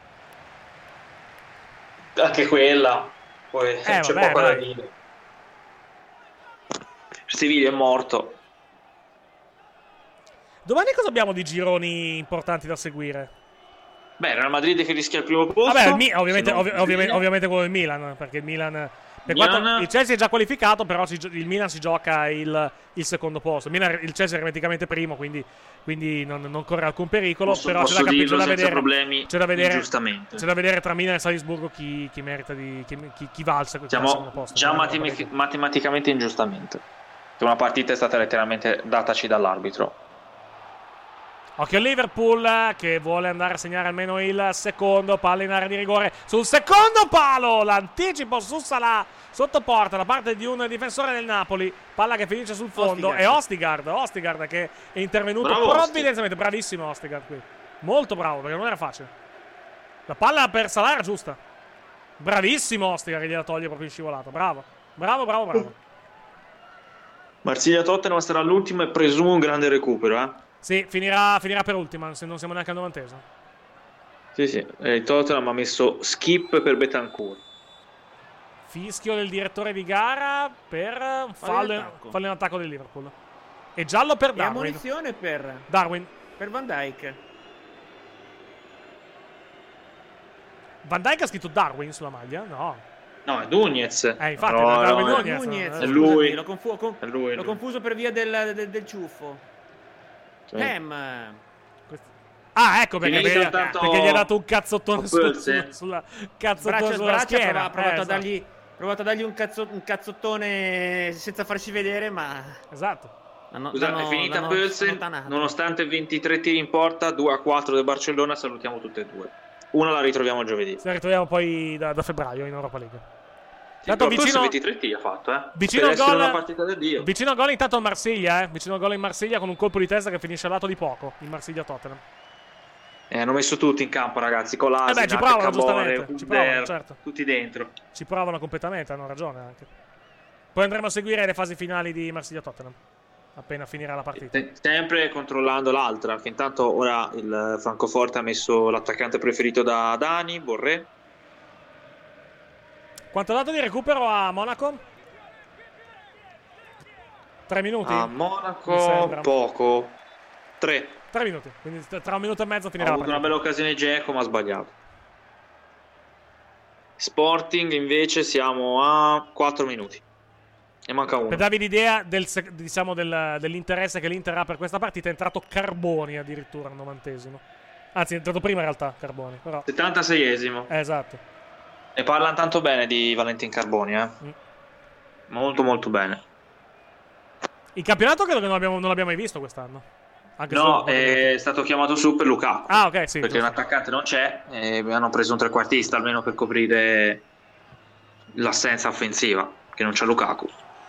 Anche quella, poi Eh, c'è vabbè, poco da dai. dire. Siviglia è morto. Domani cosa abbiamo di gironi importanti da seguire? Beh, Real Madrid che rischia il primo posto. Vabbè, il Mi- ovviamente, se non- ovvi- ovviamente, ovviamente quello del Milan, perché il Milan... Per quanto Milan- il Chelsea è già qualificato, però si gio- il Milan si gioca il, il secondo posto. Il, Milan- il Chelsea è ermeticamente primo, quindi, quindi non, non corre alcun pericolo. Posso- però c'è posso da, capi- dirlo c'è da senza vedere, problemi, c'è da vedere, ingiustamente. c'è da vedere tra Milan e Salisburgo chi, chi merita di chi, chi, chi valsa al secondo Siamo posto. già Quindi matemi- non va bene. matematicamente ingiustamente. Che una partita è stata letteralmente dataci dall'arbitro. Occhio al Liverpool che vuole andare a segnare almeno il secondo. Palla in area di rigore sul secondo palo. L'anticipo su Salah sotto porta da parte di un difensore del Napoli. Palla che finisce sul fondo. Ostigard. È Ostigard. Ostigard che è intervenuto Bravo, provvidenzialmente. Bravissimo Ostigard qui. Molto bravo, perché non era facile. La palla per Salah era giusta. Bravissimo Ostigard che gliela toglie proprio in scivolata. Bravo. Bravo, bravo, bravo. Marsiglia-Tottenham sarà l'ultimo e presumo un grande recupero, eh? Sì, finirà, finirà per ultima, se non siamo neanche al novantesimo. Sì, sì. E il Tottenham ha messo skip per Betancourt. Fischio del direttore di gara per un fallo, in attacco. fallo in attacco del Liverpool. E giallo per E Darwin. ammonizione per, Darwin. per Van Dijk. Van Dijk ha scritto Darwin sulla maglia? No. No, è Nunez. Eh, infatti, No, è Darwin no, Nunez. Nunez, È scusami, lui. L'ho, confu- con- È lui, è l'ho lui. confuso per via del, del, del ciuffo. Sì. Hem. Ah, ecco perché, Finito perché, tanto- perché gli ha dato un cazzottone su, Pulse. sulla, sulla cazzottone Braccio a sulla sbraccio, schiena. ha provato, Eh, a dargli, provato a dargli un, cazzo- un cazzottone senza farsi vedere, ma... Esatto. l'hanno- Scusa, l'hanno- è finita l'hanno Pulse, allontanato. nonostante ventitré tiri in porta, due a quattro del Barcellona, salutiamo tutte e due. Una la ritroviamo giovedì. Se la ritroviamo poi da, da febbraio in Europa League. Sì, Tanto però Pulse vicino, ventitré tiri ha fatto, eh? vicino per al essere gol, una partita da Dio. vicino al gol intanto al Marsiglia, eh? Vicino al gol in Marsiglia con un colpo di testa che finisce al lato di poco. In Marsiglia-Tottenham. Eh, hanno messo tutti in campo, ragazzi. Colasi, Eh beh, ci provano, giustamente, Cabore, ci provano, Huber, certo. tutti dentro. Ci provano completamente, hanno ragione anche. Poi andremo a seguire le fasi finali di Marsiglia-Tottenham. Appena finirà la partita. Se- Sempre controllando l'altra, che intanto ora il Francoforte ha messo l'attaccante preferito da Dani, Borré. Quanto ha dato di recupero a Monaco? Tre minuti? A Mi Monaco sembra. poco. Tre. Tre minuti. Quindi tra un minuto e mezzo Ha finirà la avuto una partita. bella occasione Dzeko, ma ha sbagliato. Sporting invece siamo a quattro minuti. E manca uno. Per darvi l'idea del, sec- diciamo del- dell'interesse che l'Inter ha per questa partita, è entrato Carboni addirittura al novantesimo. Anzi, è entrato prima in realtà Carboni. Però... settantaseiesimo. Eh, esatto. E parlano tanto bene di Valentin Carboni, eh. Mm. Molto molto bene. Il campionato credo che non l'abbiamo, non l'abbiamo mai visto quest'anno. Anche No, se- è stato chiamato su per Lukaku. Ah, ok, sì. Perché un attaccante non c'è e hanno preso un trequartista almeno per coprire l'assenza offensiva, che non c'è Lukaku.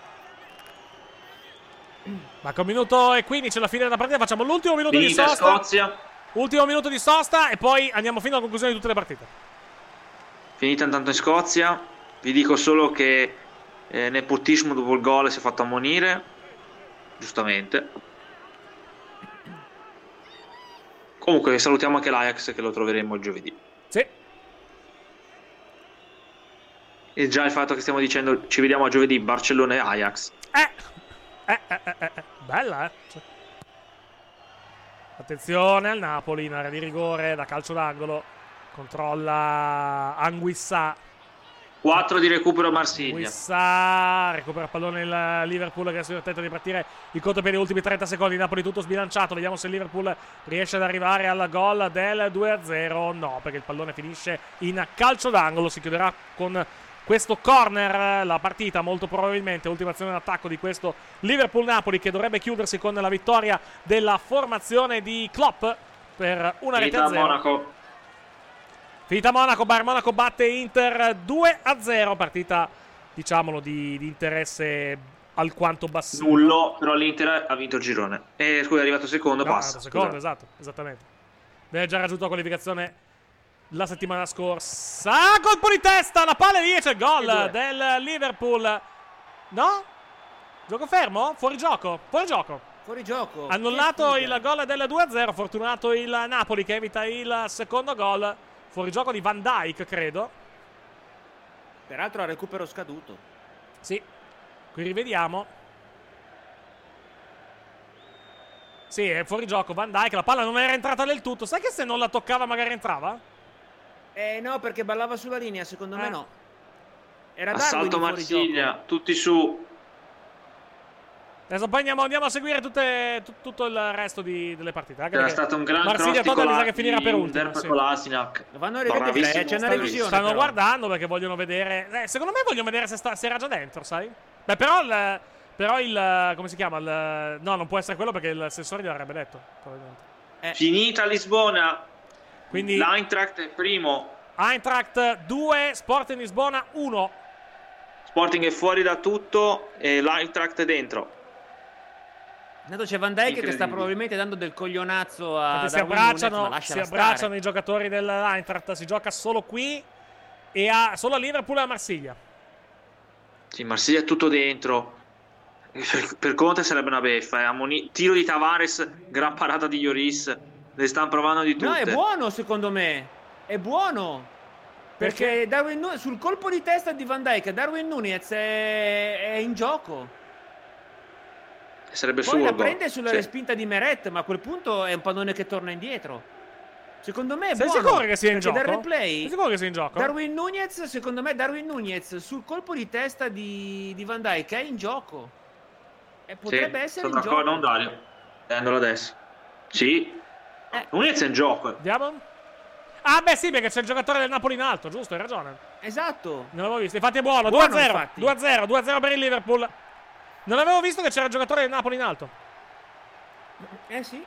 Manca un minuto e quindici alla fine della partita. Facciamo l'ultimo minuto Finita di sosta. Scozia. Ultimo minuto di sosta e poi andiamo fino alla conclusione di tutte le partite. Finita intanto in Scozia. Vi dico solo che eh, nepotismo dopo il gol si è fatto ammonire, giustamente. Comunque salutiamo anche l'Ajax, che lo troveremo il giovedì. Sì. E già il fatto che stiamo dicendo ci vediamo a giovedì Barcellona e Ajax. Eh, eh, eh, eh, eh. Bella, eh. Cioè. Attenzione al Napoli in area di rigore da calcio d'angolo. Controlla Anguissa. quattro di recupero Marsiglia. Wissa recupera il pallone il Liverpool che adesso tenta di partire il conto per gli ultimi trenta secondi. Napoli tutto sbilanciato, vediamo se il Liverpool riesce ad arrivare al gol del due a zero. No, perché il pallone finisce in calcio d'angolo. Si chiuderà con questo corner la partita, molto probabilmente ultima azione d'attacco di questo Liverpool-Napoli, che dovrebbe chiudersi con la vittoria della formazione di Klopp per una rete a zero. Monaco. Finita Monaco, Bayern Monaco batte Inter due a zero, partita diciamolo di, di interesse alquanto bassino. Nullo, però l'Inter ha vinto il girone. E scusa, è arrivato secondo, no, passa. Secondo, scusa. esatto, esattamente. Aveva già raggiunto la qualificazione la settimana scorsa. Colpo di testa, la palla lì e c'è il gol del Liverpool. No? Gioco fermo? Fuori gioco? Fuori gioco. Fuori gioco. Annullato il gol del due a zero, fortunato il Napoli che evita il secondo gol. Fuori gioco di Van Dijk, credo. Peraltro a recupero scaduto. Sì. Qui rivediamo. Sì, è fuori gioco Van Dijk. La palla non era entrata del tutto. Sai che se non la toccava magari entrava? Eh no, perché ballava sulla linea, secondo eh. me no. Era assalto Marsiglia, tutti su. Adesso poi andiamo, andiamo a seguire tutte, t- tutto il resto di, delle partite. Anche era stato un gran Marsiglia Tottenham mi sa che finirà per ultimo. Sì. Lasinac. Lo vanno a rivedere, c'è una revisione. Stanno però. guardando perché vogliono vedere. Eh, secondo me vogliono vedere se, sta, se era già dentro, sai? Beh, però il. Però il. Come si chiama? Il, no, non può essere quello perché il sensore gliel'avrebbe detto. Eh. Finita Lisbona. Quindi. L'Eintracht è primo. Eintracht due, Sporting Lisbona uno. Sporting è fuori da tutto e l'Eintracht è dentro. Intanto c'è Van Dijk che sta probabilmente dando del coglionazzo a si abbracciano, Nunes, si abbracciano i giocatori dell'Eintracht. Si gioca solo qui e a, solo a Liverpool e a Marsiglia. Sì, Marsiglia è tutto dentro. Per, per Conte sarebbe una beffa. Eh. Ammoni- tiro di Tavares, gran parata di Lloris. Le stanno provando di tutte. No, è buono secondo me. È buono. Perché, perché Darwin Nunes, sul colpo di testa di Van Dijk, Darwin Nunez è, è in gioco. Sarebbe Poi la surgo. prende sulla sì. respinta di Meret, ma a quel punto è un pallone che torna indietro. Secondo me è Sei buono. sicuro che sia in gioco? gioco? Dal replay, Sei sicuro che sia in gioco? Darwin Nunez, secondo me Darwin Nunez sul colpo di testa di, di Van Dijk è in gioco. E potrebbe sì, essere sono in gioco. Non Dario. Prendolo adesso. Sì. Eh. Nunez è in gioco. Andiamo. Ah beh sì, perché c'è il giocatore del Napoli in alto, giusto, hai ragione. Esatto. Non l'avevo visto, infatti è buono, buono due a zero. infatti. due a zero, due a zero per il Liverpool. Non avevo visto che c'era il giocatore del Napoli in alto. Eh sì.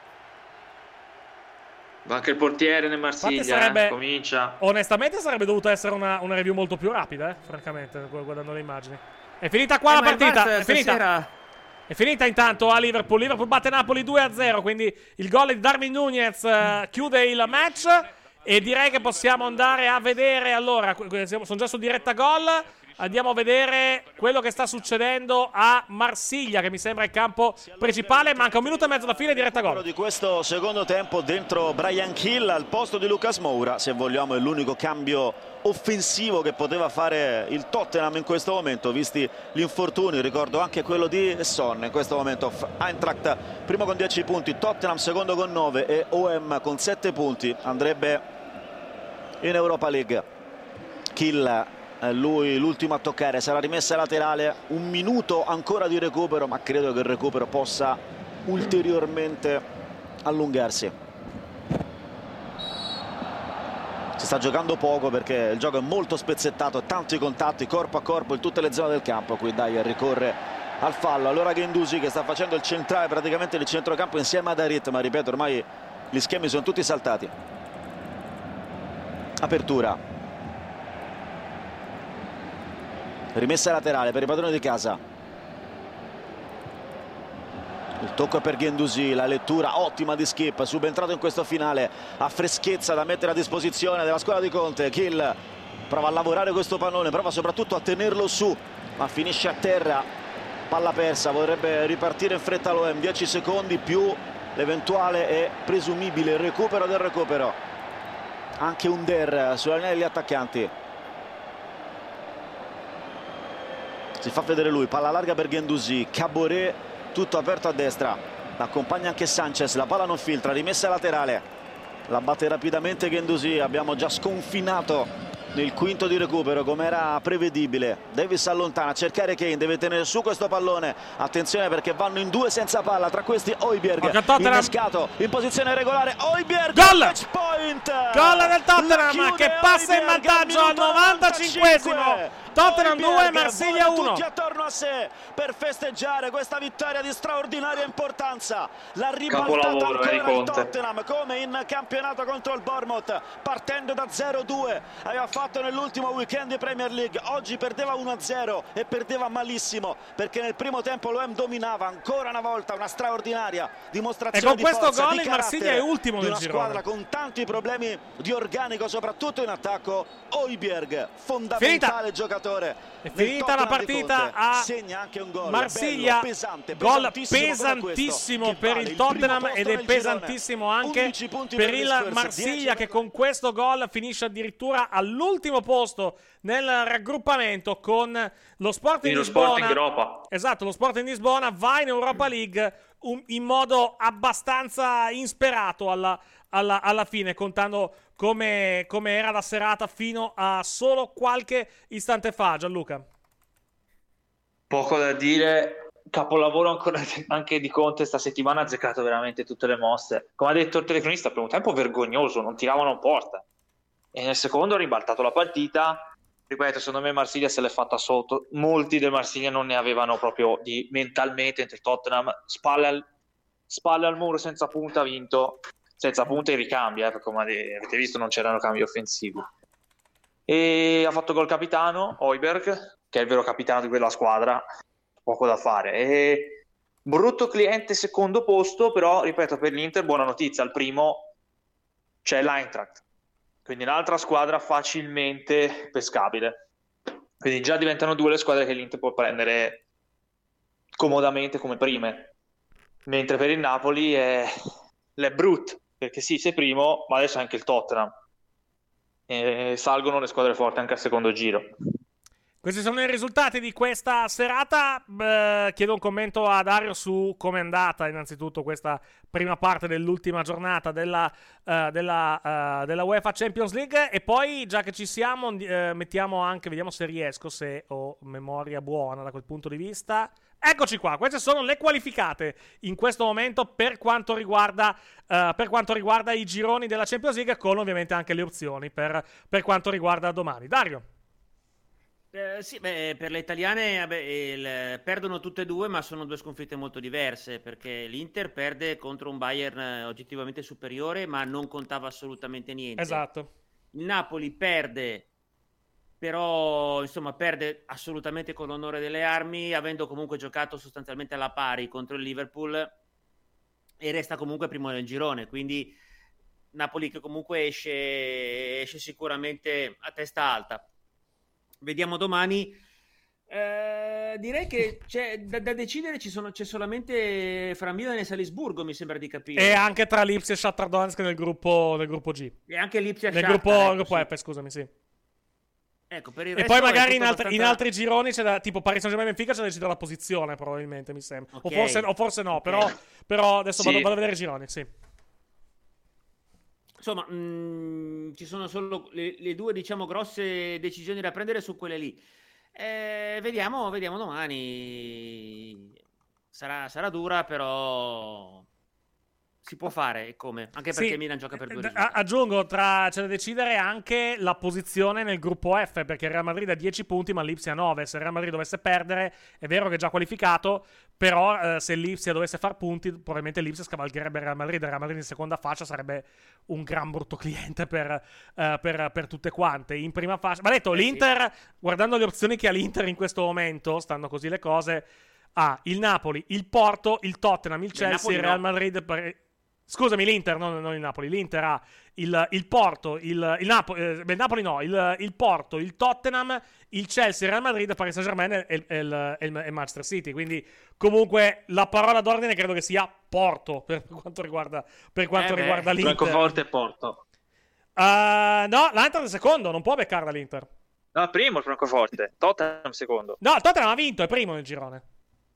Va anche il portiere nel Marsiglia, sarebbe, eh, comincia. Onestamente sarebbe dovuta essere una, una review molto più rapida, eh, francamente, guardando le immagini. È finita qua eh, la partita, è stasera... finita. È finita intanto a Liverpool. Liverpool batte Napoli due a zero, quindi il gol di Darwin Nunez uh, chiude il match e direi che possiamo andare a vedere, allora, sono già su diretta gol. Andiamo a vedere quello che sta succedendo a Marsiglia, che mi sembra il campo principale. Manca un minuto e mezzo alla fine, diretta gol. Di questo secondo tempo dentro Bryan Gil al posto di Lucas Moura, se vogliamo è l'unico cambio offensivo che poteva fare il Tottenham in questo momento, visti gli infortuni. Ricordo anche quello di Son in questo momento. Eintracht primo con dieci punti, Tottenham secondo con nove e O M con sette punti andrebbe in Europa League. Gil, lui l'ultimo a toccare, sarà rimessa laterale, un minuto ancora di recupero, ma credo che il recupero possa ulteriormente allungarsi. Si sta giocando poco perché il gioco è molto spezzettato, tanti contatti corpo a corpo in tutte le zone del campo. Qui Dyer ricorre al fallo, allora Guendouzi che sta facendo il centrale praticamente nel centrocampo insieme ad Harit, ma ripeto ormai gli schemi sono tutti saltati. Apertura, rimessa laterale per i padroni di casa. Il tocco è per Guendouzi, la lettura ottima di Skip, subentrato in questo finale, ha freschezza da mettere a disposizione della squadra di Conte. Gil prova a lavorare questo pallone, prova soprattutto a tenerlo su, ma finisce a terra, palla persa. Vorrebbe ripartire in fretta l'O M, dieci secondi più l'eventuale e presumibile recupero del recupero. Anche Under sulla linea degli attaccanti. Si fa vedere lui, palla larga per Guendouzi, Caboret tutto aperto a destra, l'accompagna anche Sanchez, la palla non filtra, rimessa laterale, la batte rapidamente Guendouzi. Abbiamo già sconfinato nel quinto di recupero, come era prevedibile. Davis allontana a cercare Kane, deve tenere su questo pallone, attenzione perché vanno in due senza palla, tra questi Højbjerg innescato in posizione regolare. Højbjerg, gol! match point, gol del Tottenham che passa in vantaggio al novantacinquesimo. Tottenham due, Marsiglia uno. Tutti attorno a sé per festeggiare questa vittoria di straordinaria importanza. La ribaltata ancora il Tottenham, come in campionato contro il Bournemouth, partendo da zero due aveva fatto nell'ultimo weekend di Premier League. Oggi perdeva uno a zero e perdeva malissimo, perché nel primo tempo l'O M dominava ancora una volta. Una straordinaria dimostrazione e con di questo forza, gol di il Marsiglia è ultimo di del una girone. squadra con tanti problemi di organico, soprattutto in attacco. Højbjerg, fondamentale finita. giocatore. È finita la partita a segna anche un gol Marsiglia, bello, pesante, gol pesantissimo, pesantissimo per il Tottenham ed è pesantissimo anche per il Marsiglia, che con questo gol finisce addirittura all'ultimo posto nel raggruppamento con lo Sporting Lisbona. Sporting Europa. Esatto, lo Sporting Lisbona va in Europa League in modo abbastanza insperato alla, alla, alla fine, contando come, come era la serata fino a solo qualche istante fa. Gianluca? Poco da dire, capolavoro ancora anche di Conte sta settimana, ha azzeccato veramente tutte le mosse. Come ha detto il telecronista, per un tempo vergognoso, non tiravano in porta. E nel secondo ha ribaltato la partita. Ripeto, secondo me Marsiglia se l'è fatta sotto. Molti del Marsiglia non ne avevano proprio di mentalmente, mentre il Tottenham spalle al, spalle al muro, senza punta, ha vinto. Senza punta e ricambi, eh, perché come avete visto non c'erano cambi offensivi. E ha fatto gol capitano Højbjerg, che è il vero capitano di quella squadra, poco da fare. E brutto cliente secondo posto, però ripeto, per l'Inter buona notizia, al primo c'è l'Eintracht, quindi un'altra squadra facilmente pescabile, quindi già diventano due le squadre che l'Inter può prendere comodamente come prime, mentre per il Napoli è, è brutto, perché sì, sei primo, ma adesso anche il Tottenham, e salgono le squadre forti anche al secondo giro. Questi sono i risultati di questa serata. Beh, chiedo un commento a Dario su come è andata innanzitutto questa prima parte dell'ultima giornata della, uh, della, uh, della UEFA Champions League, e poi, già che ci siamo, uh, mettiamo anche, vediamo se riesco, se ho memoria buona da quel punto di vista. Eccoci qua, queste sono le qualificate in questo momento per quanto riguarda, uh, per quanto riguarda i gironi della Champions League, con ovviamente anche le opzioni per, per quanto riguarda domani. Dario? Eh, sì, beh, per le italiane vabbè, il, perdono tutte e due, ma sono due sconfitte molto diverse, perché l'Inter perde contro un Bayern eh, oggettivamente superiore, ma non contava assolutamente niente. Esatto. Il Napoli perde, però insomma perde assolutamente con l'onore delle armi, avendo comunque giocato sostanzialmente alla pari contro il Liverpool, e resta comunque primo nel girone, quindi Napoli che comunque esce, esce sicuramente a testa alta. Vediamo domani. Eh, direi che c'è, da, da decidere ci sono, c'è solamente fra Milan e Salisburgo, mi sembra di capire. E anche tra Lipsia e Shakhtar Donetsk nel gruppo, nel gruppo G. E anche Lipsia e nel Shakhtar. gruppo, Ecco, gruppo sì. F, scusami, sì. Ecco, per il e poi magari in, altri, altri, in altri gironi c'è da, tipo Paris Saint-Germain e Benfica c'è da decidere la posizione, probabilmente, mi sembra. Okay. O, forse, o forse no, Okay. però, però adesso Sì. vado, vado a vedere i gironi, sì. Insomma, mh, ci sono solo le, le due, diciamo, grosse decisioni da prendere su quelle lì. Eh, vediamo, vediamo domani. Sarà, sarà dura, però si può fare, e come? Anche perché Sì, Milan gioca per due eh, risultati. aggiungo, tra, c'è da decidere anche la posizione nel gruppo F, perché il Real Madrid ha dieci punti ma l'Ipsia ha nove. Se il Real Madrid dovesse perdere, è vero che è già qualificato, però eh, se l'Ipsia dovesse far punti, probabilmente l'Ipsia scavalcherebbe il Real Madrid. Il Real Madrid in seconda fascia sarebbe un gran brutto cliente per, eh, per, per tutte quante. In prima fascia, ma detto, Eh, l'Inter, guardando le opzioni che ha l'Inter in questo momento, stanno così le cose, ha il Napoli, il Porto, il Tottenham, il Chelsea, Napoli il Real no. Madrid... Per... Scusami, l'Inter, non, non il Napoli. L'Inter ha il, il Porto, il, il Napoli, eh, beh, il Napoli no, il, il Porto, il Tottenham, il Chelsea, il Real Madrid, il Paris Saint-Germain e, e, e, e il Manchester City. Quindi, comunque, la parola d'ordine credo che sia Porto per quanto riguarda, per quanto Eh beh, riguarda l'Inter. Francoforte e Porto. Uh, no, l'Inter è secondo, non può beccarla l'Inter. No, primo il Francoforte, Tottenham secondo. No, il Tottenham ha vinto, è primo nel girone.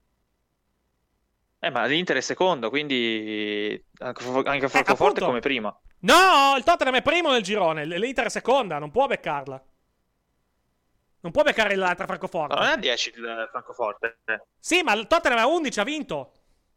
Eh, ma l'Inter è secondo, quindi anche, anche Francoforte appunto. come prima. No, il Tottenham è primo nel girone, l'Inter è seconda, non può beccarla. Non può beccare l'altra Francoforte. No, non è a dieci il Francoforte. Sì, ma il Tottenham a undici ha vinto.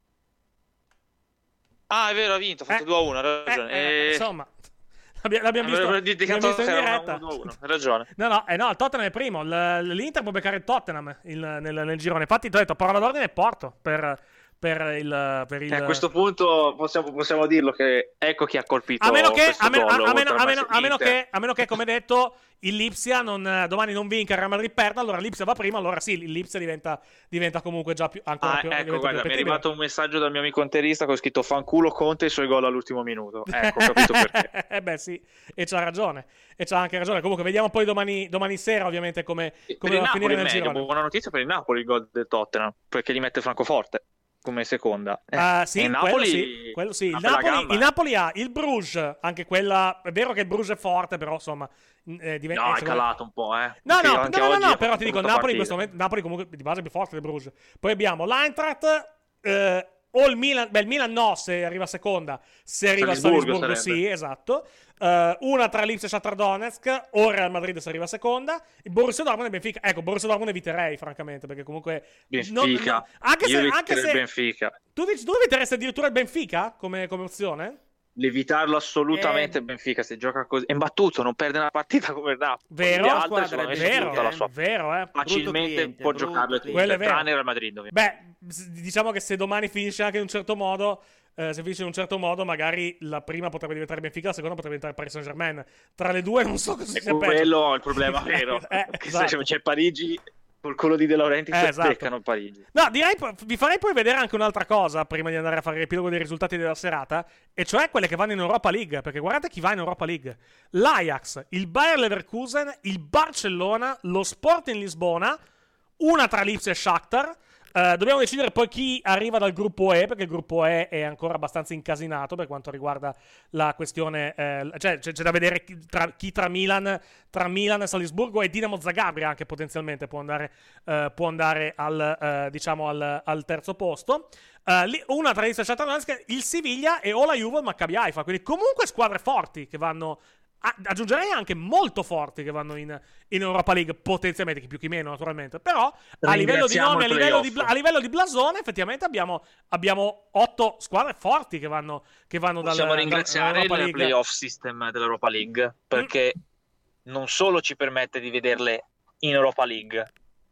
Ah, è vero, ha vinto, ha fatto eh, due a uno, ha ragione. Eh, eh, e... Insomma, l'abbiamo, l'abbiamo visto, Avevo l'abbiamo visto in diretta. uno a uno, hai ragione. No, no, eh, no, il Tottenham è primo. L- L'Inter può beccare il Tottenham il, nel, nel girone. Infatti, ti ho detto, parola d'ordine è Porto per... Per il, per il... E a questo punto possiamo, possiamo dirlo che ecco chi ha colpito a meno che questo a meno, gol, a, meno, a, meno, a, meno Inter. che a meno che come detto il Lipsia non, domani non vinca, il Real Madrid perda, allora Lipsia va prima, allora sì, il Lipsia diventa, diventa comunque già più ancora ah, più ecco, guarda, più mi è arrivato un messaggio dal mio amico interista che ho scritto fanculo Conte e i suoi gol all'ultimo minuto. Ecco, ho capito perché. Eh beh sì, e c'ha ragione, e c'ha anche ragione. Comunque vediamo poi domani, domani sera ovviamente come, come va a finire nel meglio, girone. Buona notizia per il Napoli il gol del Tottenham, perché gli mette Francoforte come seconda. Eh, uh, sì, e Napoli, quello sì, quello sì. Il, Napoli, il Napoli ha il Bruges, anche quella, è vero che il Bruges è forte, però insomma eh, diventa, no, eh, è calato un po', eh. No, no, anche no, no, oggi no però ti dico, Napoli partita. in questo momento, Napoli comunque di base è più forte del Bruges. Poi abbiamo l'Eintracht, eh, o il Milan, beh il Milan no, se arriva seconda, se arriva a Salisburgo sì, esatto. Uh, una tra Lipsia e Shakhtar Donetsk, o Real Madrid se arriva seconda. Il Borussia Dortmund e Benfica. Ecco, Borussia Dortmund eviterei francamente, perché comunque Benfica. Non, non, anche Io se, anche se il Benfica. Tu dici, tu eviteresti addirittura il Benfica come, come opzione? L'evitarlo assolutamente eh... il Benfica, se gioca così è imbattuto, non perde una partita come il Napoli. Vero, squadra, è vero, la sua... vero, eh. facilmente cliente, può giocarlo tutto, tranne il Real Madrid ovviamente. Beh, diciamo che se domani finisce anche in un certo modo, eh, se finisce in un certo modo, magari la prima potrebbe diventare Benfica, la seconda potrebbe diventare Paris Saint-Germain. Tra le due non so cosa sia peggio. Quello è il problema vero. eh, che esatto. se c'è Parigi col collo di De Laurentiis eh, esatto. beccano Parigi. No, direi, vi farei poi vedere anche un'altra cosa prima di andare a fare il riepilogo dei risultati della serata, e cioè quelle che vanno in Europa League, perché guardate chi va in Europa League: l'Ajax, il Bayer Leverkusen, il Barcellona, lo Sporting Lisbona, una tra Lipsia e Shakhtar. Uh, dobbiamo decidere poi chi arriva dal gruppo E, perché il gruppo E è ancora abbastanza incasinato per quanto riguarda la questione, eh, cioè c'è, c'è da vedere chi tra, chi tra Milan tra Milan, Salisburgo e Dinamo Zagabria anche potenzialmente può andare, uh, può andare al, uh, diciamo al, al terzo posto. Uh, lì, una tra Lipsia e Shakhtar Donetsk, il Siviglia e o la Juve o il Maccabi Haifa, quindi comunque squadre forti che vanno. Ah, aggiungerei anche molto forti che vanno in, in Europa League, potenzialmente, chi più chi meno naturalmente, però a livello di nomi, a livello di, a livello di blasone effettivamente abbiamo, abbiamo otto squadre forti che vanno, che vanno dal, possiamo ringraziare dal, il playoff system dell'Europa League, perché mm. non solo ci permette di vederle in Europa League,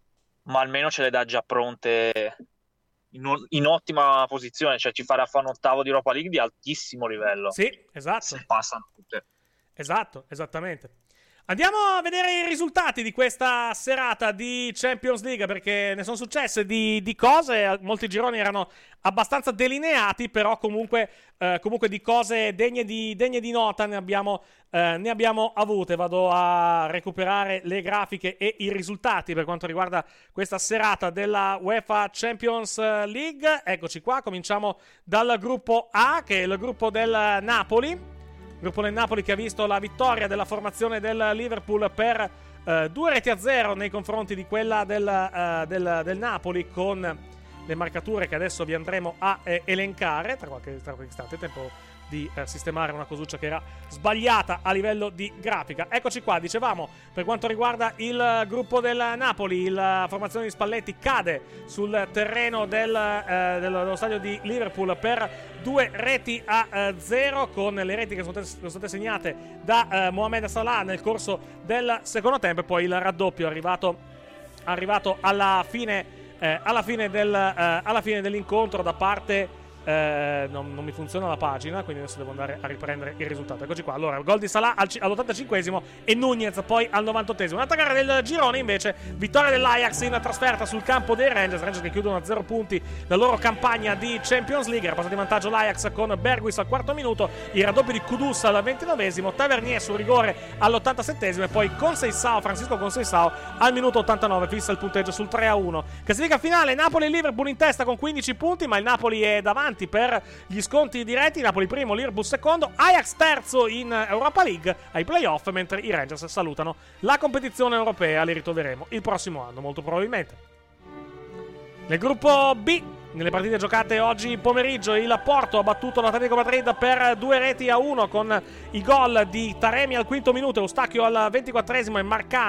ma almeno ce le dà già pronte in, in ottima posizione, cioè ci farà fare un ottavo di Europa League di altissimo livello. Sì, esatto. Se passano tutte. Esatto, esattamente. Andiamo a vedere i risultati di questa serata di Champions League, perché ne sono successe di, di cose, molti gironi erano abbastanza delineati, però comunque, eh, comunque di cose degne di, degne di nota ne abbiamo, eh, ne abbiamo avute. Vado a recuperare le grafiche e i risultati per quanto riguarda questa serata della UEFA Champions League. Eccoci qua, cominciamo dal gruppo A, che è il gruppo del Napoli. Gruppo del Napoli che ha visto la vittoria della formazione del Liverpool per uh, due reti a zero nei confronti di quella del, uh, del, del Napoli, con le marcature che adesso vi andremo a eh, elencare tra qualche, tra qualche istante. Tempo di eh, sistemare una cosuccia che era sbagliata a livello di grafica. Eccoci qua, dicevamo, per quanto riguarda il gruppo del Napoli, la formazione di Spalletti cade sul terreno del, eh, dello stadio di Liverpool per due reti a eh, zero, con le reti che sono, sono state segnate da eh, Mohamed Salah nel corso del secondo tempo, e poi il raddoppio arrivato, arrivato alla fine, eh, alla fine, del, eh, alla fine dell'incontro da parte. Eh, non, non mi funziona la pagina, quindi adesso devo andare a riprendere il risultato. Eccoci qua, allora, gol di Salah al, all'ottantacinquesimo e Nunez poi al novantottesimo. Un'altra gara del girone invece, vittoria dell'Ajax in trasferta sul campo dei Rangers. Rangers che chiudono a zero punti la loro campagna di Champions League. Era passato in vantaggio l'Ajax con Bergwijn al quarto minuto, il raddoppio di Kudus al ventinovesimo, Tavernier sul rigore all'ottantasettesimo e poi Conceição, Francisco Conceição al minuto ottantanove fissa il punteggio sul tre a uno. Classifica finale, Napoli e Liverpool in testa con quindici punti, ma il Napoli è davanti per gli scontri diretti. Napoli primo, Liverpool secondo, Ajax terzo in Europa League ai playoff, mentre i Rangers salutano la competizione europea. Li ritroveremo il prossimo anno molto probabilmente. Nel gruppo B, nelle partite giocate oggi pomeriggio, il Porto ha battuto l'Atletico Madrid per due reti a uno con i gol di Taremi al quinto minuto, Eustachio al ventiquattresimo e Marcano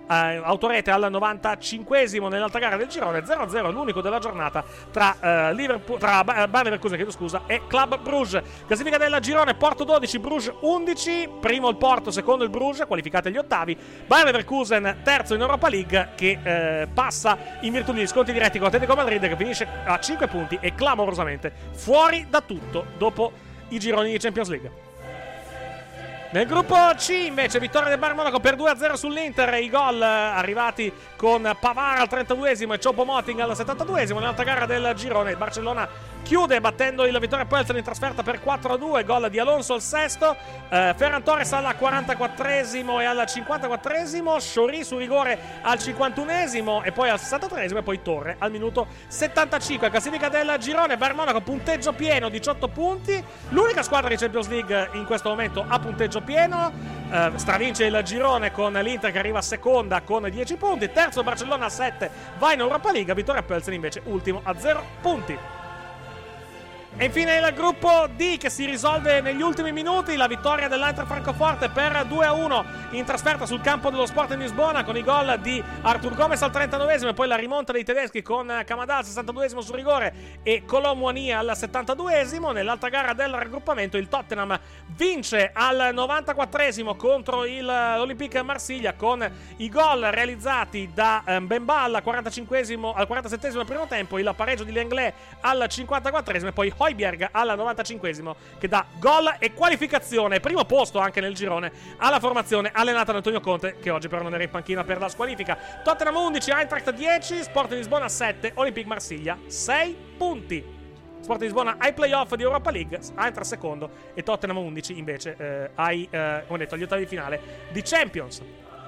eh, autorete al novantacinquesimo nell'altra gara del girone. Zero a zero l'unico della giornata tra eh, Liverpool, tra Bayer Leverkusen, chiedo scusa, e Club Brugge. Classifica del girone: Porto dodici, Bruges undici, primo il Porto, secondo il Bruges, qualificati agli ottavi. Bayer Leverkusen terzo in Europa League, che eh, passa in virtù degli sconti diretti con Atletico Madrid, che finisce a cinque punti e clamorosamente fuori da tutto dopo i gironi di Champions League. Nel gruppo C invece vittoria del Bayern Monaco per due a zero sull'Inter, i gol arrivati con Pavard al trentaduesimo e Choupo-Moting al settantaduesimo. Nell'altra gara del girone il Barcellona chiude battendo il Vittoria Plzen in trasferta per quattro a due, gol di Alonso al sesto, eh, Ferran Torres al quarantaquattresimo e al cinquantaquattresimo, Sciorri su rigore al cinquantunesimo e poi al sessantatreesimo e poi Torre al minuto settantacinque. Classifica del girone: Bayern Monaco punteggio pieno, diciotto punti, l'unica squadra di Champions League in questo momento a punteggio pieno, eh, stravince il girone con l'Inter che arriva seconda con dieci punti, terzo Barcellona a sette, va in Europa League, Vittoria Plzen invece ultimo a zero punti. E infine il gruppo D, che si risolve negli ultimi minuti, la vittoria dell'Eintracht Francoforte per due a uno in trasferta sul campo dello Sporting Lisbona con i gol di Artur Gomes al trentanovesimo e poi la rimonta dei tedeschi con Kamada al sessantaduesimo su rigore e Kolo Muani al settantaduesimo. Nell'altra gara del raggruppamento il Tottenham vince al novantaquattresimo contro il l'Olympique Marsiglia con i gol realizzati da Mbemba al quarantacinquesimo al quarantasettesimo del primo tempo, il pareggio di Lenglet al cinquantaquattresimo e poi Højbjerg al novantacinquesimo che dà gol e qualificazione, primo posto anche nel girone, alla formazione allenata da Antonio Conte, che oggi però non era in panchina per la squalifica. Tottenham undici, Eintracht dieci, Sporting Lisbona sette, Olympique Marsiglia sei punti. Sporting Lisbona ai playoff di Europa League, Eintracht secondo e Tottenham undici invece eh, ai, eh, come detto, agli ottavi di finale di Champions.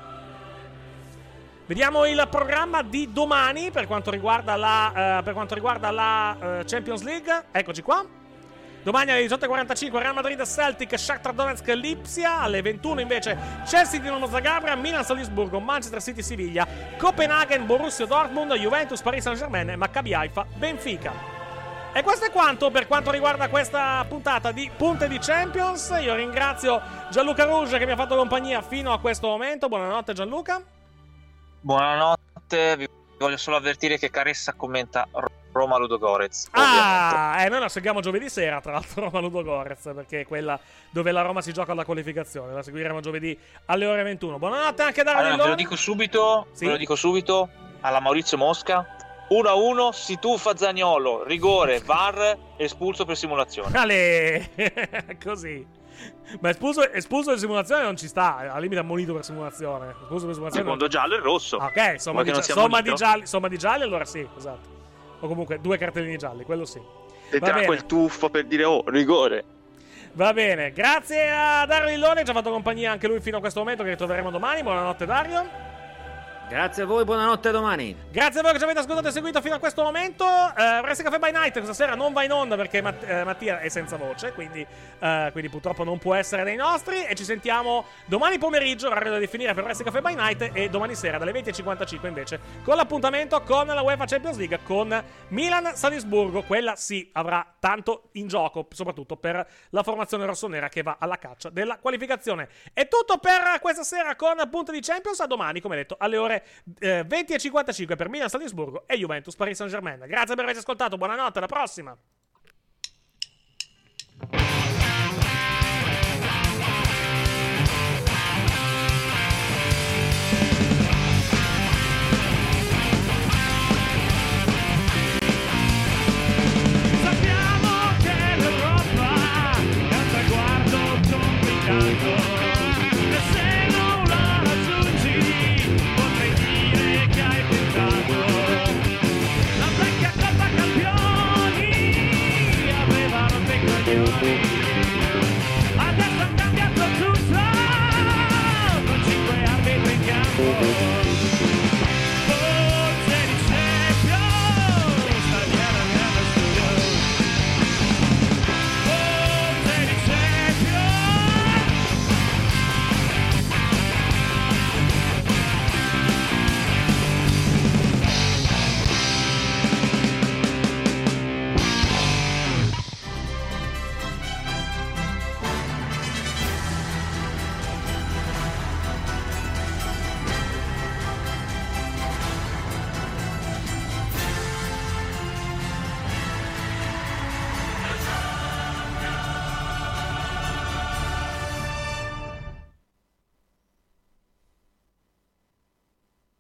Vediamo il programma di domani per quanto riguarda la, uh, per quanto riguarda la uh, Champions League. Eccoci qua. Domani alle diciotto e quarantacinque Real Madrid Celtic, Shakhtar Donetsk Lipsia. Alle ventuno invece Chelsea Dinamo Zagabria, Milan Salisburgo, Manchester City Siviglia, Copenaghen Borussia Dortmund, Juventus Paris Saint-Germain, Maccabi Haifa Benfica. E questo è quanto per quanto riguarda questa puntata di Punte di Champions. Io ringrazio Gianluca Rouge che mi ha fatto compagnia fino a questo momento. Buonanotte Gianluca. Buonanotte, vi voglio solo avvertire che Caressa commenta Roma Ludogorets. Ah, eh, noi la seguiamo giovedì sera, tra l'altro, Roma Ludogorets, perché è quella dove la Roma si gioca alla qualificazione. La seguiremo giovedì alle ore ventuno. Buonanotte anche da allora, ve lo dico subito, sì? ve lo dico subito alla Maurizio Mosca. uno a uno, si tuffa Zaniolo, rigore, V A R, espulso per simulazione. Ale, così. Ma espulso, espulso per simulazione non ci sta, al limite ammonito per simulazione. Espulso per simulazione secondo non... giallo e rosso. Ah, ok, somma, di, somma, di gialli, somma di gialli, allora sì, esatto. O comunque due cartellini gialli, quello sì. E tra quel tuffo per dire oh, rigore. Va bene, grazie a Dario Lillone, ci ha fatto compagnia anche lui fino a questo momento, che ritroveremo domani. Buonanotte Dario. Grazie a voi, buonanotte a domani. Grazie a voi che ci avete ascoltato e seguito fino a questo momento. uh, Wrestling Cafe by Night questa sera non va in onda perché Matt- uh, Mattia è senza voce, quindi, uh, quindi purtroppo non può essere dei nostri. E ci sentiamo domani pomeriggio, orario da definire per Wrestling Cafe by Night, e domani sera dalle venti e cinquantacinque invece con l'appuntamento con la UEFA Champions League, con Milan Salisburgo. Quella sì avrà tanto in gioco, soprattutto per la formazione rossonera che va alla caccia della qualificazione. È tutto per questa sera con Punte di Champions. A domani, come detto, alle ore Eh, venti e cinquantacinque per Milan Salisburgo e Juventus Paris Saint-Germain. Grazie per averci ascoltato, buonanotte, alla prossima.